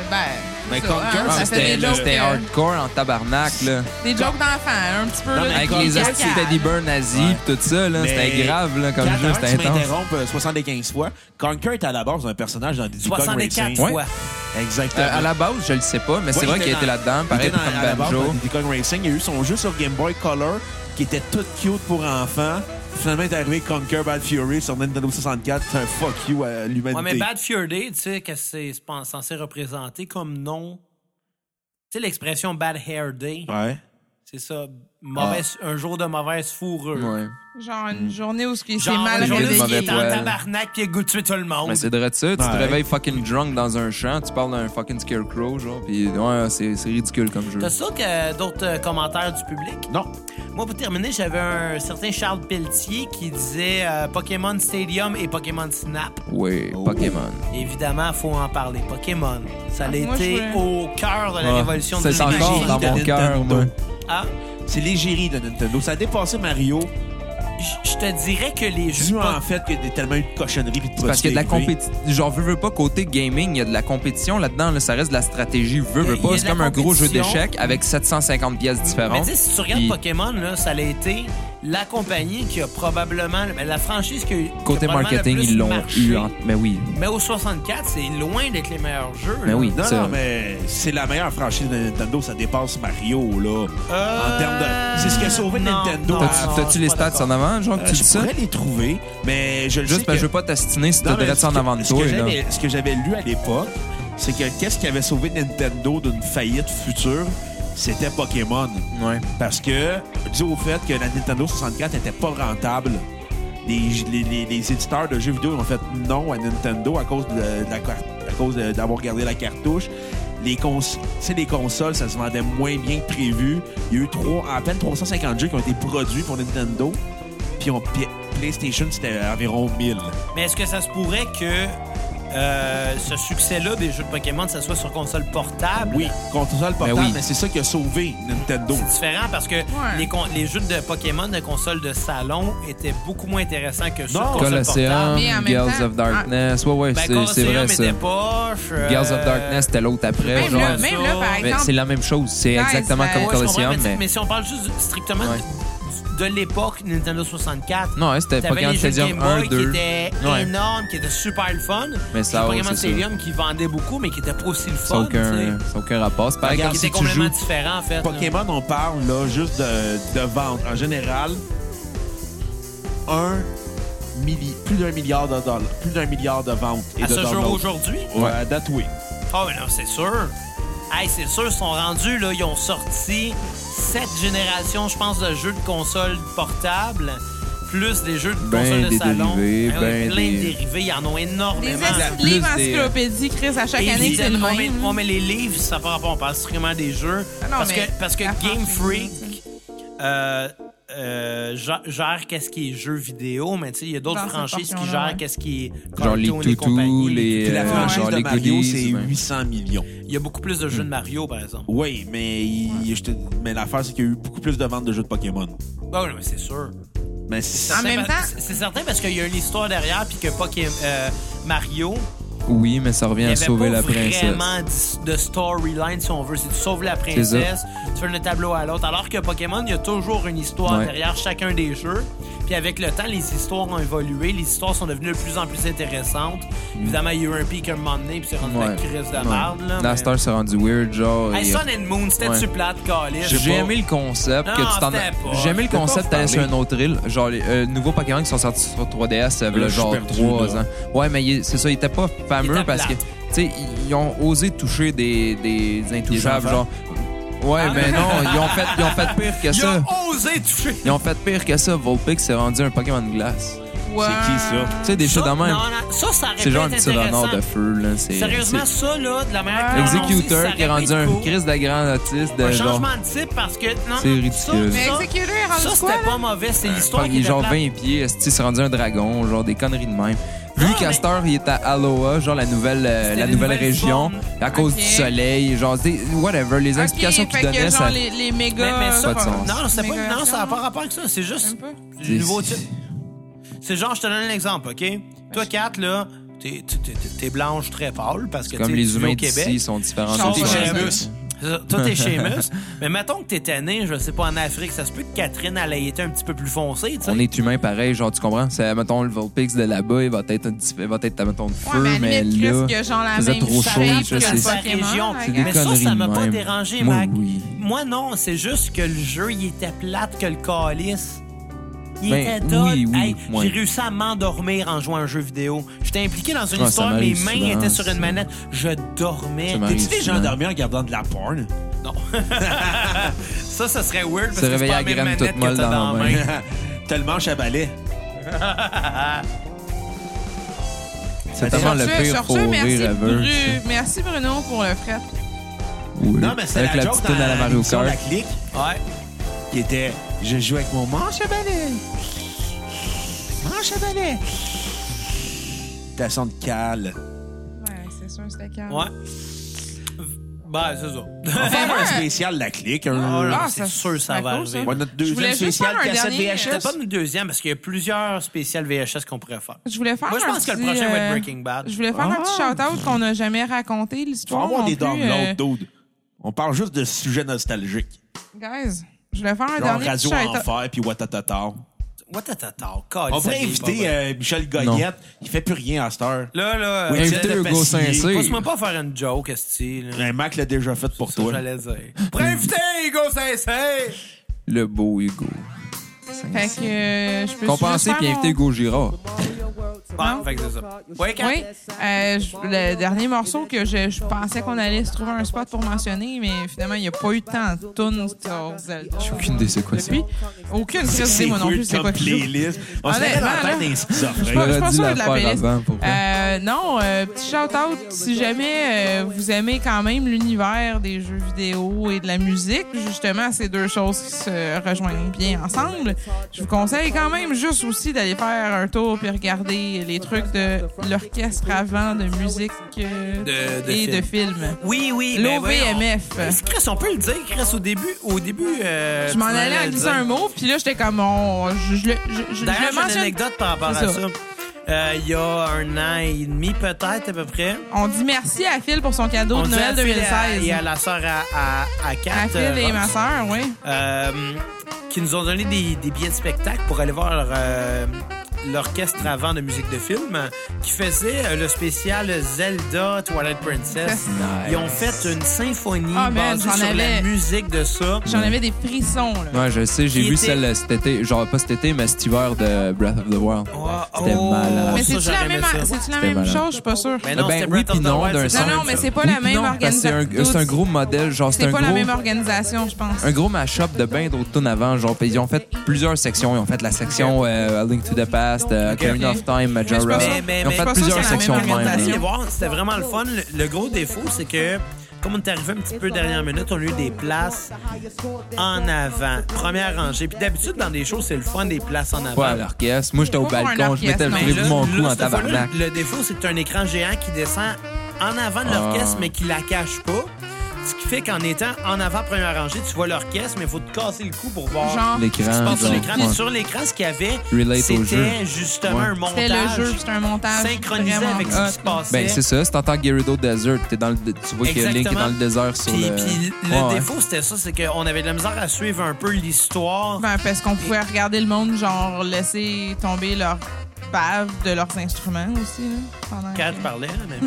Mais ça, Conker, hein, ça fait C'était des jokes, c'était hardcore en tabarnak là. des jokes d'enfants, un petit peu. Non, là, mais Avec de les caca. astis teddy bear nazis Ouais. pis tout ça là, Mais- c'était grave là comme Quand jeu, c'était tu intense. m'interrompes 75 fois, Conker est à la base un personnage dans Diddy Kong 64 Racing. fois. Exactement. À la base, je le sais pas, mais c'est Ouais, vrai il qu'il était était là-dedans, Il pareil était comme à la base Banjo. dans Diddy Kong Racing. Il y a eu son jeu sur Game Boy Color qui était tout cute pour enfants. Finalement, est arrivé Conker Bad Fury sur Nintendo 64. C'est un fuck you à l'humanité. Ouais, mais Bad Fur Day, tu sais, qu'est-ce que c'est censé représenter comme nom? Tu sais, l'expression Bad Hair Day, Ouais. c'est ça. Un jour de mauvaise fourrure. Ouais. Genre une journée où c'est Genre, mal un jour réveillé. qui réveillé. est en poil. tabarnak pis il a goût de tuer tout le monde. Mais c'est de ça, tu te Ouais. réveilles fucking drunk dans un champ, tu parles d'un fucking scarecrow, genre, pis ouais, c'est ridicule comme jeu. T'as ça que d'autres commentaires du public? Non. Moi, pour terminer, j'avais un certain Charles Pelletier qui disait Pokémon Stadium et Pokémon Snap. Oui, Oh. Pokémon. Évidemment, faut en parler. Pokémon, ça a moi, été je au cœur de la révolution de C'est encore l'imaginaire. dans mon de cœur, Nintendo. moi. Ah, C'est l'égérie de Nintendo. Ça a dépassé Mario. je te dirais que les jeux... Dû en fait qu'il y a tellement eu de cochonneries et de Parce qu'il y a de la produits compétition. Genre, veux pas, côté gaming, il y a de la compétition là-dedans, là, ça reste de la stratégie. Veux Il y a pas, de c'est la comme un gros jeu compétition. d'échecs avec 750 pièces Mais différentes. tu sais, si tu regardes Puis- Pokémon, là, ça a été la compagnie qui a probablement... la franchise qui a Côté qui a probablement marketing, le plus ils l'ont marché. eu. Mais oui. Mais au 64, c'est loin d'être les meilleurs jeux. Mais là. oui. Non, Ça- non, mais c'est la meilleure franchise de Nintendo. Ça dépasse Mario, là. En termes de... C'est ce qui a sauvé non, Nintendo. non. T'as-tu je suis les pas stats d'accord. en avant, genre, que tu Je dis ça? pourrais les trouver, mais je le sais Juste parce que je que... veux pas t'astiner si Non, t'as mais direct ça en avant de ce toi, que là. ce que j'avais lu à l'époque, c'est que qu'est-ce qui avait sauvé Nintendo d'une faillite future, c'était Pokémon. Ouais. Parce que, dû au fait que la Nintendo 64 n'était pas rentable, les éditeurs de jeux vidéo ont fait non à Nintendo à cause d'avoir gardé la cartouche. Les consoles, ça se vendait moins bien que prévu. Il y a eu à peine 350 jeux qui ont été produits pour Nintendo. Puis PlayStation, c'était environ 1000. Mais est-ce que ça se pourrait que ce succès-là des jeux de Pokémon, ça soit sur console portable? Oui, console portable, oui. mais c'est ça qui a sauvé Nintendo. C'est différent parce que les jeux de Pokémon de console de salon étaient beaucoup moins intéressants que sur Non. console Colosseum, portable. Mais en même Girls temps- of Darkness. Ouais, Ben, c'est Colosseum vrai, ça. était poche. Girls of Darkness, c'était l'autre après, Même genre. là, même là, par Mais exemple... c'est la même chose. C'est Guys, exactement comme ouais, je comprends, Colosseum, mais, mais... mais si on parle juste strictement Ouais. de l'époque Nintendo 64, Non, hein, c'était t'avais Pokémon les jeux de Stadium Game 1, Boy 2. qui étaient Ouais. énormes, qui étaient super le fun. Mais ça, Puis ouais, Pokémon c'est ça. Stadium qui vendait beaucoup, mais qui était pas aussi le Ça fun. n'a tu sais. aucun rapport. C'est pareil Regarde, comme Qui si était tu joues... complètement différent, en fait. là. Pokémon, on parle là juste de vente. En général, plus d'un milliard de dollars, plus d'un milliard de ventes et À de ce jour downloads. aujourd'hui? Ouais, à date, oui. Ah, mais non, c'est sûr. Hey, c'est sûr, ils sont rendus, là, ils ont sorti 7 générations, je pense, de jeux de consoles portables. plus des jeux de Ben console de des salon. dérivés, Ah ben plein des- de dérivés, il y en a Des énormément. plus livres des- encyclopédies, Chris, à chaque année, c'est le Évidemment, même. mais les livres, ça par rapport, on parle strictement des jeux. Ah non, mais parce que la Game franchise, Freak gère qu'est-ce qui est jeux vidéo, mais tu sais, il y a d'autres Dans cette franchises qui portion-là, gèrent ouais. qu'est-ce qui est Genre les cartoon et toutous, compagnie. les... Puis la franchise genre de les Mario, goodies, c'est ouais. 800 millions. Il y a beaucoup plus de jeux de Mario, par exemple. Oui, mais, mais l'affaire, c'est qu'il y a eu beaucoup plus de ventes de jeux de Pokémon. Bah oui, mais c'est sûr. Mais En même temps- C'est certain parce qu'il y a une histoire derrière, puis que Mario, Oui, mais ça il revient n'y à avait sauver pas la princesse. vraiment de storyline, si on veut. C'est tu sauves la ça. princesse, tu fais le tableau à l'autre. Alors que Pokémon, il y a toujours une histoire Ouais. derrière chacun des jeux. Puis avec le temps, les histoires ont évolué. Les histoires sont devenues de plus en plus intéressantes. Évidemment, il y a eu un pic un moment donné, puis c'est rendu la crise de merde. Là, La mais- Star s'est rendu weird, genre... Hey, il- Sun and Moon, c'était-tu Ouais. plate, Calis? J'ai aimé le concept Non, que tu t'en c'était pas. J'ai aimé le C'était concept pas d'aller sur parler. un autre île, genre les nouveaux Pokémon qui sont sortis sur 3DS, il y Là, a je genre suis perdu, 3 là. ans. Ouais, mais c'est ça, ils étaient pas fameux étaient parce que plates. tu sais, ils ont osé toucher des intouchables, enfants. genre ouais, mais non, ils ont fait pire que Il ça. a osé toucher. Ils ont fait pire que ça, Vulpix s'est rendu un Pokémon de glace. Ouais. C'est qui, ça? Tu sais des Ça, choses de même. non, ça aurait C'est pu genre un être petit renard intéressant. de feu là, c'est Sérieusement, ça, là, de la manière Ah. qu'ils l'ont annoncé, Executor ça qui est aurait pu rendu être un cool. Chris de grand autiste de Un genre changement de type parce que... Non, C'est non, ridicule. ça, Mais Executor est rendu ça, quoi, c'était là? pas mauvais. C'est l'histoire qui il est était genre plate. 20 pieds, esti, c'est rendu un dragon, genre des conneries de même. Lui, Non, Castor, il est à Aloha, genre la nouvelle les nouvelle nouvelles région, formes. à cause Ok. du soleil, genre, whatever, les explications Ok, qu'il fait que donnait, genre ça... les méga... Mais ça, Pas de sens. non, c'est pas, méga non, ça n'a pas versions, rapport avec ça. C'est juste Même pas? du nouveau type. C'est genre, je te donne un exemple, OK? Toi, Kat, là, t'es blanche très pâle parce que Comme t'es les tu vis humains au Québec. d'ici sont différents. Genre, T'es ouais, chez ouais. Amos. Toi, t'es Seamus. Mais mettons que t'étais né, je sais pas, en Afrique. Ça se peut que Catherine, elle ait été un petit peu plus foncée, tu sais. On est humain pareil, genre, tu comprends? C'est, mettons, le Vulpix de là-bas, il va être, mettons, de Ouais, feu, mais à mais la limite, là... Chris, que genre la faisait même trop shape chaud, que je le sais. Sa Pokémon, région. I C'est guess. des Mais ça conneries m'a de pas même. dérangé, Moi, Mac. oui. Moi, non, c'est juste que le jeu, il était plate que le calice. Il Ben, était dole. oui, Hey, ouais. J'ai réussi à m'endormir en jouant à un jeu vidéo. J'étais impliqué dans une Ah, ça histoire, mes m'arrive mains souvent, étaient sur une ça. manette. Je dormais. Ça m'arrive. T'es-tu déjà souvent. endormi en regardant de la porn? Non. ça serait weird parce Se que c'est réveiller pas à la même graine manette toute que molle t'as dans dans la la main. main. T'as le manche à balai. C'est tellement le Sur ce, pire sur pour ce, rire ever. merci Bruno pour le fret. Oui. Non, mais c'est Avec la la joke petite tune à la Mario l'émission Kart. La clique Ouais. qui était « Je joue avec mon manche à balai. Manche à balai. » T'as son de cale. Ouais, c'est sûr, c'était calme. Ouais. Ben, c'est ça. On va faire un spécial La clique. Oh, non, Ah, c'est ça- sûr ça c'est va cool, ça. arriver. Ouais, notre Je voulais deuxième juste faire spécial un cassette dernier, C'était VHS. pas notre deuxième parce qu'il y a plusieurs spéciales VHS qu'on pourrait faire. Je voulais faire Moi, je un pense que le petit, prochain va être Breaking Bad. Je voulais faire un petit shout-out qu'on n'a jamais raconté Tu vas l'histoire. avoir non des plus, downloads, dude. On parle juste de sujets nostalgiques. Guys, je voulais faire un Genre dernier Radio petit shout-out. Enfer puis Watatata. What the On pourrait inviter Michel Goyette. Il fait plus rien à cette heure. Là, Oui, Inviter Michel Hugo Pacillier. Saint-Cyr. pousse-moi pas faire une joke, esti. Un Mac l'a déjà fait pour Ça, toi. j'allais dire. Pour inviter Hugo Saint-Cyr! Le beau Hugo. Fait que je peux Compenser juste puis faire inviter Hugo Girard. Bon, fait que c'est ça. Ouais, Kat? Oui, le dernier morceau que je pensais qu'on allait se trouver un spot pour mentionner, mais finalement, il n'y a pas eu tant de tunes sur Zelda. J'ai aucune idée c'est quoi ça. Depuis, aucune crise C'est idée, moi non plus, weird c'est quoi comme que je joue. playlist. On se met dans Honnêtement, la tête là, d'un schizophrène. Je suis J'aurais pas dû sûre la de la faire playlist. avant, pour vrai. Non, petit shout-out, si jamais vous aimez quand même l'univers des jeux vidéo et de la musique, justement, ces deux choses qui se rejoignent bien ensemble, je vous conseille quand même juste aussi d'aller faire un tour puis regarder les trucs de l'orchestre avant de musique et de films. Oui, ben L'OVMF. Chris, on peut le dire, Chris, au début. Je m'en allais en glisser un mot, puis là, j'étais comme, je D'ailleurs, le j'ai une mentionne. anecdote par rapport C'est à ça. ça. Il y a 1 an et demi, peut-être, à peu près. On dit merci à Phil pour son cadeau de dit Noël à Phil 2016. et à la sœur à Kat. À Phil et ma sœur, oui. Qui nous ont donné des billets de spectacle pour aller voir l'orchestre avant de musique de film, qui faisait le spécial Zelda Twilight Princess. Ils ont fait une symphonie basée sur la musique de ça. J'en avais des frissons, là. Ouais, je sais, j'ai vu celle cet été. Genre, pas cet été, mais cet hiver de Breath of the Wild. C'était malade. Mais c'est-tu la même chose? Je suis pas sûre. Mais non, c'était Breath of the Wild. Non, mais c'est pas la même organisation. C'est un gros modèle. Genre, c'est pas la même organisation, je pense. Un gros mash-up de bien d'autres tunes avant. Genre, ils ont fait plusieurs sections. Ils ont fait la section A Link to the Past, Ocarina of Time, Majora. Ils ont fait plusieurs sections de même. C'était vraiment le fun. Le gros défaut, c'est que comme on est arrivé un petit peu dernière minute, on a eu des places en avant, première rangée. Puis d'habitude, dans des shows, c'est le fun des places en avant. Ouais, à l'orchestre. Moi, j'étais au balcon, je mettais le prix de mon cou en tabarnak. Le défaut, c'est que tu as un écran géant qui descend en avant de l'orchestre, mais qui la cache pas. Ce qui fait qu'en étant en avant première rangée, tu vois l'orchestre, mais il faut te casser le cou pour voir l'écran, ce qui se passe sur l'écran. Mais sur l'écran, ce qu'il y avait, c'était justement un montage. C'était le jeu, c'était un montage synchronisé avec ce qui se passait. Ben, c'est ça. Si t'entends Gerudo Desert, tu vois que Link est dans le désert sur Puis le défaut, c'était ça, c'est qu'on avait de la misère à suivre un peu l'histoire. Ben, parce qu'on pouvait regarder le monde, genre, laisser tomber leur bave de leurs instruments aussi. Quand je parlais,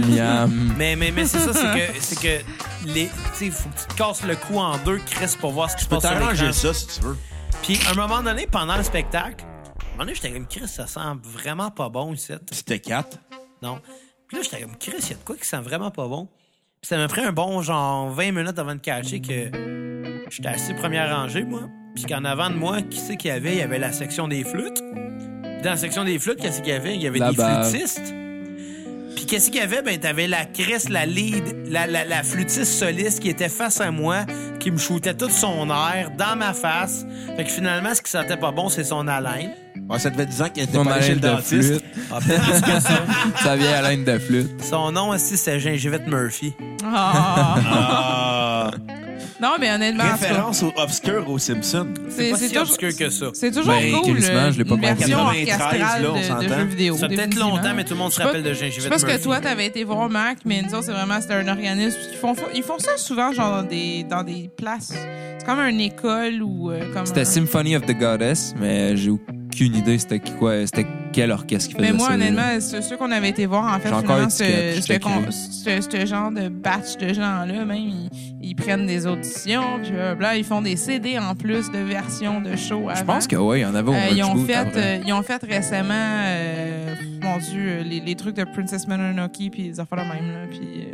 mais c'est ça, c'est que il faut que tu te casses le cou en deux, Chris, pour voir ce qui se passe sur l'écran. Tu peux t'arranger ça si tu veux. Puis à un moment donné, pendant le spectacle, à un moment donné, j'étais comme Chris, ça sent vraiment pas bon ici. C'était 4. Non. Puis là, j'étais comme Chris, il y a de quoi qui sent vraiment pas bon. Puis ça m'a pris un bon genre 20 minutes avant de catcher que j'étais assis première rangée, moi. Puis qu'en avant de moi, qui c'est qu'il y avait? Il y avait la section des flûtes. Dans la section des flûtes, qu'est-ce qu'il y avait? Il y avait des flûtistes. Puis qu'est-ce qu'il y avait? Ben, t'avais la Chris, la lead, la flûtiste soliste qui était face à moi, qui me shootait tout son air dans ma face. Fait que finalement, ce qui sentait pas bon, c'est son haleine. Ouais, ça devait 10 ans qu'il était pas chez le dentiste. Ah, peut-être que ça. Sa vieille haleine de flûte. Son nom aussi, c'est Gingivette Murphy. Non, mais honnêtement... Référence au obscur aux Simpsons. C'est pas si obscur que ça. C'est toujours cool, je l'ai pas une version compris. orchestrale de jeux vidéo. Ça fait peut-être longtemps, mais tout le monde se rappelle de Gingivette Murphy. Je sais pas ce que toi, t'avais été voir, Mac, mais nous autres, c'est vraiment, c'était un organisme. Ils font ça souvent, genre, dans des places. C'est comme une école ou... C'était Symphony of the Goddess, mais j'ai aucune idée c'était quel orchestre qui faisait ça. Mais moi, honnêtement, ceux qu'on avait été voir, en fait, finalement, ce genre de batch de gens-là, même, ils prennent des auditions, puis là, ils font des CD en plus de versions de shows avant. Je pense que oui, il y en avait au ils ont fait récemment, mon Dieu, les trucs de Princess Mononoke, puis les affaires de même, là, puis...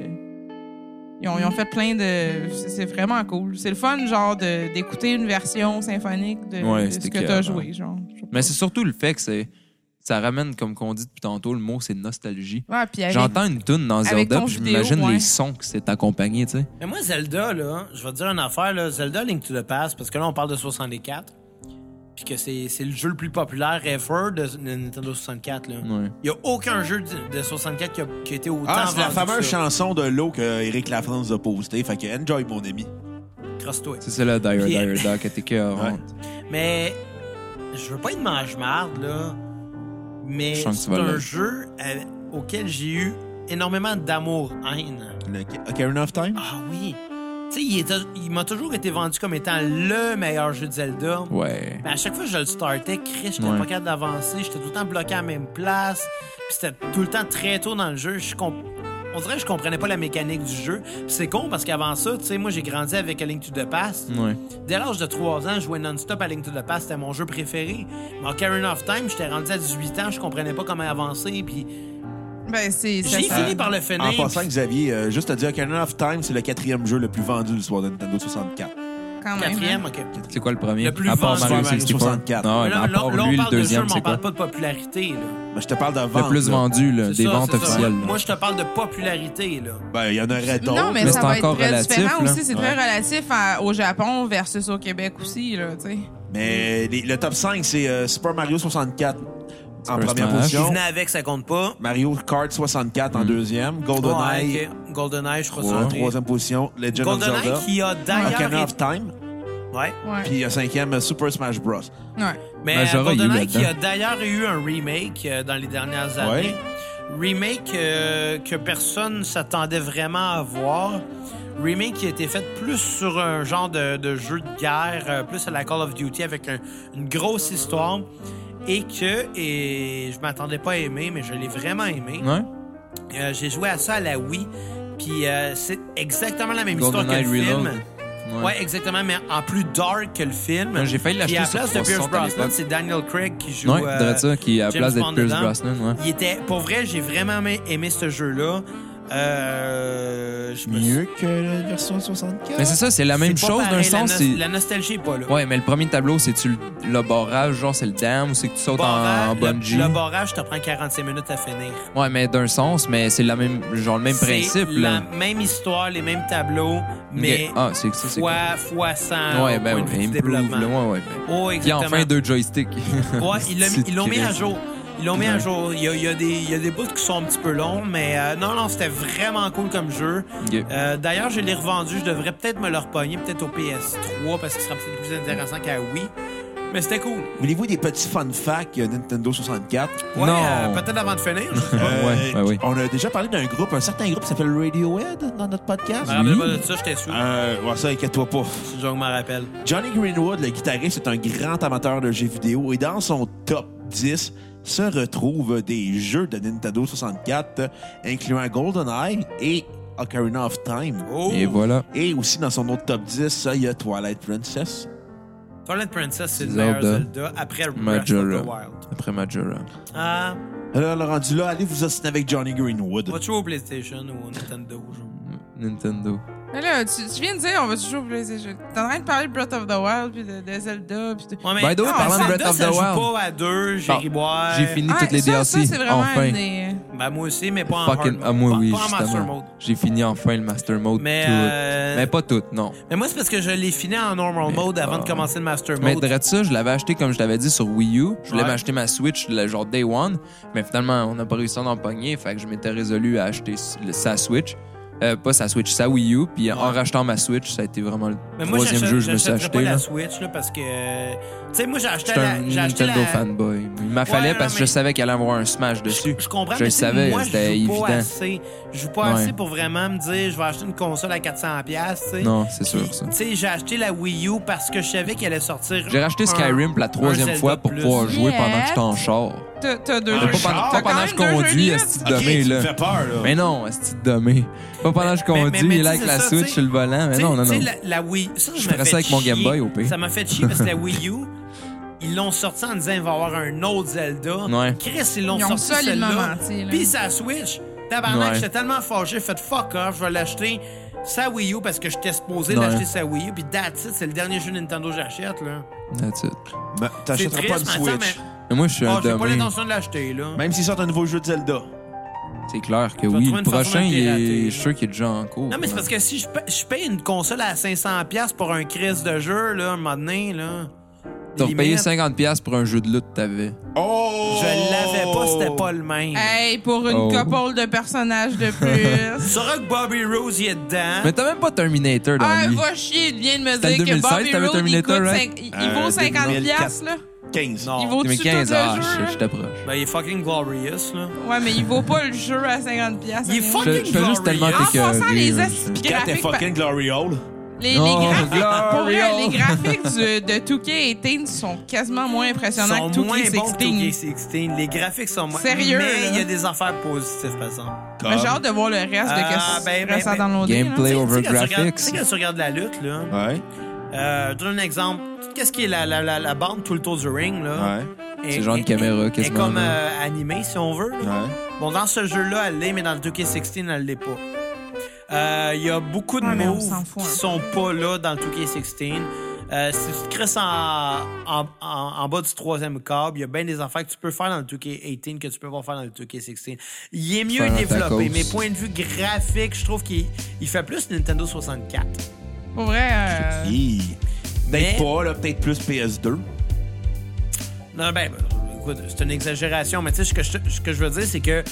Ils ont fait plein de... C'est vraiment cool. C'est le fun, genre, d'écouter une version symphonique de ce que t'as joué, genre. Mais c'est surtout le fait que ça ramène, comme qu'on dit depuis tantôt, le mot, c'est nostalgie. Ouais, puis j'entends une toune dans Zelda, puis je m'imagine les sons que c'est accompagné, tu sais. Mais moi, Zelda, là, je vais te dire une affaire, là, Zelda Link to the Past, parce que là, on parle de 64, puis que c'est le jeu le plus populaire ever de Nintendo 64, là. Ouais. Il y a aucun jeu de 64 qui a été autant vendu. C'est la fameuse chanson de l'eau que Eric Lafrance a postée, fait que enjoy, mon ami. Crosse-toi. C'est ça, là, Dire Duck, était cœurante. Mais, je veux pas être mange-marde, là, mais c'est un jeu auquel j'ai eu énormément d'amour-haine. Ocarina of Time? Ah oui. Tu sais, il m'a toujours été vendu comme étant le meilleur jeu de Zelda. Ouais. Mais à chaque fois que je le startais, j'étais pas capable d'avancer. J'étais tout le temps bloqué à la même place. Puis c'était tout le temps très tôt dans le jeu. On dirait que je comprenais pas la mécanique du jeu. Puis c'est con parce qu'avant ça, tu sais, moi, j'ai grandi avec A Link to the Past. Ouais. Dès l'âge de 3 ans, je jouais non-stop à Link to the Past. C'était mon jeu préféré. Mais Ocarina of Time, j'étais rendu à 18 ans. Je comprenais pas comment avancer. Puis... j'ai fini par le finir. En passant, Xavier, juste à dire, Ocarina of Time, c'est le 4e jeu le plus vendu de l'histoire de Nintendo 64. Quand même. 4e, OK. C'est quoi le premier? Le plus à part vendu. Mario 64. Non, là, à part là, lui, on parle le deuxième, de jeu, mais c'est on parle quoi? pas de popularité, là. Ben, je te parle de vente. Le plus vendu, là, des ventes officielles. Moi, je te parle de popularité, là. Ben, il y en aurait d'autres. Non, mais ça va être très relatif, différent là. aussi. C'est très relatif au Japon versus au Québec aussi, là, tu sais. Mais le top 5, c'est Super Mario 64 en première Je position. venais avec, ça compte pas. Mario Kart 64 en deuxième. GoldenEye GoldenEye, je crois en troisième position. Legend of Zelda. GoldenEye qui a d'ailleurs... Ocarina of Time. Ouais. Puis cinquième, Super Smash Bros. Ouais. Mais GoldenEye qui a d'ailleurs eu un remake dans les dernières années. Remake que personne s'attendait vraiment à voir. Remake qui a été fait plus sur un genre de jeu de guerre, plus à la Call of Duty avec une grosse histoire. et je m'attendais pas à aimer, mais je l'ai vraiment aimé. Ouais. J'ai joué à ça à la Wii, puis c'est exactement la même histoire que le GoldenEye film. Reload. Ouais, exactement, mais en plus dark que le film. Ouais, j'ai failli l'acheter Puis à sur la place de 360 Pierce à Brosnan, l'époque. c'est Daniel Craig qui joue. Ouais, dirais ça, qui est à la James place d'être Bond Pierce dedans. Brosnan, ouais. Il était, pour vrai, j'ai vraiment aimé ce jeu-là. Je me Mieux que la version 64. Mais c'est ça, c'est la même C'est pas chose d'un pareil, sens. la nostalgie est pas là. Ouais, mais le premier tableau, c'est-tu le barrage, genre c'est le dam, ou c'est que tu sautes en bungee? Le barrage te prend 45 minutes à finir. Ouais, mais d'un sens, mais c'est le même principe, C'est là. la même histoire, les mêmes tableaux, mais Ok. Ah, c'est ça, c'est cool. fois 100 Ouais, au ben point de vue oui, du improve, développement. là, ouais. Oh, Puis exactement. enfin, 2 joysticks. Ouais, ils l'ont mis à Christ. jour. Ils l'ont mis à jour. Il y a des bouts qui sont un petit peu longs, mais non, c'était vraiment cool comme jeu. Ok. D'ailleurs, je l'ai revendu. Je devrais peut-être me le repogner, peut-être au PS3, parce qu'il sera peut-être plus intéressant qu'à Wii. Mais c'était cool. Voulez-vous des petits fun facts Nintendo 64? Ouais, Non. peut-être avant de finir. Je sais pas. Ouais. On a déjà parlé d'un groupe, un certain groupe qui s'appelle Radiohead dans notre podcast. Je me rappelle pas de ça, j'étais sous. Ouais, ça, inquiète-toi pas. Si je me rappelle. Johnny Greenwood, le guitariste, est un grand amateur de jeux vidéo et dans son top 10 se retrouvent des jeux de Nintendo 64, incluant GoldenEye et Ocarina of Time. Oh! Et voilà. Et aussi dans son autre top 10, il y a Twilight Princess. Twilight Princess, c'est le Zelda. meilleur Zelda après Breath of Majora. the Wild. Après Majora. Alors, le rendu là, allez vous ostiner avec Johnny Greenwood. Va-tu jouer au PlayStation ou au Nintendo? Genre? Nintendo. Mais là, tu viens de dire, on va toujours PlayStation. T'es en train de parler de Breath of the Wild, puis de Zelda, puis de... Ouais, mais By the way, non, parlant de Zelda, Breath of ça the joue Wild. pas à deux, j'ai ri boire. J'ai fini Ouais, toutes les ça, DLC. Ça, c'est vraiment enfin. des... Ben, moi aussi, mais pas en Fucking, hard ah, moi, mode. oui, Pas en master justement. mode. J'ai fini enfin le Master Mode. Mais, tout. Mais pas tout, non. Mais moi, c'est parce que je l'ai fini en normal mode avant de commencer le master Mais mode. de ça, je l'avais acheté, comme je t'avais dit, sur Wii U. Je voulais Ouais. m'acheter ma Switch, le genre Day One. Mais finalement, on n'a pas réussi à en pogner. Fait que je m'étais résolu à acheter sa Switch. Pas sa Switch, sa Wii U. Puis en rachetant ma Switch, ça a été vraiment le Mais moi, troisième jeu que je me suis j'achèterais acheté. pas là. la Switch, là, parce que... Tu sais, moi, j'ai acheté J'étais un j'ai acheté Nintendo la... fanboy. Il m'a fallu non, parce que mais- je savais qu'il allait avoir un Smash dessus. Je comprends, Je mais le tu sais, savais, moi, c'était je joue évident. pas assez. Je joue pas Ouais. assez pour vraiment me dire, je vais acheter une console à 400$, tu sais. Non, c'est Puis, sûr, ça. Tu sais, j'ai acheté la Wii U parce que je savais qu'elle allait sortir. J'ai racheté Skyrim pour la troisième Zelda fois pour plus. pouvoir jouer Yeah. pendant que j'étais en char. T'as deux Ah, jeux. pas pendant- T'as Pas pendant quand que je même deux conduis, jeux esti de Ok, domé, tu me là. fais peur, là. Mais non, esti de domé. Pas pendant que je conduis, mais il est là tu sais, avec la c'est ça, Switch tu sais. sur le volant. Mais Tu sais- non, non, tu sais, non. la Wii, ça Je m'a ferais fait ça avec mon chier. Game Boy, au pire. Ça m'a fait chier parce que la Wii U, ils l'ont sorti en disant il va y avoir un autre Zelda. Ouais. Chris, ils l'ont Ils ont sorti solidement celle-là. menti, là. Puis sa Switch, tabarnak, Ouais. j'étais tellement fâché, j'ai fait fuck off, je vais l'acheter sa Wii U parce que j'étais supposé Ouais. l'acheter sa Wii U. Puis that's it, c'est le dernier jeu Nintendo que j'achète, là. That's it. Ben, C'est t'achèteras pas une triste, mais ça, Switch. Mais moi, je suis un j'ai pas domé. l'intention de l'acheter, là. Même s'il sort un nouveau jeu de Zelda. C'est clair que vais oui. trouver Le une façon prochain, de le pirater, je là. suis sûr qu'il est déjà en cours. Non, mais c'est parce que si je paye une console à 500$ pour un crise de jeu, là, un moment donné, là. T'as des repayé limites. $50$ pour un jeu de lutte que t'avais. Oh! Je l'avais pas, c'était pas le même. Hey, pour une Oh. couple de personnages de plus. Tu sauras que Bobby Rose y est dedans. Mais t'as même pas Terminator dans Ah, lui. va chier, il vient de me C'était dire le que 2016, Bobby t'avais Roode, il, Terminator, coûte right? il vaut 50$, 2004. là. 15. Non. Il vaut-tu tout le 2015, ah, jeu? je t'approche. Ben, il est fucking glorious, là. Ouais, mais il vaut pas le jeu à 50$. Il est anyway. fucking Je fais juste tellement glorious. En passant, t'écœurer, les là. astuces Quand t'es graphiques... fucking Glory Hole. Les Oh, graphiques, pour vrai, Glory les graphiques de 2K18 sont quasiment moins impressionnants que Sont moins 2K16. bons que 2K16. Les graphiques sont moins... Sérieux, Mais là? il y a des affaires positives, par exemple. Mais j'ai hâte de voir le reste de qu'est-ce ben, qui reste à ben, downloader. Gameplay là. over Tu sais, quand tu regardes- graphics. Tu sais, quand tu regardes la lutte, là, Ouais. je donne un exemple. Qu'est-ce qui est la bande tout le tour du ring, là? Ouais. est- genre une est- caméra, est quasiment, comme là. animée, si on veut. là. Ouais. Bon, dans ce jeu-là, elle l'est, mais dans le 2K16, elle l'est pas. Il y a beaucoup de Ouais, mais on moves s'en fout qui un peu. sont pas là dans le 2K16. Si tu te crisses en bas du troisième câble, il y a bien des affaires que tu peux faire dans le 2K18 que tu peux pas faire dans le 2K16. Il est mieux Faire un développé, tacos. mais point de vue graphique, je trouve qu'il fait plus Nintendo 64. Pour vrai, Mais- Peut-être pas, là. Peut-être plus PS2. Non, écoute, c'est une exagération, mais tu sais, ce que je veux dire, c'est que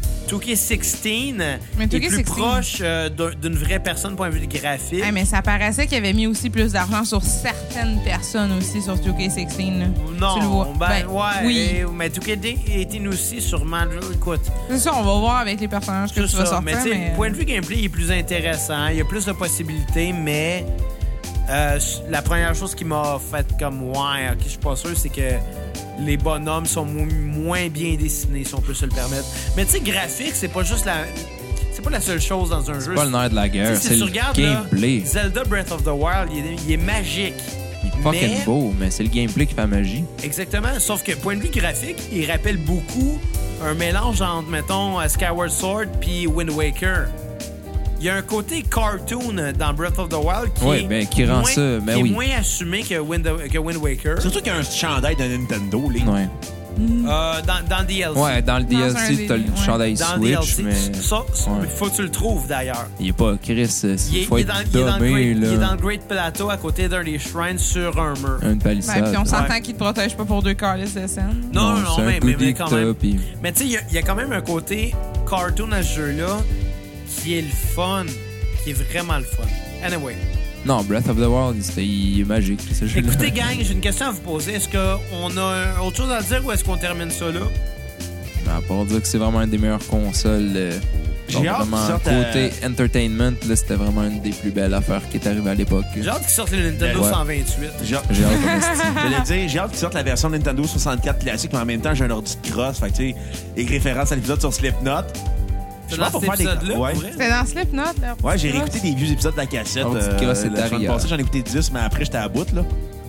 2K16 Mais est 2K16 plus proche d'une vraie personne point de vue graphique. hey, mais ça paraissait qu'il avait mis aussi plus d'argent sur certaines personnes aussi sur 2K16. là. Non, Tu le vois. ben, Ben, ouais, oui. mais 2K18 aussi, sûrement, écoute, C'est ça, on va voir avec les personnages que c'est tu vas ça. sortir. Mais tu sais, mais... point de vue gameplay, il est plus intéressant, il y a plus de possibilités, mais La première chose qui m'a fait comme ouais, ok, je suis pas sûr, c'est que les bonhommes sont moins bien dessinés, si on peut se le permettre. Mais tu sais, graphique, c'est pas juste c'est pas la seule chose dans un jeu. C'est pas le nerf de la guerre, c'est le gameplay. Là, Zelda Breath of the Wild, il est magique. Il est fucking beau, mais c'est le gameplay qui fait la magie. Exactement, sauf que point de vue graphique, il rappelle beaucoup un mélange entre, mettons, Skyward Sword puis Wind Waker. Il y a un côté cartoon dans Breath of the Wild qui rend ça, est moins assumé que Wind Waker. Surtout qu'il y a un chandail de Nintendo, les. Ouais. Dans le DLC. Ouais, dans le DLC, t'as le chandail Switch, mais... Ça, faut que tu le trouves, d'ailleurs. Il est pas Chris, il faut être il est dans le Great Plateau, à côté d'un des shrines, sur un mur. Une palissade. Puis on s'entend qu'il te protège pas pour 2 calices de scène. Non, mais quand même. Puis... Mais tu sais, il y a quand même un côté cartoon à ce jeu-là qui est le fun, qui est vraiment le fun. Anyway. Non, Breath of the Wild, il est magique. Écoutez, gang, j'ai une question à vous poser. Est-ce qu'on a autre chose à dire ou est-ce qu'on termine ça là? À part dire que c'est vraiment une des meilleures consoles. J'ai hâte vraiment, côté entertainment, là, c'était vraiment une des plus belles affaires qui est arrivée à l'époque. J'ai hâte qu'ils sortent le Nintendo 128. J'ai hâte j'ai hâte qu'ils sortent la version Nintendo 64 classique, mais en même temps, j'ai un ordi de cross. Fait que, tu sais, les références à l'épisode sur Slipknot. C'est dans cet épisode-là? Ouais. C'était dans Slipknot, là. Ouais, j'ai réécouté des vieux épisodes de la cassette. La semaine passée, j'en ai écouté 10, mais après, j'étais à bout, là.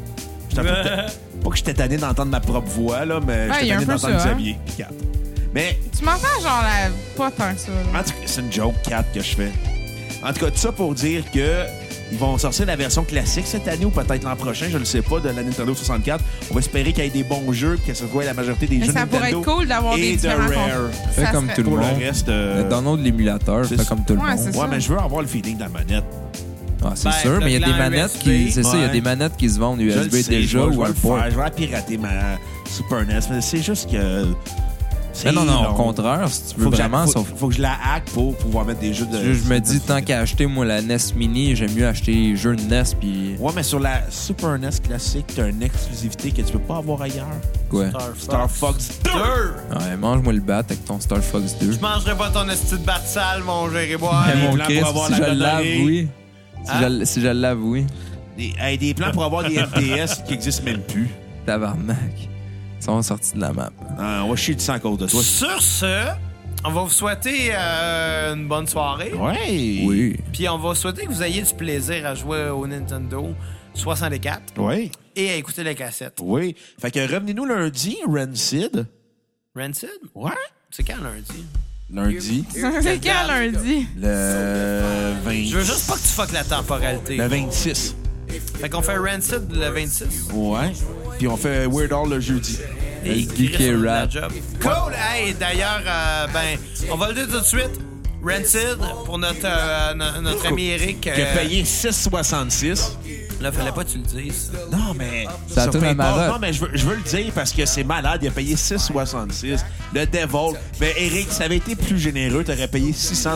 Pas que j'étais tanné d'entendre ma propre voix, là, mais j'étais tanné d'entendre Xavier. Mais... Tu m'entends, genre, pas tant que ça. En tout cas, c'est une joke 4 que je fais. En tout cas, tout ça pour dire que ils vont sortir la version classique cette année ou peut-être l'an prochain, je ne sais pas, de la Nintendo 64. On va espérer qu'il y ait des bons jeux, que ce soit la majorité des jeux ça Nintendo. Ça pourrait être cool d'avoir des différents Rare. Fais comme tout le monde. Le reste, download l'émulateur, fais comme tout le monde. Ouais, mais je veux avoir le feeling de la manette. Ah, c'est sûr, mais il y a des manettes qui... C'est ça, il y a des manettes qui se vendent USB déjà ou à le port. Je vais la pirater, ma Super NES, mais c'est juste que... Mais non, au contraire, si tu veux vraiment... Faut que je la hack pour pouvoir mettre des jeux de... Je me dis, tant qu'à acheter, moi, la NES Mini, j'aime mieux acheter les jeux de NES, puis... Ouais, mais sur la Super NES classique, t'as une exclusivité que tu peux pas avoir ailleurs. Quoi? Star Fox 2! Ouais, mange-moi le bat avec ton Star Fox 2. Je mangerai pas ton esti de bat sale, mon gérer boire. Mon Chris, si je l'ave, oui. Si je l'ave, oui. Des plans pour avoir des FTS qui existent même plus. Tabarnak. Ils sont sortis de la map. On va chier du sang à cause de toi. Sur ce, on va vous souhaiter une bonne soirée. Ouais. Oui. Puis on va souhaiter que vous ayez du plaisir à jouer au Nintendo 64. Oui. Et à écouter les cassettes. Oui. Fait que revenez-nous lundi, Rancid. Rancid? Ouais. C'est quand lundi? Lundi. C'est quand lundi? Le 20. Je veux juste pas que tu fuck la temporalité. Le 26. Fait qu'on fait Rancid le 26. Ouais. Puis on fait Weird Al le jeudi. Et Geeky Rap. Cool! Hey, d'ailleurs, on va le dire tout de suite. Rancid, pour notre ami Eric. Qui a payé 6,66. Là, fallait pas que tu le dises. Non, mais... Ça a tout un malade. Non, mais je veux le dire parce que c'est malade. Il a payé 6,66. Le Devil. Mais Eric, ça avait été plus généreux. T'aurais payé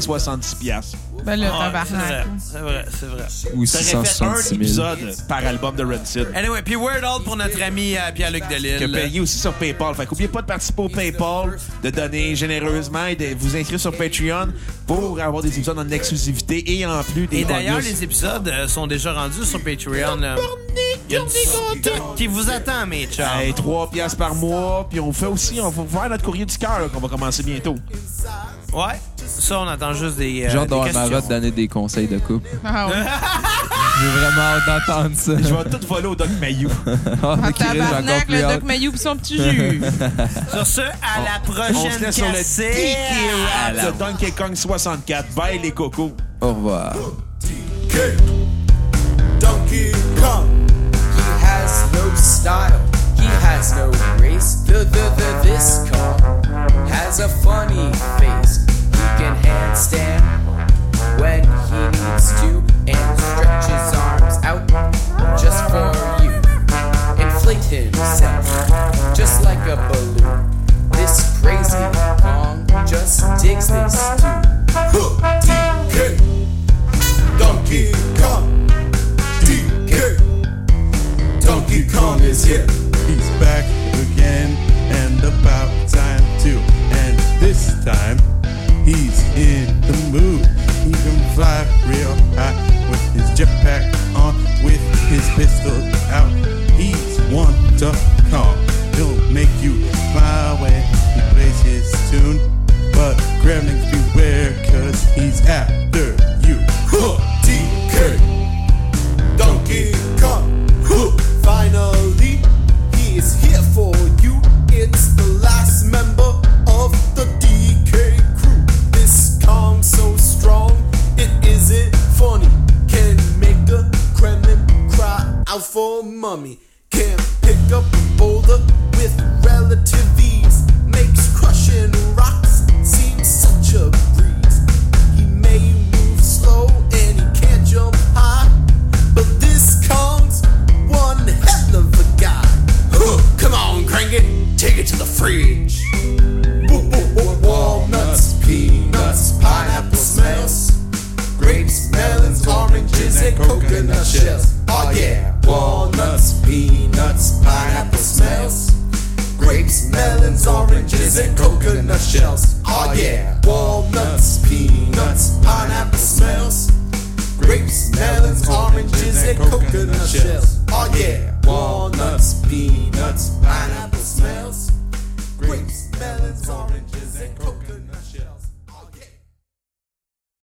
670$. Ben là, tabarnak. C'est vrai. Ou T'aurais fait un 666 000. épisode par album de Rancid. Anyway, puis Weird Al pour notre ami Pierre-Luc Delisle. Qui a payé aussi sur PayPal. Fait qu'oubliez pas de participer au PayPal, de donner généreusement et de vous inscrire sur Patreon pour avoir des épisodes en exclusivité et en plus des Et d'ailleurs, bonus. les épisodes sont déjà rendus sur Patreon. Là. Il y a du stock qui vous attend, mes chums. Hey, 3$ par mois. Puis on va faire notre courrier du cœur là, qu'on va commencer bientôt. Ouais, ça, on attend juste des Genre des d'avoir questions. Marotte donner des conseils de couple. Ah ouais. J'ai vraiment hâte d'entendre ça. Je vais tout voler au Doc Mayou. Ah, Ah, Chris, j'ai encore tabarnak, plus le hâte. Doc Mayou pis son petit jus. Sur ce, à la On se prochaine laisse sur le cassette. Tiki Rap de Donkey Kong 64. Bye les cocos. Au revoir. Donkey Kong. He has no style. He has no grace. This Kong has a funny face. He can handstand when he needs to and stretch his arms out just for you. Inflate himself just like a balloon. This crazy Kong just digs this tune. DK Donkey Kong. DK Donkey Kong is here. He's back again and about time too. And this time, he's in the mood. He can fly real high with his jetpack on with Duck Kong. He'll make you smile when he plays his tune. But gremlins beware, cause he's after you. DK, Donkey Kong. Finally, he is here for you. It's the last member of the DK crew. This Kong so strong, it isn't funny. Can make a gremlin cry out for mummy. Can pick up a boulder with relative ease. Makes crushing rocks seem such a breeze. He may move slow and he can't jump high, but this Kong's one hell of a guy. Come on, crank it, take it to the fridge. Walnuts, peanuts, pineapple smells, grapes, melons, oranges, and coconut shells. Oh yeah, walnuts, peanuts, pineapple smells, grapes, melons, oranges, and coconut shells. Oh yeah, walnuts, peanuts, pineapple smells, grapes, melons, oranges, and coconut shells. Oh yeah, walnuts, peanuts, pineapple smells, grapes, melons, oranges, and coconut shells.